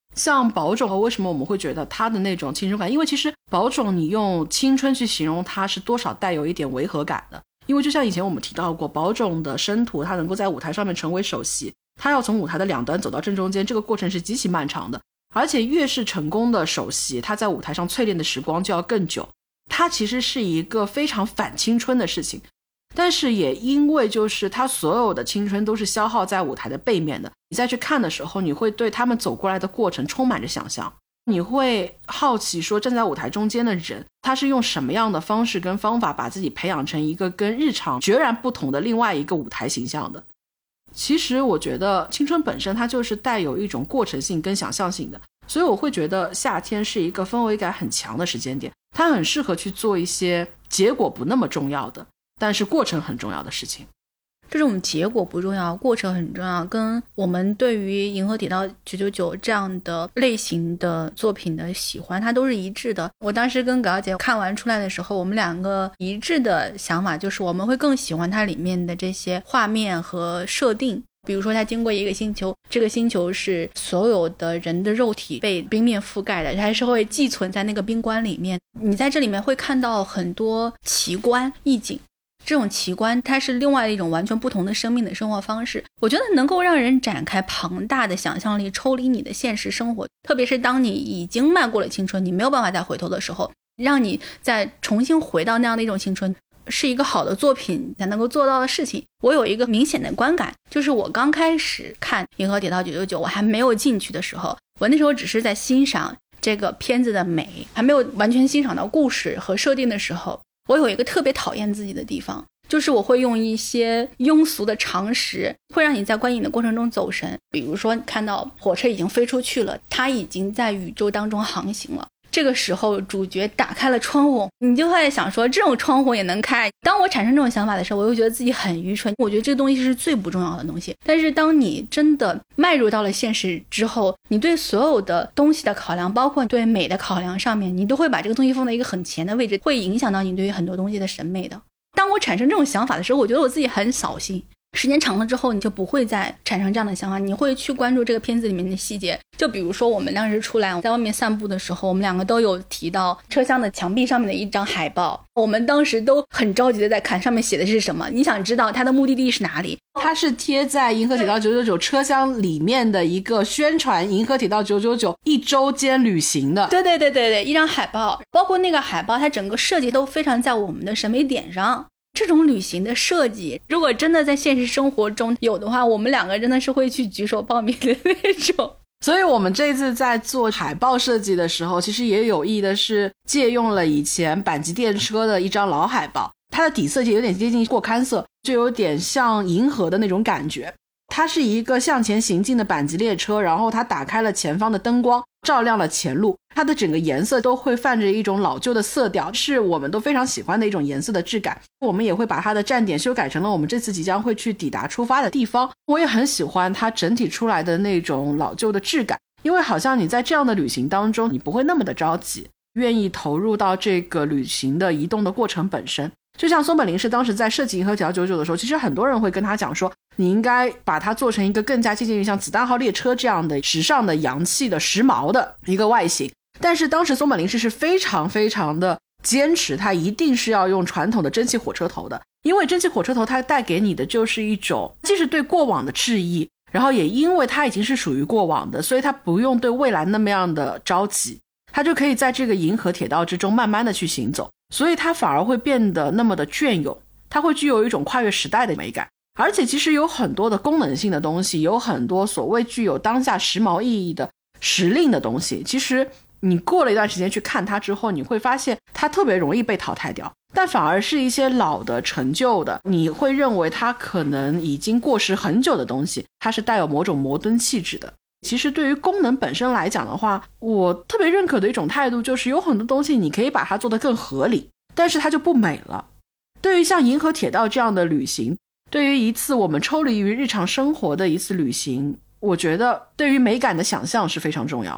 S1: 像宝冢，为什么我们会觉得他的那种青春感，因为其实宝冢你用青春去形容它是多少带有一点违和感的。因为就像以前我们提到过，宝冢的生徒他能够在舞台上面成为首席，他要从舞台的两端走到正中间，这个过程是极其漫长的，而且越是成功的首席，他在舞台上淬炼的时光就要更久。他其实是一个非常反青春的事情，但是也因为就是他所有的青春都是消耗在舞台的背面的，你再去看的时候，你会对他们走过来的过程充满着想象，你会好奇说站在舞台中间的人他是用什么样的方式跟方法把自己培养成一个跟日常决然不同的另外一个舞台形象的。其实我觉得青春本身它就是带有一种过程性跟想象性的，所以我会觉得夏天是一个氛围感很强的时间点，它很适合去做一些结果不那么重要的但是过程很重要的事情。
S2: 这种结果不重要，过程很重要，跟我们对于银河铁道九九九这样的类型的作品的喜欢它都是一致的。我当时跟葛小姐看完出来的时候，我们两个一致的想法就是我们会更喜欢它里面的这些画面和设定。比如说它经过一个星球，这个星球是所有的人的肉体被冰面覆盖的，还是会寄存在那个冰棺里面，你在这里面会看到很多奇观异景，这种奇观它是另外一种完全不同的生命的生活方式，我觉得能够让人展开庞大的想象力，抽离你的现实生活，特别是当你已经迈过了青春，你没有办法再回头的时候，让你再重新回到那样的一种青春，是一个好的作品才能够做到的事情。我有一个明显的观感，就是我刚开始看银河铁道九九九我还没有进去的时候，我那时候只是在欣赏这个片子的美，还没有完全欣赏到故事和设定的时候，我有一个特别讨厌自己的地方，就是我会用一些庸俗的常识会让你在观影的过程中走神。比如说看到火车已经飞出去了，它已经在宇宙当中航行了，这个时候主角打开了窗户，你就会想说这种窗户也能开。当我产生这种想法的时候，我又觉得自己很愚蠢，我觉得这个东西是最不重要的东西。但是当你真的迈入到了现实之后，你对所有的东西的考量，包括对美的考量上面，你都会把这个东西放在一个很前的位置，会影响到你对于很多东西的审美的。当我产生这种想法的时候，我觉得我自己很扫兴。时间长了之后，你就不会再产生这样的想法，你会去关注这个片子里面的细节。就比如说我们当时出来在外面散步的时候，我们两个都有提到车厢的墙壁上面的一张海报，我们当时都很着急的在看上面写的是什么，你想知道它的目的地是哪里。
S1: 它是贴在银河铁道九九九车厢里面的一个宣传银河铁道九九九一周间旅行的，
S2: 对对对对对，一张海报，包括那个海报它整个设计都非常在我们的审美点上。这种旅行的设计如果真的在现实生活中有的话，我们两个真的是会去举手报名的那种。
S1: 所以我们这次在做海报设计的时候，其实也有意的是借用了以前阪急电车的一张老海报，它的底色就有点接近过勘色，就有点像银河的那种感觉。它是一个向前行进的阪急列车，然后它打开了前方的灯光，照亮了前路，它的整个颜色都会泛着一种老旧的色调，是我们都非常喜欢的一种颜色的质感。我们也会把它的站点修改成了我们这次即将会去抵达出发的地方。我也很喜欢它整体出来的那种老旧的质感，因为好像你在这样的旅行当中，你不会那么的着急，愿意投入到这个旅行的移动的过程本身。就像松本零士当时在设计银河铁道九九九的时候，其实很多人会跟他讲说，你应该把它做成一个更加接近于像子弹号列车这样的时尚的洋气的时髦的一个外形。但是当时松本零士是非常非常的坚持，它一定是要用传统的蒸汽火车头的，因为蒸汽火车头它带给你的就是一种既是对过往的质疑，然后也因为它已经是属于过往的，所以它不用对未来那么样的着急，它就可以在这个银河铁道之中慢慢的去行走，所以它反而会变得那么的隽永，它会具有一种跨越时代的美感。而且其实有很多的功能性的东西，有很多所谓具有当下时髦意义的时令的东西，其实你过了一段时间去看它之后，你会发现它特别容易被淘汰掉，但反而是一些老的陈旧的，你会认为它可能已经过时很久的东西，它是带有某种摩登气质的。其实对于功能本身来讲的话，我特别认可的一种态度就是有很多东西你可以把它做得更合理，但是它就不美了。对于像银河铁道这样的旅行，对于一次我们抽离于日常生活的一次旅行，我觉得对于美感的想象是非常重要的。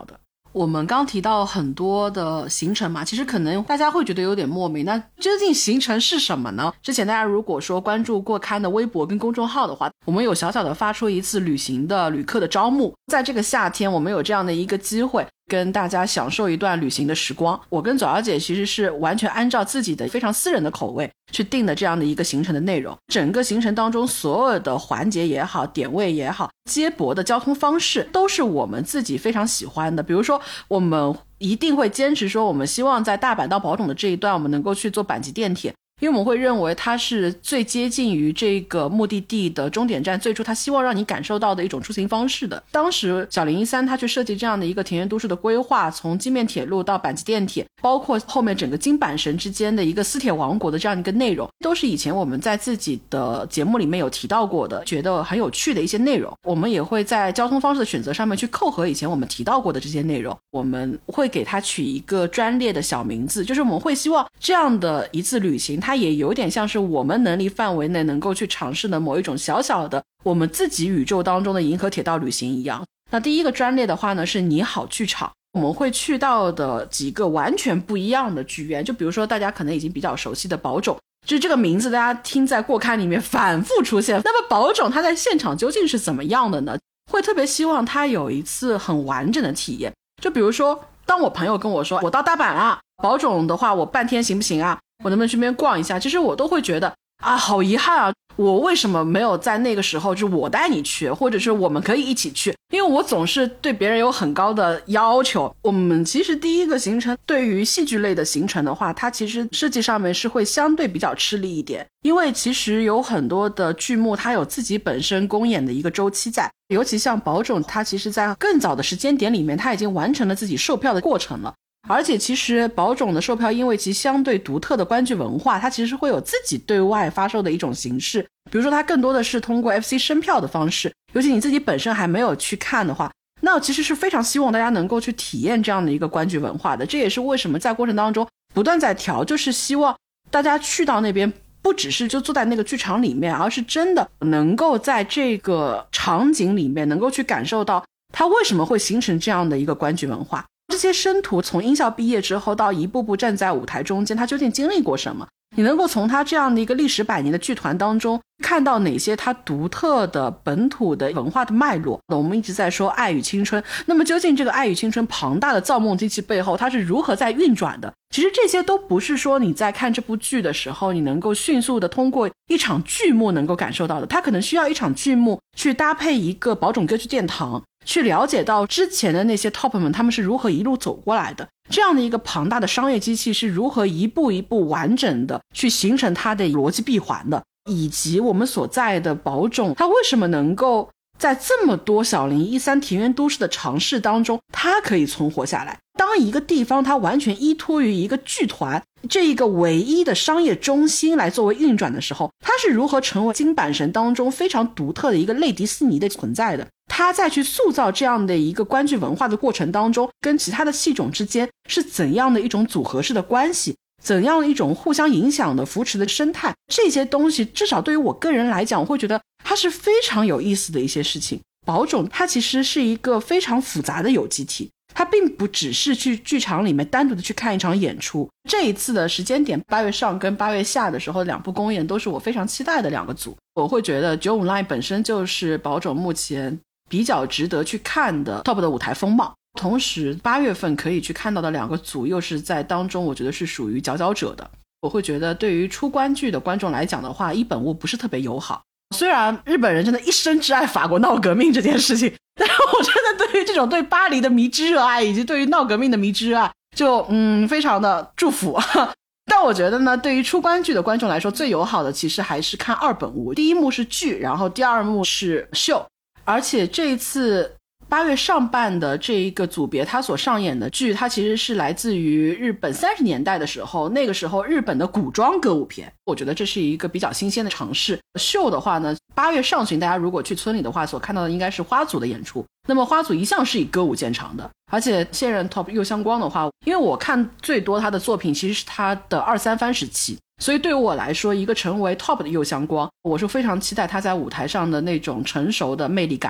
S1: 我们刚提到很多的行程嘛，其实可能大家会觉得有点莫名，那究竟行程是什么呢？之前大家如果说关注过刊的微博跟公众号的话，我们有小小的发出一次旅行的旅客的招募，在这个夏天我们有这样的一个机会跟大家享受一段旅行的时光。我跟左小姐其实是完全按照自己的非常私人的口味去定的这样的一个行程的内容，整个行程当中所有的环节也好，点位也好，接驳的交通方式都是我们自己非常喜欢的。比如说我们一定会坚持说，我们希望在大阪到宝冢的这一段我们能够去坐阪急电铁，因为我们会认为它是最接近于这个目的地的终点站，最初他希望让你感受到的一种出行方式的。当时小林一三他去设计这样的一个田园都市的规划，从京面铁路到阪急电铁，包括后面整个京阪神之间的一个私铁王国的这样一个内容，都是以前我们在自己的节目里面有提到过的，觉得很有趣的一些内容。我们也会在交通方式的选择上面去扣合以前我们提到过的这些内容，我们会给它取一个专列的小名字，就是我们会希望这样的一次旅行它也有点像是我们能力范围内能够去尝试的某一种小小的我们自己宇宙当中的银河铁道旅行一样。那第一个专列的话呢是你好剧场，我们会去到的几个完全不一样的剧院，就比如说大家可能已经比较熟悉的宝冢，就是这个名字大家听在过刊里面反复出现，那么宝冢它在现场究竟是怎么样的呢？会特别希望它有一次很完整的体验。就比如说当我朋友跟我说我到大阪了，宝冢的话我半天行不行啊，我能不能去那边逛一下，其实我都会觉得啊，好遗憾啊，我为什么没有在那个时候就是我带你去，或者是我们可以一起去，因为我总是对别人有很高的要求。我们其实第一个行程对于戏剧类的行程的话，它其实设计上面是会相对比较吃力一点，因为其实有很多的剧目它有自己本身公演的一个周期在，尤其像宝冢它其实在更早的时间点里面它已经完成了自己售票的过程了。而且其实宝冢的售票因为其相对独特的观剧文化，它其实会有自己对外发售的一种形式，比如说它更多的是通过 F C 申票的方式，尤其你自己本身还没有去看的话，那其实是非常希望大家能够去体验这样的一个观剧文化的。这也是为什么在过程当中不断在调，就是希望大家去到那边不只是就坐在那个剧场里面，而是真的能够在这个场景里面能够去感受到它为什么会形成这样的一个观剧文化。这些生徒从音校毕业之后到一步步站在舞台中间，他究竟经历过什么，你能够从他这样的一个历史百年的剧团当中看到哪些他独特的本土的文化的脉络。我们一直在说爱与青春，那么究竟这个爱与青春庞大的造梦机器背后它是如何在运转的，其实这些都不是说你在看这部剧的时候你能够迅速的通过一场剧目能够感受到的，它可能需要一场剧目去搭配一个宝冢歌剧殿堂，去了解到之前的那些 top 们他们是如何一路走过来的，这样的一个庞大的商业机器是如何一步一步完整的去形成它的逻辑闭环的，以及我们所在的宝冢它为什么能够在这么多小林一三田园都市的尝试当中它可以存活下来。当一个地方它完全依托于一个剧团这一个唯一的商业中心来作为运转的时候，它是如何成为京阪神当中非常独特的一个类迪士尼的存在的。它在去塑造这样的一个观剧文化的过程当中，跟其他的戏种之间是怎样的一种组合式的关系，怎样一种互相影响的扶持的生态，这些东西至少对于我个人来讲，我会觉得它是非常有意思的一些事情。宝冢它其实是一个非常复杂的有机体，它并不只是去剧场里面单独的去看一场演出。这一次的时间点八月上跟八月下的时候，两部公演都是我非常期待的两个组。我会觉得九五 line 本身就是宝冢目前比较值得去看的 top 的舞台风貌，同时八月份可以去看到的两个组又是在当中我觉得是属于佼佼者的。我会觉得对于出观剧的观众来讲的话，一本物不是特别友好。虽然日本人真的一生挚爱法国闹革命这件事情，但是我真的对于这种对巴黎的迷之热爱以及对于闹革命的迷之热爱就嗯非常的祝福。但我觉得呢，对于出观剧的观众来说，最友好的其实还是看二本物，第一幕是剧，然后第二幕是秀。而且这一次八月上半的这一个组别，它所上演的剧，它其实是来自于日本三十年代的时候，那个时候日本的古装歌舞片，我觉得这是一个比较新鲜的尝试。秀的话呢，八月上旬大家如果去村里的话，所看到的应该是花组的演出。那么花组一向是以歌舞见长的，而且现任 top 右相光的话，因为我看最多他的作品其实是他的二三番时期，所以对于我来说，一个成为 top 的右相光，我是非常期待他在舞台上的那种成熟的魅力感的。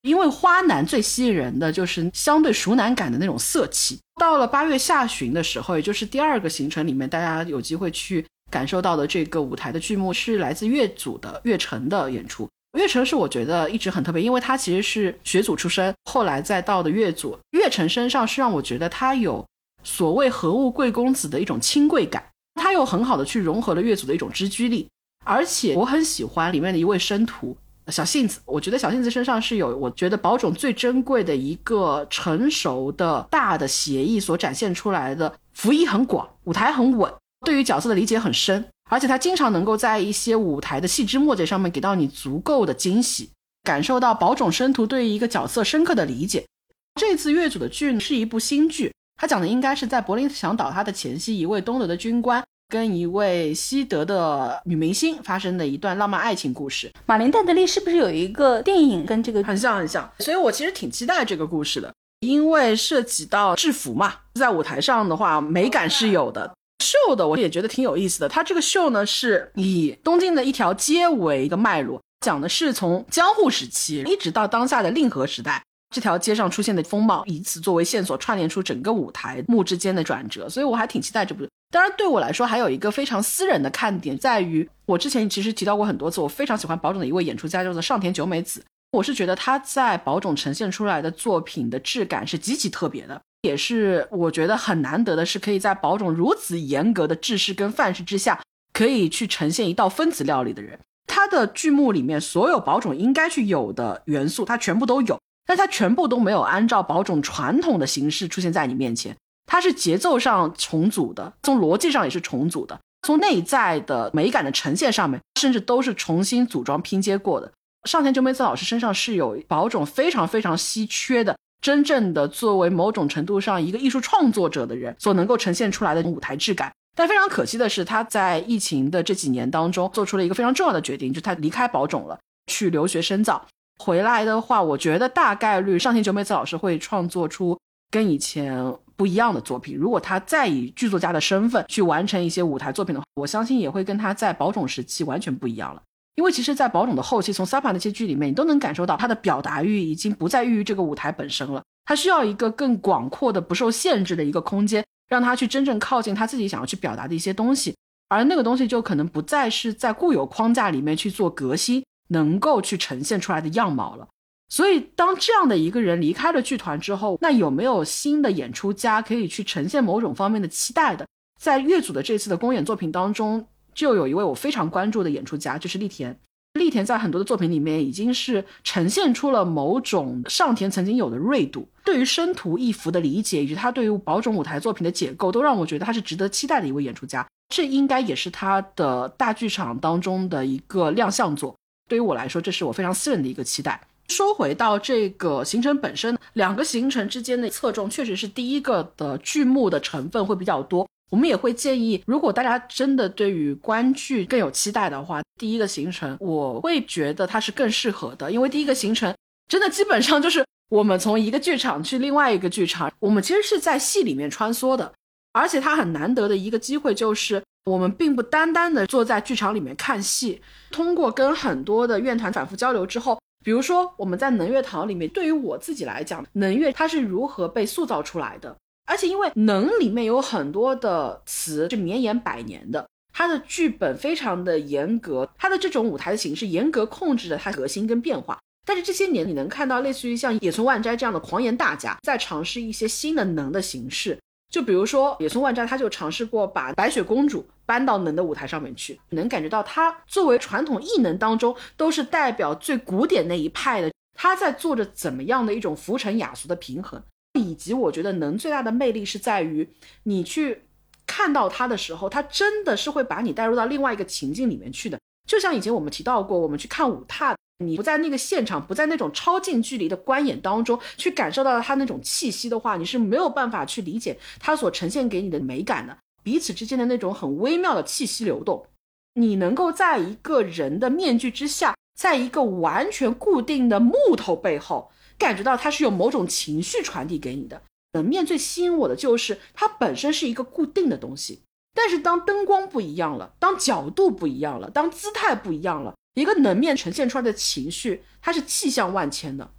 S1: 因为花男最吸引人的就是相对熟男感的那种色气。到了八月下旬的时候，也就是第二个行程里面，大家有机会去感受到的这个舞台的剧目是来自乐组的乐成的演出。乐成是我觉得一直很特别，因为他其实是学组出身，后来再到的乐组。乐成身上是让我觉得他有所谓和物贵公子的一种清贵感，他又很好的去融合了乐组的一种知居力。而且我很喜欢里面的一位生徒小杏子，我觉得小杏子身上是有我觉得宝冢最珍贵的一个成熟的大的协议所展现出来的，服役很广，舞台很稳，对于角色的理解很深，而且他经常能够在一些舞台的细枝末节上面给到你足够的惊喜，感受到宝冢生徒对于一个角色深刻的理解。这次乐组的剧是一部新剧，他讲的应该是在柏林墙倒塌的前夕，一位东德的军官跟一位西德的女明星发生的一段浪漫爱情故事。
S2: 马林戴德利是不是有一个电影跟这个
S1: 很像很像？所以我其实挺期待这个故事的，因为涉及到制服嘛，在舞台上的话美感是有的。秀的我也觉得挺有意思的，它这个秀呢是以东京的一条街为一个脉络，讲的是从江户时期一直到当下的令和时代，这条街上出现的风貌，以此作为线索串联出整个舞台幕之间的转折，所以我还挺期待这部。当然对我来说还有一个非常私人的看点，在于我之前其实提到过很多次，我非常喜欢宝冢的一位演出家叫做上田久美子。我是觉得他在宝冢呈现出来的作品的质感是极其特别的，也是我觉得很难得的，是可以在宝冢如此严格的制式跟范式之下，可以去呈现一道分子料理的人。他的剧目里面所有宝冢应该去有的元素他全部都有，但他全部都没有按照宝冢传统的形式出现在你面前，它是节奏上重组的，从逻辑上也是重组的，从内在的美感的呈现上面甚至都是重新组装拼接过的。上田久美子老师身上是有宝冢非常非常稀缺的，真正的作为某种程度上一个艺术创作者的人所能够呈现出来的舞台质感。但非常可惜的是，他在疫情的这几年当中做出了一个非常重要的决定，就是他离开宝冢了，去留学深造。回来的话，我觉得大概率上田久美子老师会创作出跟以前不一样的作品。如果他再以剧作家的身份去完成一些舞台作品的话，我相信也会跟他在宝冢时期完全不一样了。因为其实在宝冢的后期，从 S A P A 那些剧里面你都能感受到他的表达欲已经不再寓于这个舞台本身了，他需要一个更广阔的不受限制的一个空间，让他去真正靠近他自己想要去表达的一些东西，而那个东西就可能不再是在固有框架里面去做革新能够去呈现出来的样貌了。所以当这样的一个人离开了剧团之后，那有没有新的演出家可以去呈现某种方面的期待的？在乐组的这次的公演作品当中，就有一位我非常关注的演出家，就是栗田。栗田在很多的作品里面已经是呈现出了某种上田曾经有的锐度，对于生徒一幅的理解以及他对于宝冢舞台作品的解构，都让我觉得他是值得期待的一位演出家。这应该也是他的大剧场当中的一个亮相作，对于我来说这是我非常私人的一个期待。说回到这个行程本身，两个行程之间的侧重确实是第一个的剧目的成分会比较多，我们也会建议如果大家真的对于观剧更有期待的话，第一个行程我会觉得它是更适合的。因为第一个行程真的基本上就是我们从一个剧场去另外一个剧场，我们其实是在戏里面穿梭的，而且它很难得的一个机会就是我们并不单单的坐在剧场里面看戏，通过跟很多的院团反复交流之后，比如说我们在能乐堂里面，对于我自己来讲，能乐它是如何被塑造出来的，而且因为能里面有很多的词是绵延百年的，它的剧本非常的严格，它的这种舞台的形式严格控制着它革新跟变化。但是这些年你能看到类似于像野村万斋这样的狂言大家在尝试一些新的能的形式，就比如说野村万斋他就尝试过把白雪公主搬到能的舞台上面去，能感觉到他作为传统艺能当中都是代表最古典那一派的，他在做着怎么样的一种浮沉雅俗的平衡。以及我觉得能最大的魅力是在于你去看到他的时候，他真的是会把你带入到另外一个情境里面去的。就像以前我们提到过，我们去看舞踏，你不在那个现场，不在那种超近距离的观演当中去感受到他那种气息的话，你是没有办法去理解他所呈现给你的美感的，彼此之间的那种很微妙的气息流动。你能够在一个人的面具之下，在一个完全固定的木头背后感觉到它是有某种情绪传递给你的。冷面最吸引我的就是它本身是一个固定的东西，但是当灯光不一样了，当角度不一样了，当姿态不一样了，一个冷面呈现出来的情绪它是气象万千的，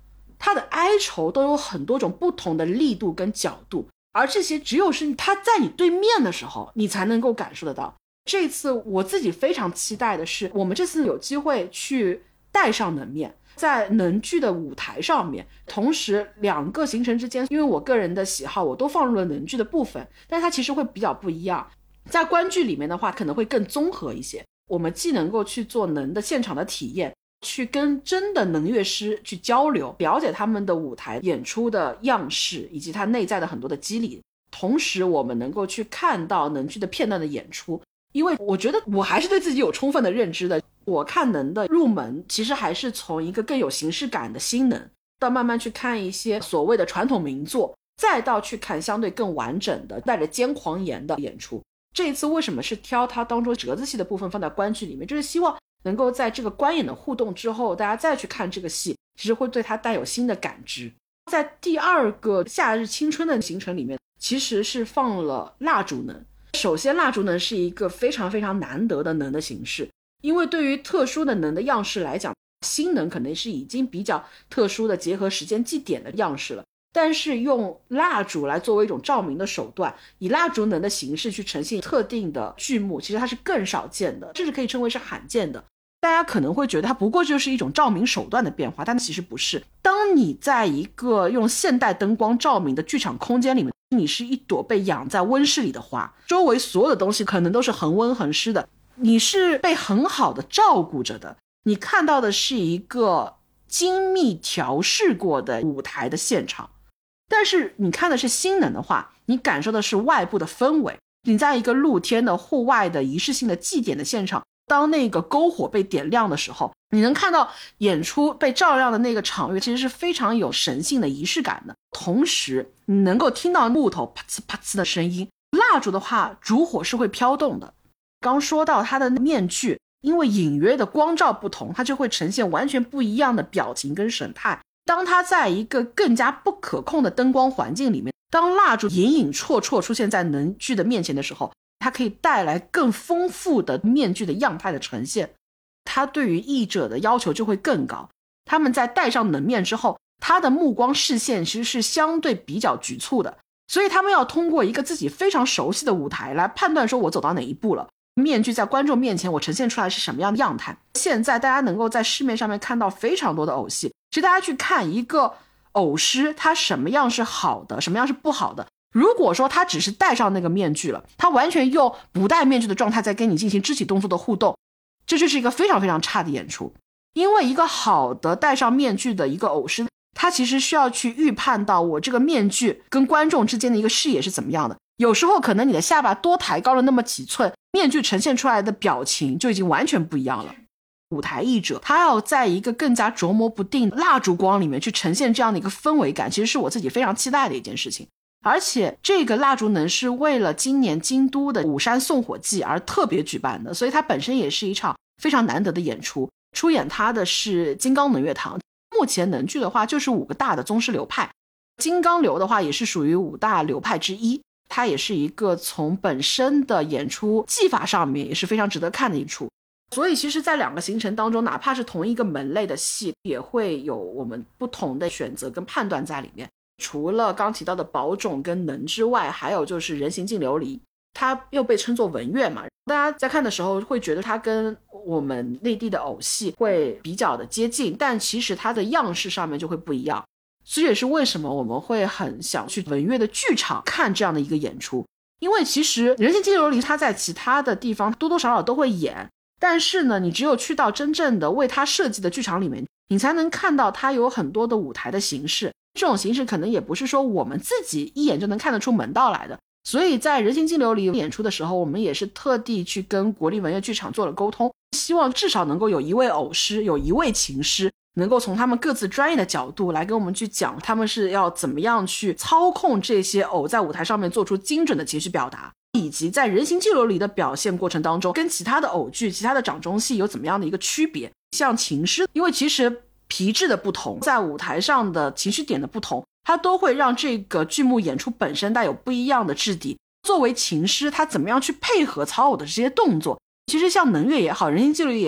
S1: 他的哀愁都有很多种不同的力度跟角度，而这些只有是他在你对面的时候你才能够感受得到。这次我自己非常期待的是，我们这次有机会去带上能面，在能剧的舞台上面，同时两个行程之间，因为我个人的喜好我都放入了能剧的部分，但是它其实会比较不一样。在观剧里面的话可能会更综合一些，我们既能够去做能的现场的体验，去跟真的能乐师去交流，了解他们的舞台演出的样式以及它内在的很多的机理，同时我们能够去看到能剧的片段的演出。因为我觉得我还是对自己有充分的认知的，我看能的入门其实还是从一个更有形式感的新能，到慢慢去看一些所谓的传统名作，再到去看相对更完整的带着尖狂言的演出。这一次为什么是挑它当中折子戏的部分放在观剧里面，就是希望能够在这个观演的互动之后，大家再去看这个戏，其实会对它带有新的感知。在第二个夏日青春的行程里面，其实是放了蜡烛能。首先蜡烛能是一个非常非常难得的能的形式，因为对于特殊的能的样式来讲，新能可能是已经比较特殊的结合时间祭典的样式了，但是用蜡烛来作为一种照明的手段，以蜡烛能的形式去呈现特定的剧目，其实它是更少见的，甚至可以称为是罕见的。大家可能会觉得它不过就是一种照明手段的变化，但其实不是。当你在一个用现代灯光照明的剧场空间里面，你是一朵被养在温室里的花，周围所有的东西可能都是恒温恒湿的，你是被很好的照顾着的，你看到的是一个精密调试过的舞台的现场。但是你看的是新能的话，你感受的是外部的氛围，你在一个露天的户外的仪式性的祭典的现场，当那个篝火被点亮的时候，你能看到演出被照亮的那个场域其实是非常有神性的仪式感的，同时你能够听到木头啪呲啪呲的声音。蜡烛的话，烛火是会飘动的。刚说到它的面具，因为隐约的光照不同，它就会呈现完全不一样的表情跟神态。当它在一个更加不可控的灯光环境里面，当蜡烛隐隐绰绰出现在能剧的面前的时候，它可以带来更丰富的面具的样态的呈现，它对于译者的要求就会更高。他们在戴上能面之后，他的目光视线其实是相对比较局促的，所以他们要通过一个自己非常熟悉的舞台来判断说我走到哪一步了，面具在观众面前我呈现出来是什么样的样态。现在大家能够在市面上面看到非常多的偶戏，其实大家去看一个偶师他什么样是好的，什么样是不好的。如果说他只是戴上那个面具了，他完全用不戴面具的状态在跟你进行肢体动作的互动，这就是一个非常非常差的演出。因为一个好的戴上面具的一个偶师，他其实需要去预判到我这个面具跟观众之间的一个视野是怎么样的。有时候可能你的下巴多抬高了那么几寸，面具呈现出来的表情就已经完全不一样了。舞台艺者他要在一个更加琢磨不定蜡烛光里面去呈现这样的一个氛围感，其实是我自己非常期待的一件事情。而且这个蜡烛能是为了今年京都的五山送火祭而特别举办的，所以它本身也是一场非常难得的演出。出演它的是金刚能乐堂，目前能剧的话就是五个大的宗师流派，金刚流的话也是属于五大流派之一，它也是一个从本身的演出技法上面也是非常值得看的一出。所以其实在两个行程当中，哪怕是同一个门类的戏，也会有我们不同的选择跟判断在里面。除了刚提到的宝冢跟能之外，还有就是人形净琉璃，它又被称作文乐嘛，大家在看的时候会觉得它跟我们内地的偶戏会比较的接近，但其实它的样式上面就会不一样。这也是为什么我们会很想去文乐的剧场看这样的一个演出，因为其实人形净琉璃它在其他的地方多多少少都会演，但是呢，你只有去到真正的为它设计的剧场里面，你才能看到它有很多的舞台的形式，这种形式可能也不是说我们自己一眼就能看得出门道来的。所以在人形净琉璃演出的时候，我们也是特地去跟国立文乐剧场做了沟通，希望至少能够有一位偶师，有一位琴师，能够从他们各自专业的角度来跟我们去讲他们是要怎么样去操控这些偶在舞台上面做出精准的情绪表达，以及在人形净琉璃的表现过程当中跟其他的偶剧其他的掌中戏有怎么样的一个区别。像琴师，因为其实皮质的不同，在舞台上的情绪点的不同，它都会让这个剧目演出本身带有不一样的质地。作为琴师，他怎么样去配合操偶的这些动作，其实像能乐也好，人形净琉璃也好，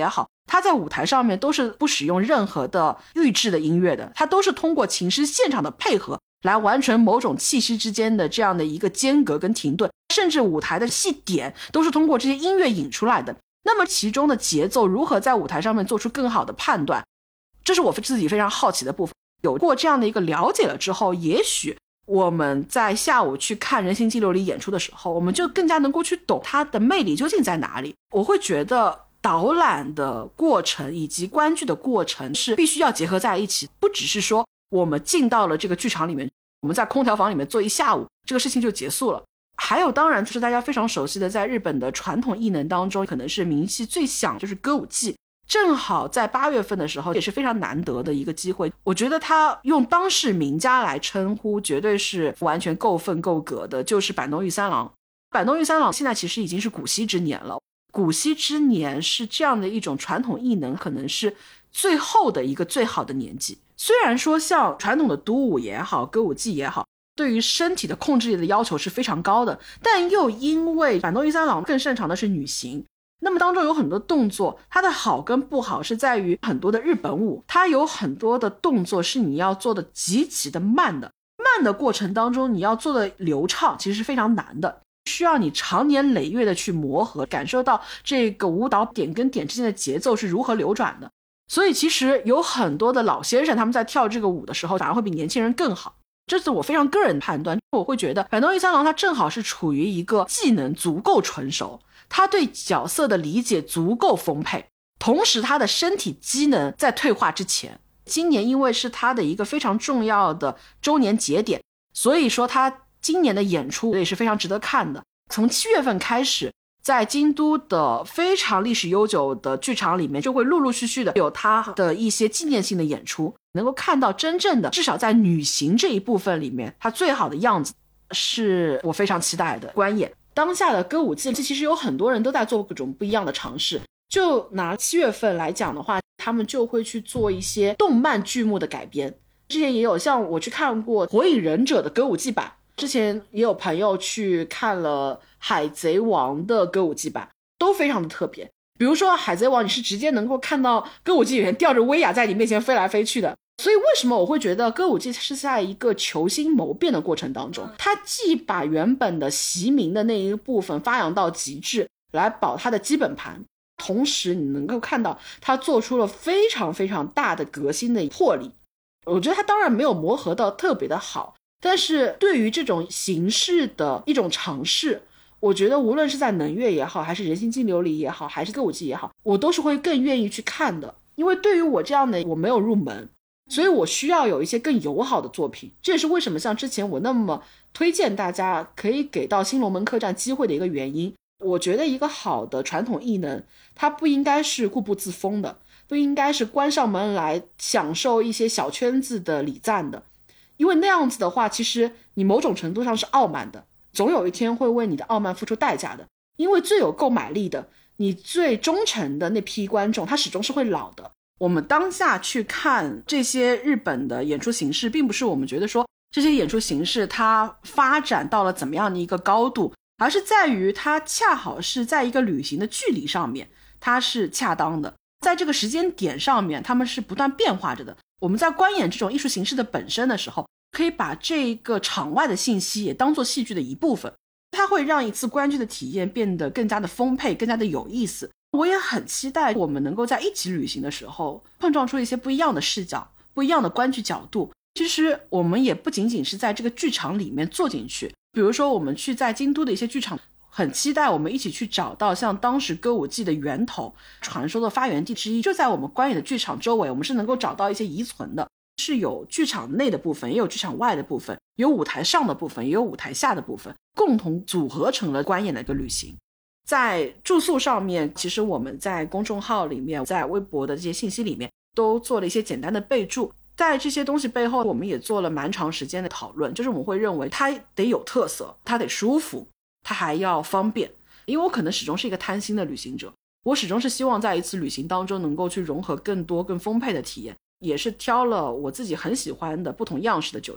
S1: 它在舞台上面都是不使用任何的预制的音乐的，它都是通过琴师现场的配合来完成某种气息之间的这样的一个间隔跟停顿，甚至舞台的细点都是通过这些音乐引出来的。那么其中的节奏如何在舞台上面做出更好的判断，这是我自己非常好奇的部分。有过这样的一个了解了之后，也许我们在下午去看人形激流里演出的时候，我们就更加能够去懂它的魅力究竟在哪里。我会觉得导览的过程以及观剧的过程是必须要结合在一起，不只是说我们进到了这个剧场里面，我们在空调房里面坐一下午，这个事情就结束了。还有当然就是大家非常熟悉的，在日本的传统艺能当中可能是名气最响就是歌舞伎，正好在八月份的时候也是非常难得的一个机会，我觉得他用当世名家来称呼绝对是完全够分够格的，就是坂东玉三郎。坂东玉三郎现在其实已经是古稀之年了，古稀之年是这样的一种传统艺能可能是最后的一个最好的年纪。虽然说像传统的独舞也好，歌舞伎也好，对于身体的控制力的要求是非常高的，但又因为坂东玉三郎更擅长的是女形，那么当中有很多动作它的好跟不好是在于很多的日本舞，它有很多的动作是你要做的极其的慢的，慢的过程当中你要做的流畅其实是非常难的，需要你长年累月的去磨合，感受到这个舞蹈点跟点之间的节奏是如何流转的。所以其实有很多的老先生他们在跳这个舞的时候反而会比年轻人更好，这是我非常个人的判断。我会觉得坂东玉三郎他正好是处于一个技能足够纯熟，他对角色的理解足够丰沛，同时他的身体机能在退化之前。今年因为是他的一个非常重要的周年节点，所以说他今年的演出也是非常值得看的。从七月份开始，在京都的非常历史悠久的剧场里面就会陆陆续续的有他的一些纪念性的演出，能够看到真正的至少在女形这一部分里面他最好的样子，是我非常期待的观演。当下的歌舞伎其实有很多人都在做各种不一样的尝试，就拿七月份来讲的话，他们就会去做一些动漫剧目的改编。之前也有像我去看过火影忍者的歌舞伎版，之前也有朋友去看了海贼王的歌舞伎版，都非常的特别。比如说海贼王你是直接能够看到歌舞伎演员吊着威亚在你面前飞来飞去的，所以为什么我会觉得歌舞伎是在一个求新谋变的过程当中，它既把原本的习名的那一部分发扬到极致来保它的基本盘，同时你能够看到它做出了非常非常大的革新的魄力。我觉得它当然没有磨合到特别的好，但是对于这种形式的一种尝试，我觉得无论是在能乐也好，还是人形激流里也好，还是歌舞伎也好，我都是会更愿意去看的。因为对于我这样的我没有入门，所以我需要有一些更友好的作品。这也是为什么像之前我那么推荐大家可以给到新龙门客栈机会的一个原因。我觉得一个好的传统艺能它不应该是固步自封的，不应该是关上门来享受一些小圈子的礼赞的，因为那样子的话其实你某种程度上是傲慢的，总有一天会为你的傲慢付出代价的。因为最有购买力的，你最忠诚的那批观众他始终是会老的。我们当下去看这些日本的演出形式，并不是我们觉得说这些演出形式它发展到了怎么样的一个高度，而是在于它恰好是在一个旅行的距离上面它是恰当的，在这个时间点上面他们是不断变化着的。我们在观演这种艺术形式的本身的时候，可以把这个场外的信息也当作戏剧的一部分，它会让一次观剧的体验变得更加的丰沛，更加的有意思。我也很期待我们能够在一起旅行的时候碰撞出一些不一样的视角，不一样的观剧角度。其实我们也不仅仅是在这个剧场里面坐进去，比如说我们去在京都的一些剧场，很期待我们一起去找到像当时歌舞伎的源头传说的发源地之一，就在我们观演的剧场周围，我们是能够找到一些遗存的，是有剧场内的部分，也有剧场外的部分，有舞台上的部分，也有舞台下的部分，共同组合成了观演的一个旅行。在住宿上面，其实我们在公众号里面，在微博的这些信息里面都做了一些简单的备注，在这些东西背后我们也做了蛮长时间的讨论，就是我们会认为它得有特色，它得舒服，它还要方便。因为我可能始终是一个贪心的旅行者，我始终是希望在一次旅行当中能够去融合更多更丰沛的体验，也是挑了我自己很喜欢的不同样式的酒店。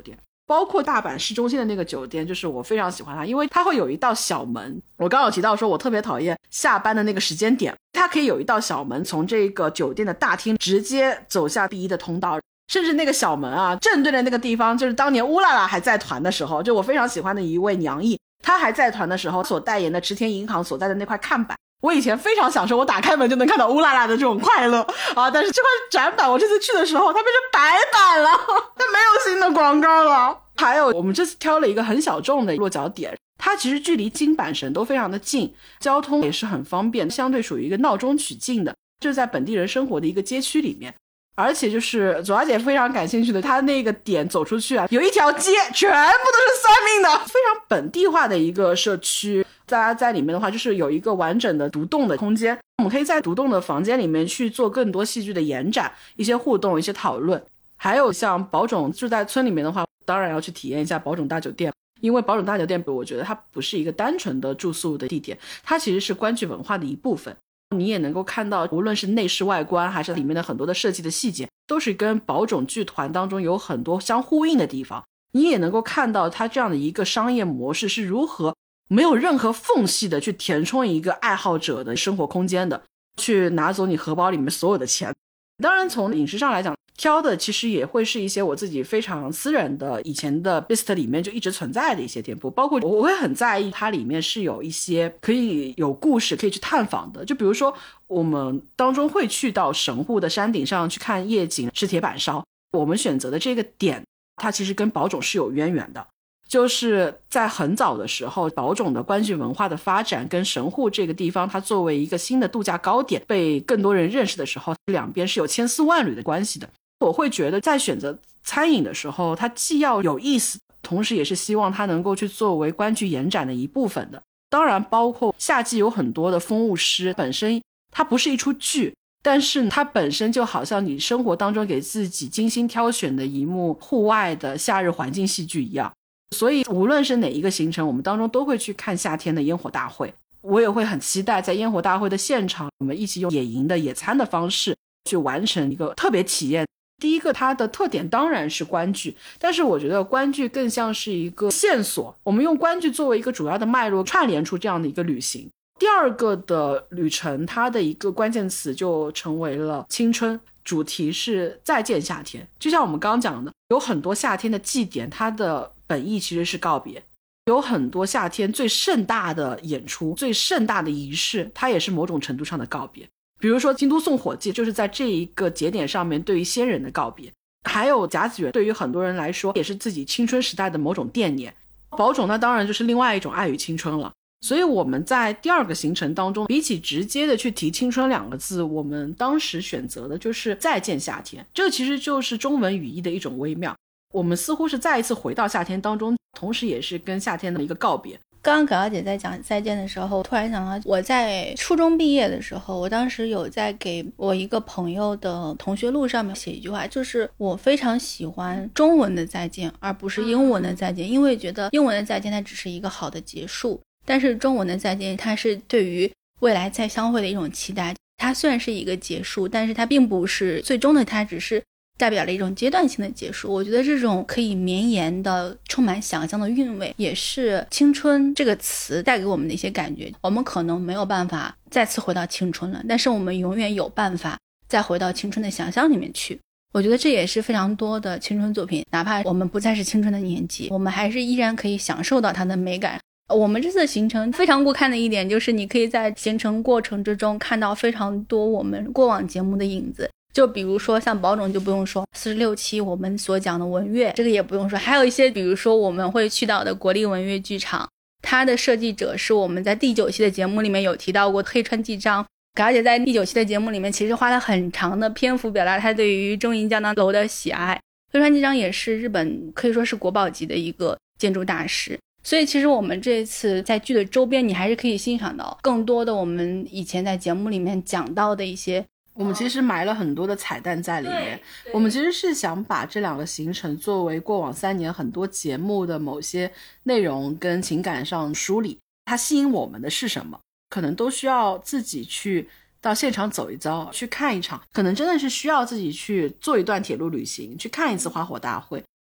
S1: 包括大阪市中心的那个酒店，就是我非常喜欢它，因为它会有一道小门。我刚刚有提到说我特别讨厌下班的那个时间点，它可以有一道小门从这个酒店的大厅直接走下第一的通道，甚至那个小门啊正对的那个地方，就是当年乌拉拉还在团的时候，就我非常喜欢的一位娘艺，她还在团的时候所代言的池田银行所在的那块看板，我以前非常享受我打开门就能看到乌拉拉的这种快乐啊！但是这块展板我这次去的时候它变成白板了，它没有新的广告了。还有我们这次挑了一个很小众的落脚点，它其实距离金板神都非常的近，交通也是很方便，相对属于一个闹中取静的，就是在本地人生活的一个街区里面。而且就是左小姐非常感兴趣的，她那个点走出去啊，有一条街全部都是算命的，非常本地化的一个社区。大家在里面的话，就是有一个完整的独栋的空间，我们可以在独栋的房间里面去做更多戏剧的延展，一些互动，一些讨论。还有像宝冢住在村里面的话，当然要去体验一下宝冢大酒店，因为宝冢大酒店我觉得它不是一个单纯的住宿的地点，它其实是观剧文化的一部分。你也能够看到无论是内饰外观还是里面的很多的设计的细节，都是跟宝冢剧团当中有很多相呼应的地方。你也能够看到它这样的一个商业模式是如何没有任何缝隙的去填充一个爱好者的生活空间的，去拿走你荷包里面所有的钱。当然从饮食上来讲，挑的其实也会是一些我自己非常私人的以前的 Beast 里面就一直存在的一些店铺，包括我会很在意它里面是有一些可以有故事可以去探访的，就比如说我们当中会去到神户的山顶上去看夜景吃铁板烧，我们选择的这个点它其实跟宝冢是有渊源的，就是在很早的时候宝冢的观剧文化的发展跟神户这个地方它作为一个新的度假高点被更多人认识的时候，两边是有千丝万缕的关系的。我会觉得在选择餐饮的时候它既要有意思，同时也是希望它能够去作为观剧延展的一部分的。当然包括夏季有很多的风物诗，本身它不是一出剧，但是它本身就好像你生活当中给自己精心挑选的一幕户外的夏日环境戏剧一样。所以无论是哪一个行程，我们当中都会去看夏天的烟火大会，我也会很期待在烟火大会的现场我们一起用野营的野餐的方式去完成一个特别体验。第一个它的特点当然是观剧，但是我觉得观剧更像是一个线索，我们用观剧作为一个主要的脉络串联出这样的一个旅行。第二个的旅程它的一个关键词就成为了青春，主题是再见夏天。就像我们刚刚讲的，有很多夏天的祭典它的本意其实是告别，有很多夏天最盛大的演出最盛大的仪式它也是某种程度上的告别。比如说京都送火祭就是在这一个节点上面对于先人的告别，还有甲子园对于很多人来说也是自己青春时代的某种惦念，宝冢那当然就是另外一种爱与青春了。所以我们在第二个行程当中，比起直接的去提青春两个字，我们当时选择的就是再见夏天，这其实就是中文语义的一种微妙，我们似乎是再一次回到夏天当中，同时也是跟夏天的一个告别。
S2: 刚刚葛小姐在讲再见的时候，突然想到我在初中毕业的时候，我当时有在给我一个朋友的同学录上面写一句话，就是我非常喜欢中文的再见而不是英文的再见，因为觉得英文的再见它只是一个好的结束，但是中文的再见它是对于未来再相会的一种期待，它虽然是一个结束，但是它并不是最终的，它只是代表了一种阶段性的结束。我觉得这种可以绵延的充满想象的韵味也是青春这个词带给我们的一些感觉。我们可能没有办法再次回到青春了，但是我们永远有办法再回到青春的想象里面去。我觉得这也是非常多的青春作品，哪怕我们不再是青春的年纪，我们还是依然可以享受到它的美感。我们这次行程非常过看的一点就是你可以在行程过程之中看到非常多我们过往节目的影子，就比如说像宝冢就不用说，四十六期我们所讲的文乐这个也不用说，还有一些比如说我们会去到的国立文乐剧场，它的设计者是我们在第九期的节目里面有提到过黑川纪章。葛小姐在第九期的节目里面其实花了很长的篇幅表达她对于中银胶囊楼的喜爱，黑川纪章也是日本可以说是国宝级的一个建筑大师，所以其实我们这次在剧的周边你还是可以欣赏到更多的我们以前在节目里面讲到的一些，
S1: 我们其实埋了很多的彩蛋在里面。我们其实是想把这两个行程作为过往三年很多节目的某些内容跟情感上梳理，它吸引我们的是什么，可能都需要自己去到现场走一遭，去看一场，可能真的是需要自己去做一段铁路旅行，去看一次花火大会，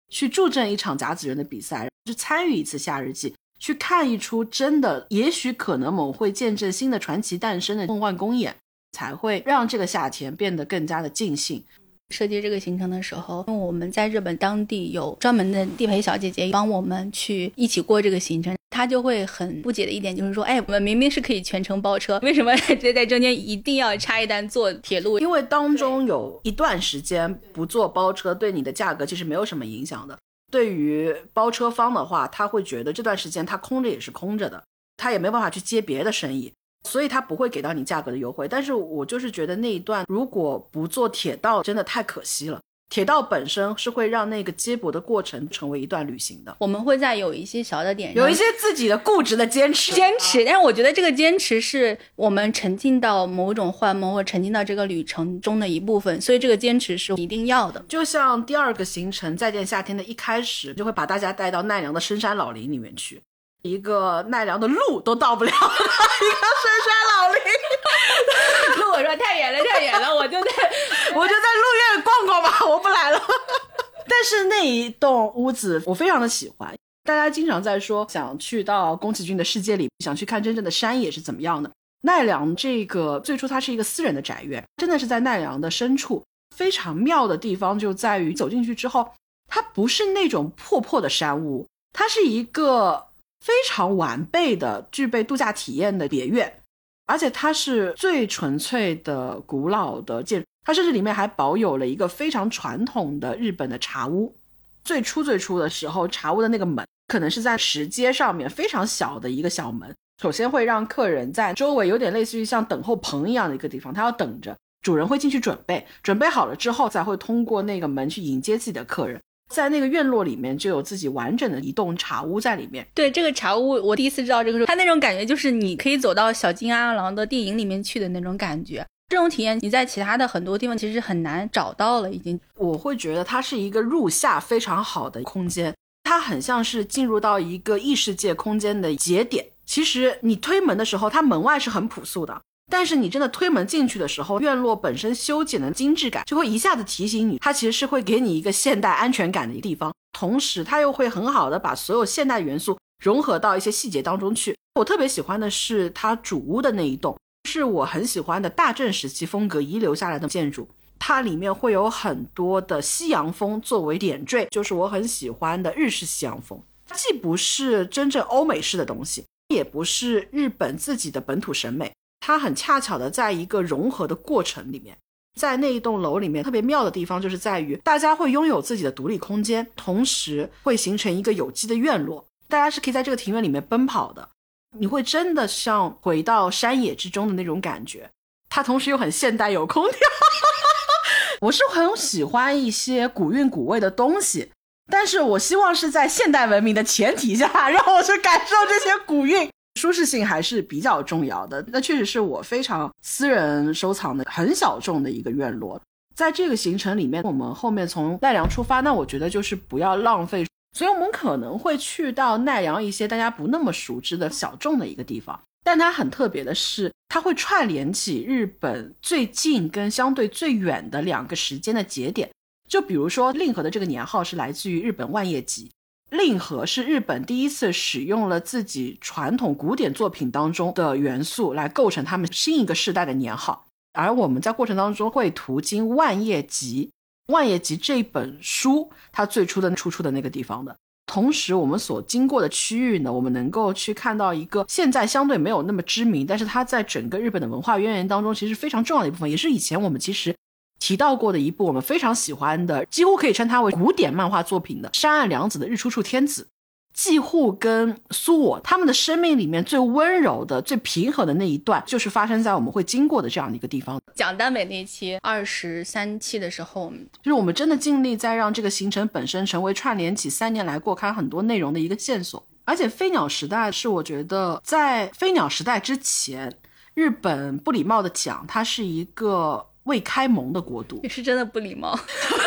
S1: 去助阵一场甲子园的比赛，去参与一次夏日祭，去看一出真的也许可能我们会见证新的传奇诞生的梦幻公演，才会让这个夏天变得更加的尽兴。
S2: 设计这个行程的时候，因为我们在日本当地有专门的地陪小姐姐帮我们去一起过这个行程，她就会很不解的一点就是说，哎，我们明明是可以全程包车，为什么在中间一定要插一单坐铁路？
S1: 因为当中有一段时间不坐包车对你的价格其实没有什么影响的，对于包车方的话，他会觉得这段时间他空着也是空着的，他也没办法去接别的生意，所以他不会给到你价格的优惠。但是我就是觉得那一段如果不坐铁道真的太可惜了，铁道本身是会让那个接驳的过程成为一段旅行的。
S2: 我们会在有一些小的点上
S1: 有一些自己的固执的坚持
S2: 坚持，但是我觉得这个坚持是我们沉浸到某种幻梦或沉浸到这个旅程中的一部分，所以这个坚持是一定要的。
S1: 就像第二个行程再见夏天的一开始就会把大家带到奈良的深山老林里面去，一个奈良的路都到不了的一个深山老林
S2: 路我说太远了太远了，我就在
S1: 我就在鹿苑逛逛吧，我不来了但是那一栋屋子我非常的喜欢，大家经常在说想去到宫崎骏的世界里，想去看真正的山野是怎么样的。奈良这个最初它是一个私人的宅院，真的是在奈良的深处，非常妙的地方就在于走进去之后，它不是那种破破的山屋，它是一个非常完备的具备度假体验的别院，而且它是最纯粹的古老的建筑，它甚至里面还保有了一个非常传统的日本的茶屋。最初最初的时候，茶屋的那个门可能是在石阶上面非常小的一个小门，首先会让客人在周围有点类似于像等候棚一样的一个地方，他要等着主人会进去准备，准备好了之后才会通过那个门去迎接自己的客人。在那个院落里面就有自己完整的一栋茶屋在里面。
S2: 对，这个茶屋我第一次知道这个时候，它那种感觉就是你可以走到小金阿郎的电影里面去的那种感觉，这种体验你在其他的很多地方其实很难找到了已经。
S1: 我会觉得它是一个入夏非常好的空间，它很像是进入到一个异世界空间的节点。其实你推门的时候它门外是很朴素的，但是你真的推门进去的时候，院落本身修剪的精致感就会一下子提醒你，它其实是会给你一个现代安全感的一个地方，同时它又会很好的把所有现代元素融合到一些细节当中去。我特别喜欢的是它主屋的那一栋，是我很喜欢的大正时期风格遗留下来的建筑，它里面会有很多的西洋风作为点缀，就是我很喜欢的日式西洋风，既不是真正欧美式的东西，也不是日本自己的本土审美，它很恰巧的在一个融合的过程里面。在那一栋楼里面特别妙的地方就是在于大家会拥有自己的独立空间，同时会形成一个有机的院落，大家是可以在这个庭院里面奔跑的，你会真的像回到山野之中的那种感觉，它同时又很现代有空调我是很喜欢一些古韵古味的东西，但是我希望是在现代文明的前提下让我去感受这些古韵，舒适性还是比较重要的。那确实是我非常私人收藏的很小众的一个院落。在这个行程里面，我们后面从奈良出发，那我觉得就是不要浪费，所以我们可能会去到奈良一些大家不那么熟知的小众的一个地方，但它很特别的是它会串联起日本最近跟相对最远的两个时间的节点。就比如说令和的这个年号是来自于日本万叶集，令和是日本第一次使用了自己传统古典作品当中的元素来构成他们新一个世代的年号，而我们在过程当中会途经万叶集，万叶集这本书它最初的出处的那个地方的，同时我们所经过的区域呢，我们能够去看到一个现在相对没有那么知名，但是它在整个日本的文化渊源当中其实非常重要的一部分，也是以前我们其实提到过的一部我们非常喜欢的，几乎可以称它为古典漫画作品的山岸凉子的日出处天子。纪户跟苏我他们的生命里面最温柔的最平和的那一段，就是发生在我们会经过的这样的一个地方。
S2: 讲耽美那期二十三期的时候，
S1: 就是我们真的尽力在让这个行程本身成为串联起三年来过看很多内容的一个线索。而且飞鸟时代是我觉得在飞鸟时代之前，日本不礼貌的讲它是一个未开蒙的国度，
S2: 也是真的不礼貌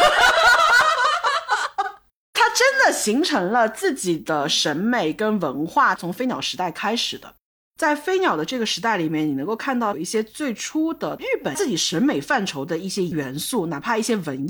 S1: 它真的形成了自己的审美跟文化，从飞鸟时代开始的。在飞鸟的这个时代里面，你能够看到一些最初的日本自己审美范畴的一些元素，哪怕一些纹样，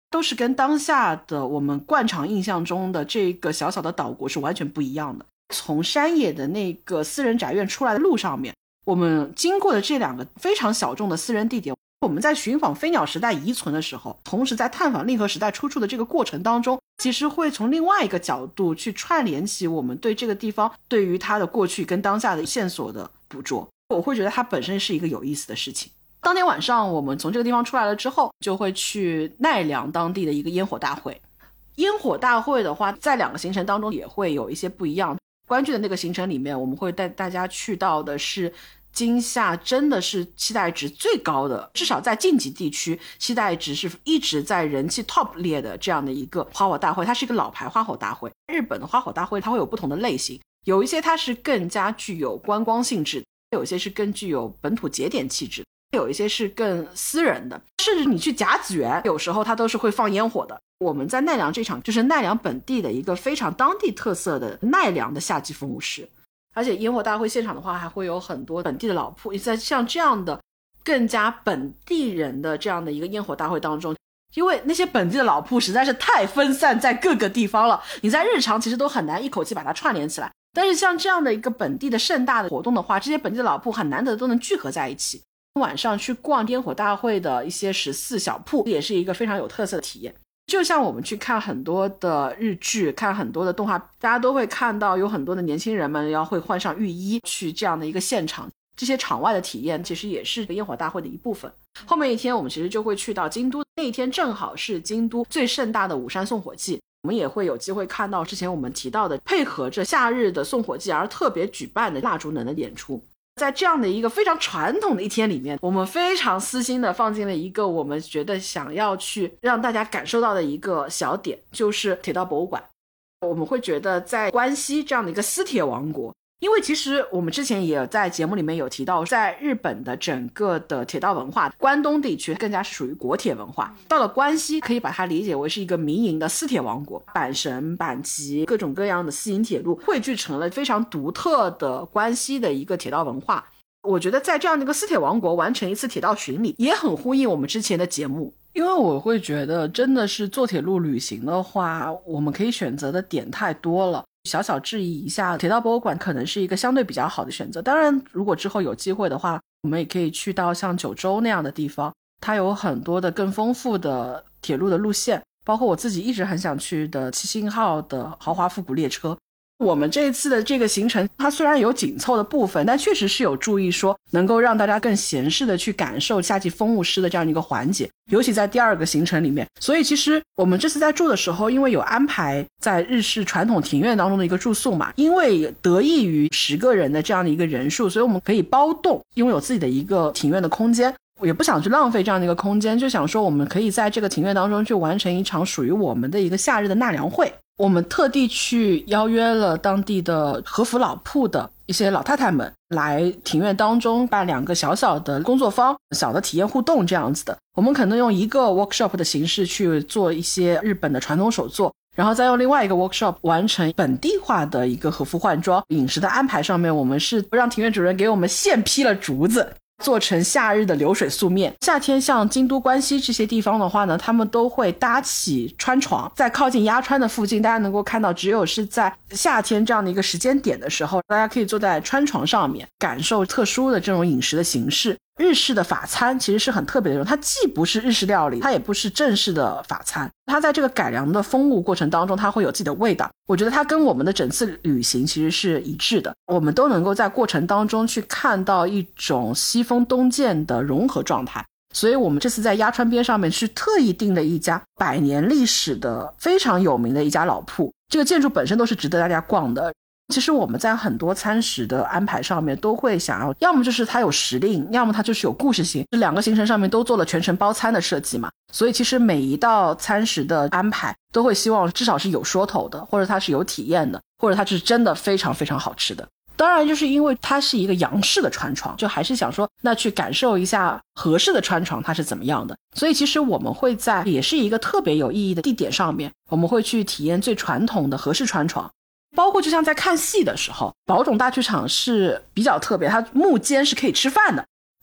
S1: 都是跟当下的我们惯常印象中的这个小小的岛国是完全不一样的。从山野的那个私人宅院出来的路上面，我们经过的这两个非常小众的私人地点，我们在寻访飞鸟时代遗存的时候，同时在探访令和时代出处的这个过程当中，其实会从另外一个角度去串联起我们对这个地方对于它的过去跟当下的线索的捕捉。我会觉得它本身是一个有意思的事情。当天晚上我们从这个地方出来了之后，就会去奈良当地的一个烟火大会。烟火大会的话，在两个行程当中也会有一些不一样。关剧的那个行程里面，我们会带大家去到的是今夏真的是期待值最高的，至少在晋级地区期待值是一直在人气 top 列的这样的一个花火大会。它是一个老牌花火大会，日本的花火大会它会有不同的类型，有一些它是更加具有观光性质，有一些是更具有本土节点气质，有一些是更私人的，甚至你去甲子园有时候它都是会放烟火的。我们在奈良这场就是奈良本地的一个非常当地特色的奈良的夏季风物诗，而且烟火大会现场的话还会有很多本地的老铺。在像这样的更加本地人的这样的一个烟火大会当中，因为那些本地的老铺实在是太分散在各个地方了，你在日常其实都很难一口气把它串联起来，但是像这样的一个本地的盛大的活动的话，这些本地的老铺很难得都能聚合在一起。晚上去逛烟火大会的一些十四小铺也是一个非常有特色的体验。就像我们去看很多的日剧，看很多的动画，大家都会看到有很多的年轻人们要会换上浴衣去这样的一个现场，这些场外的体验其实也是烟火大会的一部分。后面一天我们其实就会去到京都，那一天正好是京都最盛大的五山送火祭，我们也会有机会看到之前我们提到的配合着夏日的送火祭而特别举办的蜡烛能的演出。在这样的一个非常传统的一天里面，我们非常私心的放进了一个我们觉得想要去让大家感受到的一个小点，就是铁道博物馆。我们会觉得在关西这样的一个私铁王国，因为其实我们之前也在节目里面有提到，在日本的整个的铁道文化，关东地区更加是属于国铁文化，到了关西可以把它理解为是一个民营的私铁王国，阪神、阪急各种各样的私营铁路汇聚成了非常独特的关西的一个铁道文化。我觉得在这样的一个私铁王国完成一次铁道巡礼也很呼应我们之前的节目，因为我会觉得真的是坐铁路旅行的话，我们可以选择的点太多了，小小质疑一下铁道博物馆可能是一个相对比较好的选择。当然如果之后有机会的话，我们也可以去到像九州那样的地方，它有很多的更丰富的铁路的路线，包括我自己一直很想去的七星号的豪华复古列车。我们这一次的这个行程它虽然有紧凑的部分，但确实是有注意说能够让大家更闲适的去感受夏季风物诗的这样一个环节，尤其在第二个行程里面。所以其实我们这次在住的时候，因为有安排在日式传统庭院当中的一个住宿嘛，因为得益于十个人的这样的一个人数，所以我们可以包栋，因为有自己的一个庭院的空间，我也不想去浪费这样的一个空间，就想说我们可以在这个庭院当中去完成一场属于我们的一个夏日的纳凉会。我们特地去邀约了当地的和服老铺的一些老太太们来庭院当中办两个小小的工作坊，小的体验互动这样子的。我们可能用一个 workshop 的形式去做一些日本的传统手作，然后再用另外一个 workshop 完成本地化的一个和服换装。饮食的安排上面，我们是让庭院主人给我们现劈了竹子，做成夏日的流水素面。夏天像京都、关西这些地方的话呢，他们都会搭起川床，在靠近鸭川的附近，大家能够看到只有是在夏天这样的一个时间点的时候，大家可以坐在川床上面感受特殊的这种饮食的形式。日式的法餐其实是很特别的一种，它既不是日式料理，它也不是正式的法餐，它在这个改良的风物过程当中，它会有自己的味道。我觉得它跟我们的整次旅行其实是一致的，我们都能够在过程当中去看到一种西风东渐的融合状态。所以我们这次在鸭川边上面是特意订了一家百年历史的非常有名的一家老铺，这个建筑本身都是值得大家逛的。其实我们在很多餐食的安排上面都会想要，要么就是它有时令，要么它就是有故事性，这两个行程上面都做了全程包餐的设计嘛，所以其实每一道餐食的安排都会希望至少是有说头的，或者它是有体验的，或者它是真的非常非常好吃的。当然就是因为它是一个洋式的川床，就还是想说那去感受一下和式的川床它是怎么样的，所以其实我们会在也是一个特别有意义的地点上面，我们会去体验最传统的和式川床。包括就像在看戏的时候，宝冢大剧场是比较特别，它幕间是可以吃饭的，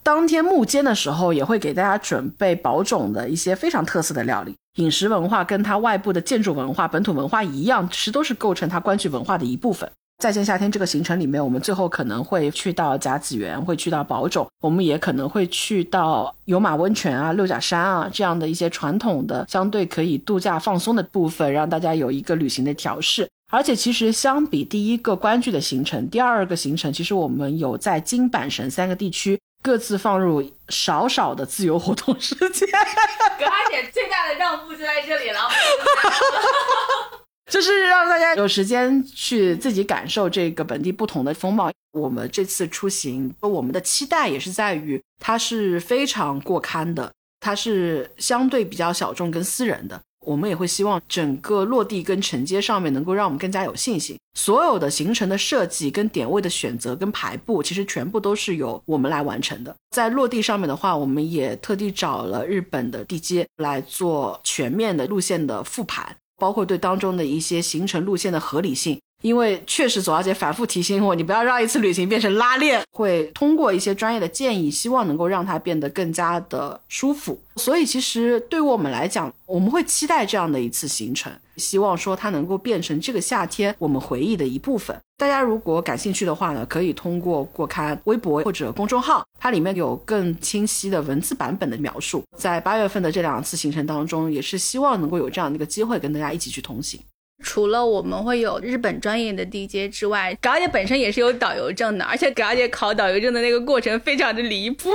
S1: 当天幕间的时候也会给大家准备宝冢的一些非常特色的料理，饮食文化跟它外部的建筑文化本土文化一样，其实都是构成它关剧文化的一部分。再见夏天这个行程里面，我们最后可能会去到甲子园，会去到宝冢，我们也可能会去到有马温泉啊、六甲山啊这样的一些传统的相对可以度假放松的部分，让大家有一个旅行的调试。而且其实相比第一个关剧的行程，第二个行程其实我们有在京阪神三个地区各自放入少少的自由活动时间。
S2: 葛大姐最大的让步就在这里了。
S1: 就是让大家有时间去自己感受这个本地不同的风貌。我们这次出行，我们的期待也是在于它是非常过刊的，它是相对比较小众跟私人的。我们也会希望整个落地跟承接上面能够让我们更加有信心。所有的行程的设计跟点位的选择跟排布，其实全部都是由我们来完成的。在落地上面的话，我们也特地找了日本的地接来做全面的路线的复盘，包括对当中的一些行程路线的合理性。因为确实左小姐反复提醒我，你不要让一次旅行变成拉练，会通过一些专业的建议，希望能够让它变得更加的舒服。所以其实对我们来讲，我们会期待这样的一次行程，希望说它能够变成这个夏天我们回忆的一部分。大家如果感兴趣的话呢，可以通过过刊微博或者公众号，它里面有更清晰的文字版本的描述。在八月份的这两次行程当中，也是希望能够有这样的一个机会跟大家一起去同行。
S2: 除了我们会有日本专业的 D J 之外，葛小姐本身也是有导游证的，而且葛小姐考导游证的那个过程非常的离谱。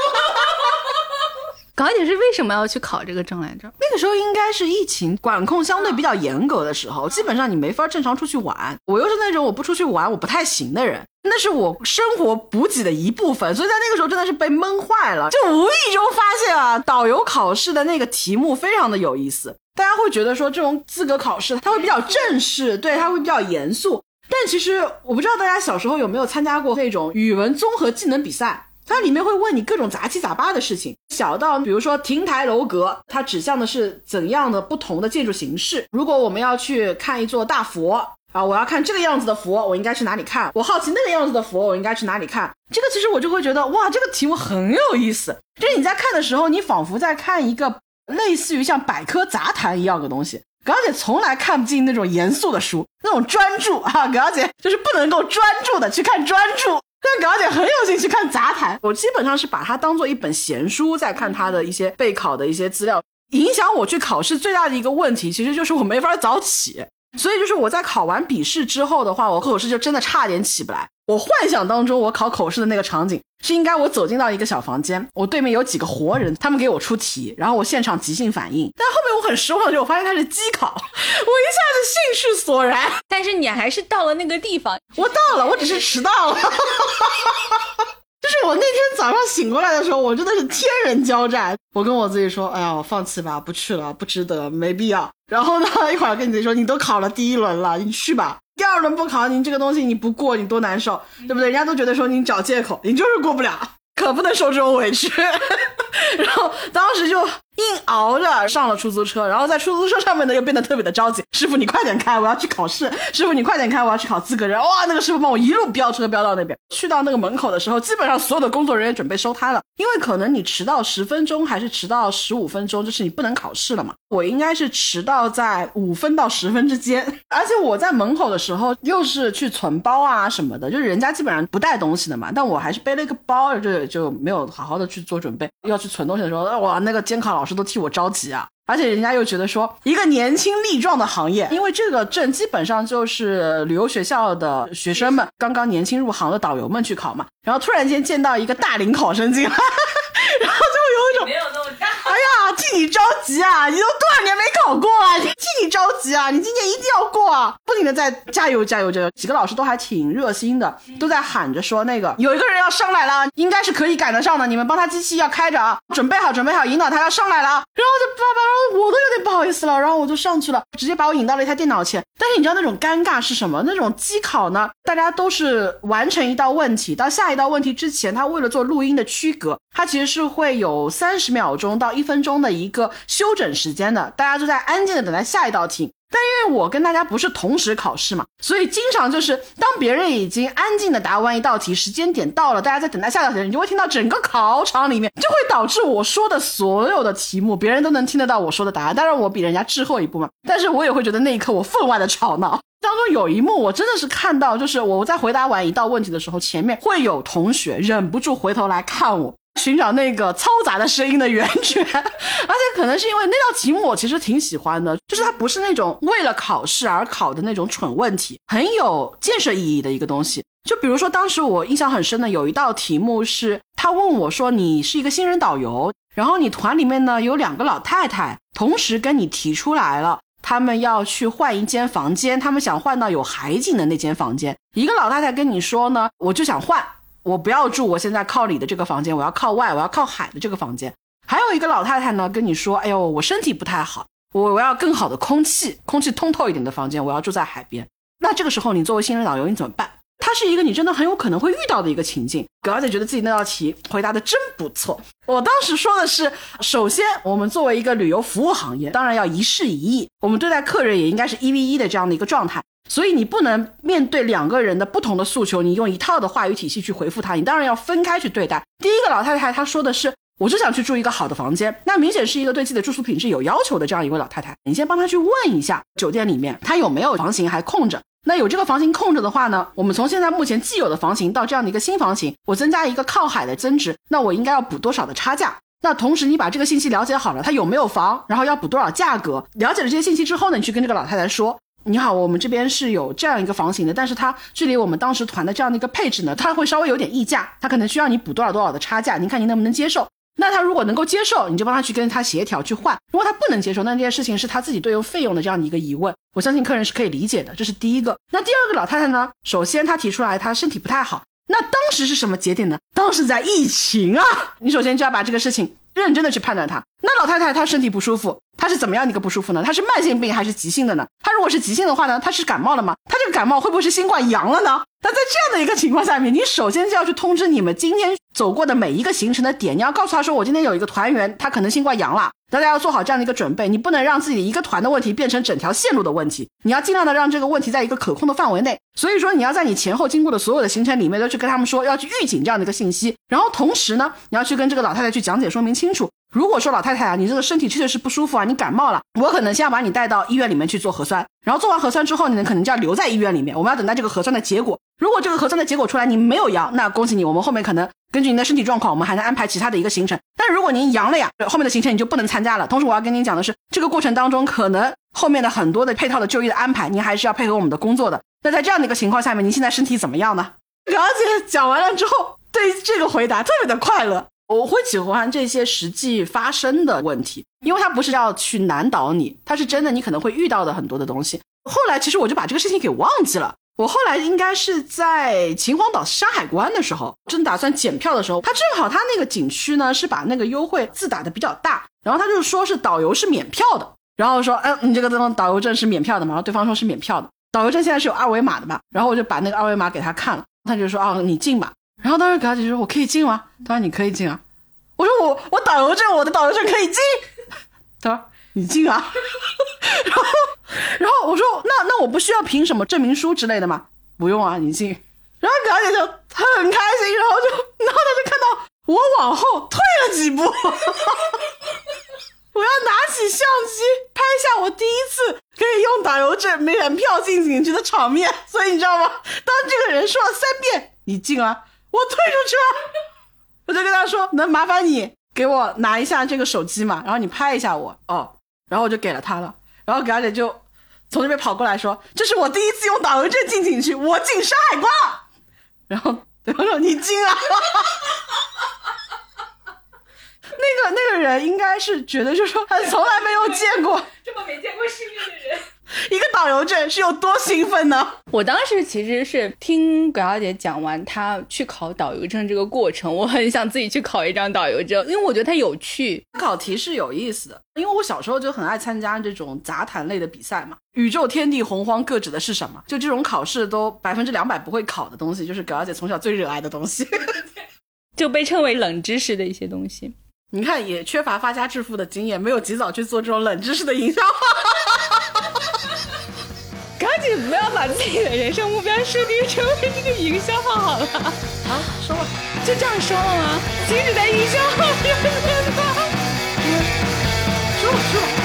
S2: 葛小姐是为什么要去考这个证来着？
S1: 那个时候应该是疫情管控相对比较严格的时候，基本上你没法正常出去玩。我又是那种我不出去玩我不太行的人，那是我生活补给的一部分，所以在那个时候真的是被闷坏了。就无意中发现啊，导游考试的那个题目非常的有意思。大家会觉得说这种资格考试它会比较正式，对，它会比较严肃。但其实我不知道大家小时候有没有参加过那种语文综合技能比赛，它里面会问你各种杂七杂八的事情，小到比如说亭台楼阁，它指向的是怎样的不同的建筑形式。如果我们要去看一座大佛啊，我要看这个样子的佛，我应该去哪里看？我好奇那个样子的佛，我应该去哪里看？这个其实我就会觉得，哇，这个题目很有意思。就是你在看的时候，你仿佛在看一个类似于像百科杂谈一样的东西。葛小姐从来看不进那种严肃的书，那种专注啊，葛小姐就是不能够专注的去看专注。但葛小姐很有兴趣看杂谈，我基本上是把它当做一本闲书在看它的一些备考的一些资料。影响我去考试最大的一个问题，其实就是我没法早起。所以就是我在考完笔试之后的话，我口试就真的差点起不来。我幻想当中我考口试的那个场景是应该我走进到一个小房间，我对面有几个活人，他们给我出题，然后我现场即兴反应。但后面我很失望的是我发现它是机考，我一下子兴趣索然。
S2: 但是你还是到了那个地方。
S1: 我到了，我只是迟到了。就是我那天早上醒过来的时候，我真的是天人交战。我跟我自己说，哎呀，我放弃吧，不去了，不值得，没必要。然后呢，一会儿跟你自己说，你都考了第一轮了，你去吧。第二轮不考，你这个东西你不过，你多难受，对不对？人家都觉得说你找借口，你就是过不了，可不能受这种委屈。然后当时就硬熬着上了出租车，然后在出租车上面呢又变得特别的着急，师傅你快点开，我要去考试，师傅你快点开，我要去考资格证。哇，那个师傅帮我一路飙车飙到那边，去到那个门口的时候，基本上所有的工作人员准备收摊了，因为可能你迟到十分钟还是迟到十五分钟，就是你不能考试了嘛。我应该是迟到在五分到十分之间，而且我在门口的时候又是去存包啊什么的，就是人家基本上不带东西的嘛，但我还是背了一个包，就就没有好好的去做准备。要去存东西的时候，哇，那个监考老师都替我着急啊。而且人家又觉得说一个年轻力壮的行业，因为这个证基本上就是旅游学校的学生们刚刚年轻入行的导游们去考嘛，然后突然间见到一个大龄考生进来，然后就有一种
S2: 没有那么大，
S1: 哎呀，替你着急啊，你都多少年没考过啊，你替你着急啊，你今年一定要过啊，不停的在加油加油加油。几个老师都还挺热心的，都在喊着说那个有一个人要上来了，应该是可以赶得上的，你们帮他机器要开着啊，准备好准备好，引导他要上来了啊。然后就叭叭，我都有点不好意思了，然后我就上去了，直接把我引到了一台电脑前。但是你知道那种尴尬是什么？那种机考呢，大家都是完成一道问题，到下一道问题之前，他为了做录音的区隔，他其实是会有三十秒钟到一分钟的一个休整时间的，大家就在安静的等待下一道题。 但因为我跟大家不是同时考试嘛，所以经常就是当别人已经安静的答完一道题，时间点到了，大家在等待下道题，你就会听到整个考场里面，就会导致我说的所有的题目别人都能听得到我说的答案。当然我比人家滞后一步嘛，但是我也会觉得那一刻我分外的吵闹。当中有一幕我真的是看到，就是我在回答完一道问题的时候，前面会有同学忍不住回头来看我，寻找那个嘈杂的声音的源泉。而且可能是因为那道题目我其实挺喜欢的，就是它不是那种为了考试而考的那种蠢问题，很有建设意义的一个东西。就比如说当时我印象很深的有一道题目是他问我说，你是一个新人导游，然后你团里面呢有两个老太太同时跟你提出来了，他们要去换一间房间，他们想换到有海景的那间房间。一个老太太跟你说呢，我就想换，我不要住我现在靠里的这个房间，我要靠外，我要靠海的这个房间。还有一个老太太呢跟你说，哎呦我身体不太好，我我要更好的空气，空气通透一点的房间，我要住在海边。那这个时候你作为新人导游你怎么办？它是一个你真的很有可能会遇到的一个情境。葛小姐觉得自己那道题回答的真不错。我当时说的是，首先我们作为一个旅游服务行业，当然要一事一议，我们对待客人也应该是一 v 一的这样的一个状态，所以你不能面对两个人的不同的诉求，你用一套的话语体系去回复他，你当然要分开去对待。第一个老太太她说的是，我就想去住一个好的房间，那明显是一个对自己的住宿品质有要求的这样一位老太太。你先帮她去问一下酒店里面她有没有房型还空着，那有这个房型空着的话呢，我们从现在目前既有的房型到这样的一个新房型，我增加一个靠海的增值，那我应该要补多少的差价。那同时你把这个信息了解好了，它有没有房，然后要补多少价格，了解了这些信息之后呢，你去跟这个老太太说，你好，我们这边是有这样一个房型的，但是它距离我们当时团的这样的一个配置呢，它会稍微有点溢价，它可能需要你补多少多少的差价，您看您能不能接受。那他如果能够接受，你就帮他去跟他协调去换。如果他不能接受，那这件事情是他自己对应费用的这样的一个疑问，我相信客人是可以理解的，这是第一个。那第二个老太太呢，首先她提出来她身体不太好，那当时是什么节点呢？当时在疫情啊，你首先就要把这个事情认真的去判断她。那老太太她身体不舒服，她是怎么样的一个不舒服呢？她是慢性病还是急性的呢？她如果是急性的话呢，她是感冒了吗？她这个感冒会不会是新冠阳了呢？那在这样的一个情况下面，你首先就要去通知你们今天走过的每一个行程的点，你要告诉他说，我今天有一个团员他可能新冠阳了，大家要做好这样的一个准备。你不能让自己一个团的问题变成整条线路的问题，你要尽量的让这个问题在一个可控的范围内。所以说你要在你前后经过的所有的行程里面都去跟他们说，要去预警这样的一个信息。然后同时呢，你要去跟这个老太太去讲解说明清楚，如果说老太太啊，你这个身体确实是不舒服啊，你感冒了，我可能先要把你带到医院里面去做核酸，然后做完核酸之后，你可能就要留在医院里面，我们要等待这个核酸的结果。如果这个核酸的结果出来你没有阳，那恭喜你，我们后面可能根据您的身体状况，我们还能安排其他的一个行程。但如果您阳了呀，后面的行程你就不能参加了。同时我要跟您讲的是，这个过程当中可能后面的很多的配套的就医的安排，您还是要配合我们的工作的。那在这样的一个情况下面，您现在身体怎么样呢？了解讲完了之后，对这个回答特别的快乐。我会喜欢这些实际发生的问题，因为它不是要去难倒你，它是真的你可能会遇到的很多的东西。后来其实我就把这个事情给忘记了，我后来应该是在秦皇岛山海关的时候，正打算检票的时候，他正好他那个景区呢是把那个优惠字打的比较大，然后他就说是导游是免票的，然后说哎，你这个地方导游证是免票的吗？然后对方说是免票的，导游证现在是有二维码的吧？然后我就把那个二维码给他看了，他就说哦，你进吧。然后当时给他姐说我可以进吗？他说你可以进啊。我说我我导游证我的导游证可以进。他说你进啊。然后然后我说那那我不需要凭什么证明书之类的吗？不用啊，你进。然后葛小姐就很开心，然后就然后他就看到我往后退了几步。我要拿起相机拍下我第一次可以用导游证免票进景区的场面。所以你知道吗，当这个人说了三遍你进啊，我退出去了。我就跟他说能麻烦你给我拿一下这个手机嘛，然后你拍一下我。哦，然后我就给了他了。然后葛小姐就从这边跑过来说，这是我第一次用导游证进景区，我进山海关。然后对方说你进啊。那个那个人应该是觉得就是说他从来没有见过
S3: 这么没见过世面的人，
S1: 一个导游证是有多兴奋呢？
S2: 我当时其实是听葛小姐讲完她去考导游证这个过程，我很想自己去考一张导游证，因为我觉得它有趣。
S1: 考题是有意思的，因为我小时候就很爱参加这种杂谈类的比赛嘛，宇宙天地洪荒各指的是什么，就这种考试都百分之两百不会考的东西，就是葛小姐从小最热爱的东西。
S2: 就被称为冷知识的一些东西。
S1: 你看也缺乏发家致富的经验，没有及早去做这种冷知识的营销。
S2: 紧不要把自己的人生目标设定成为这个营销号好了。
S1: 好，说吧，
S2: 就这样说了吗？停止在营销号上面吧。
S1: 说吧，说吧。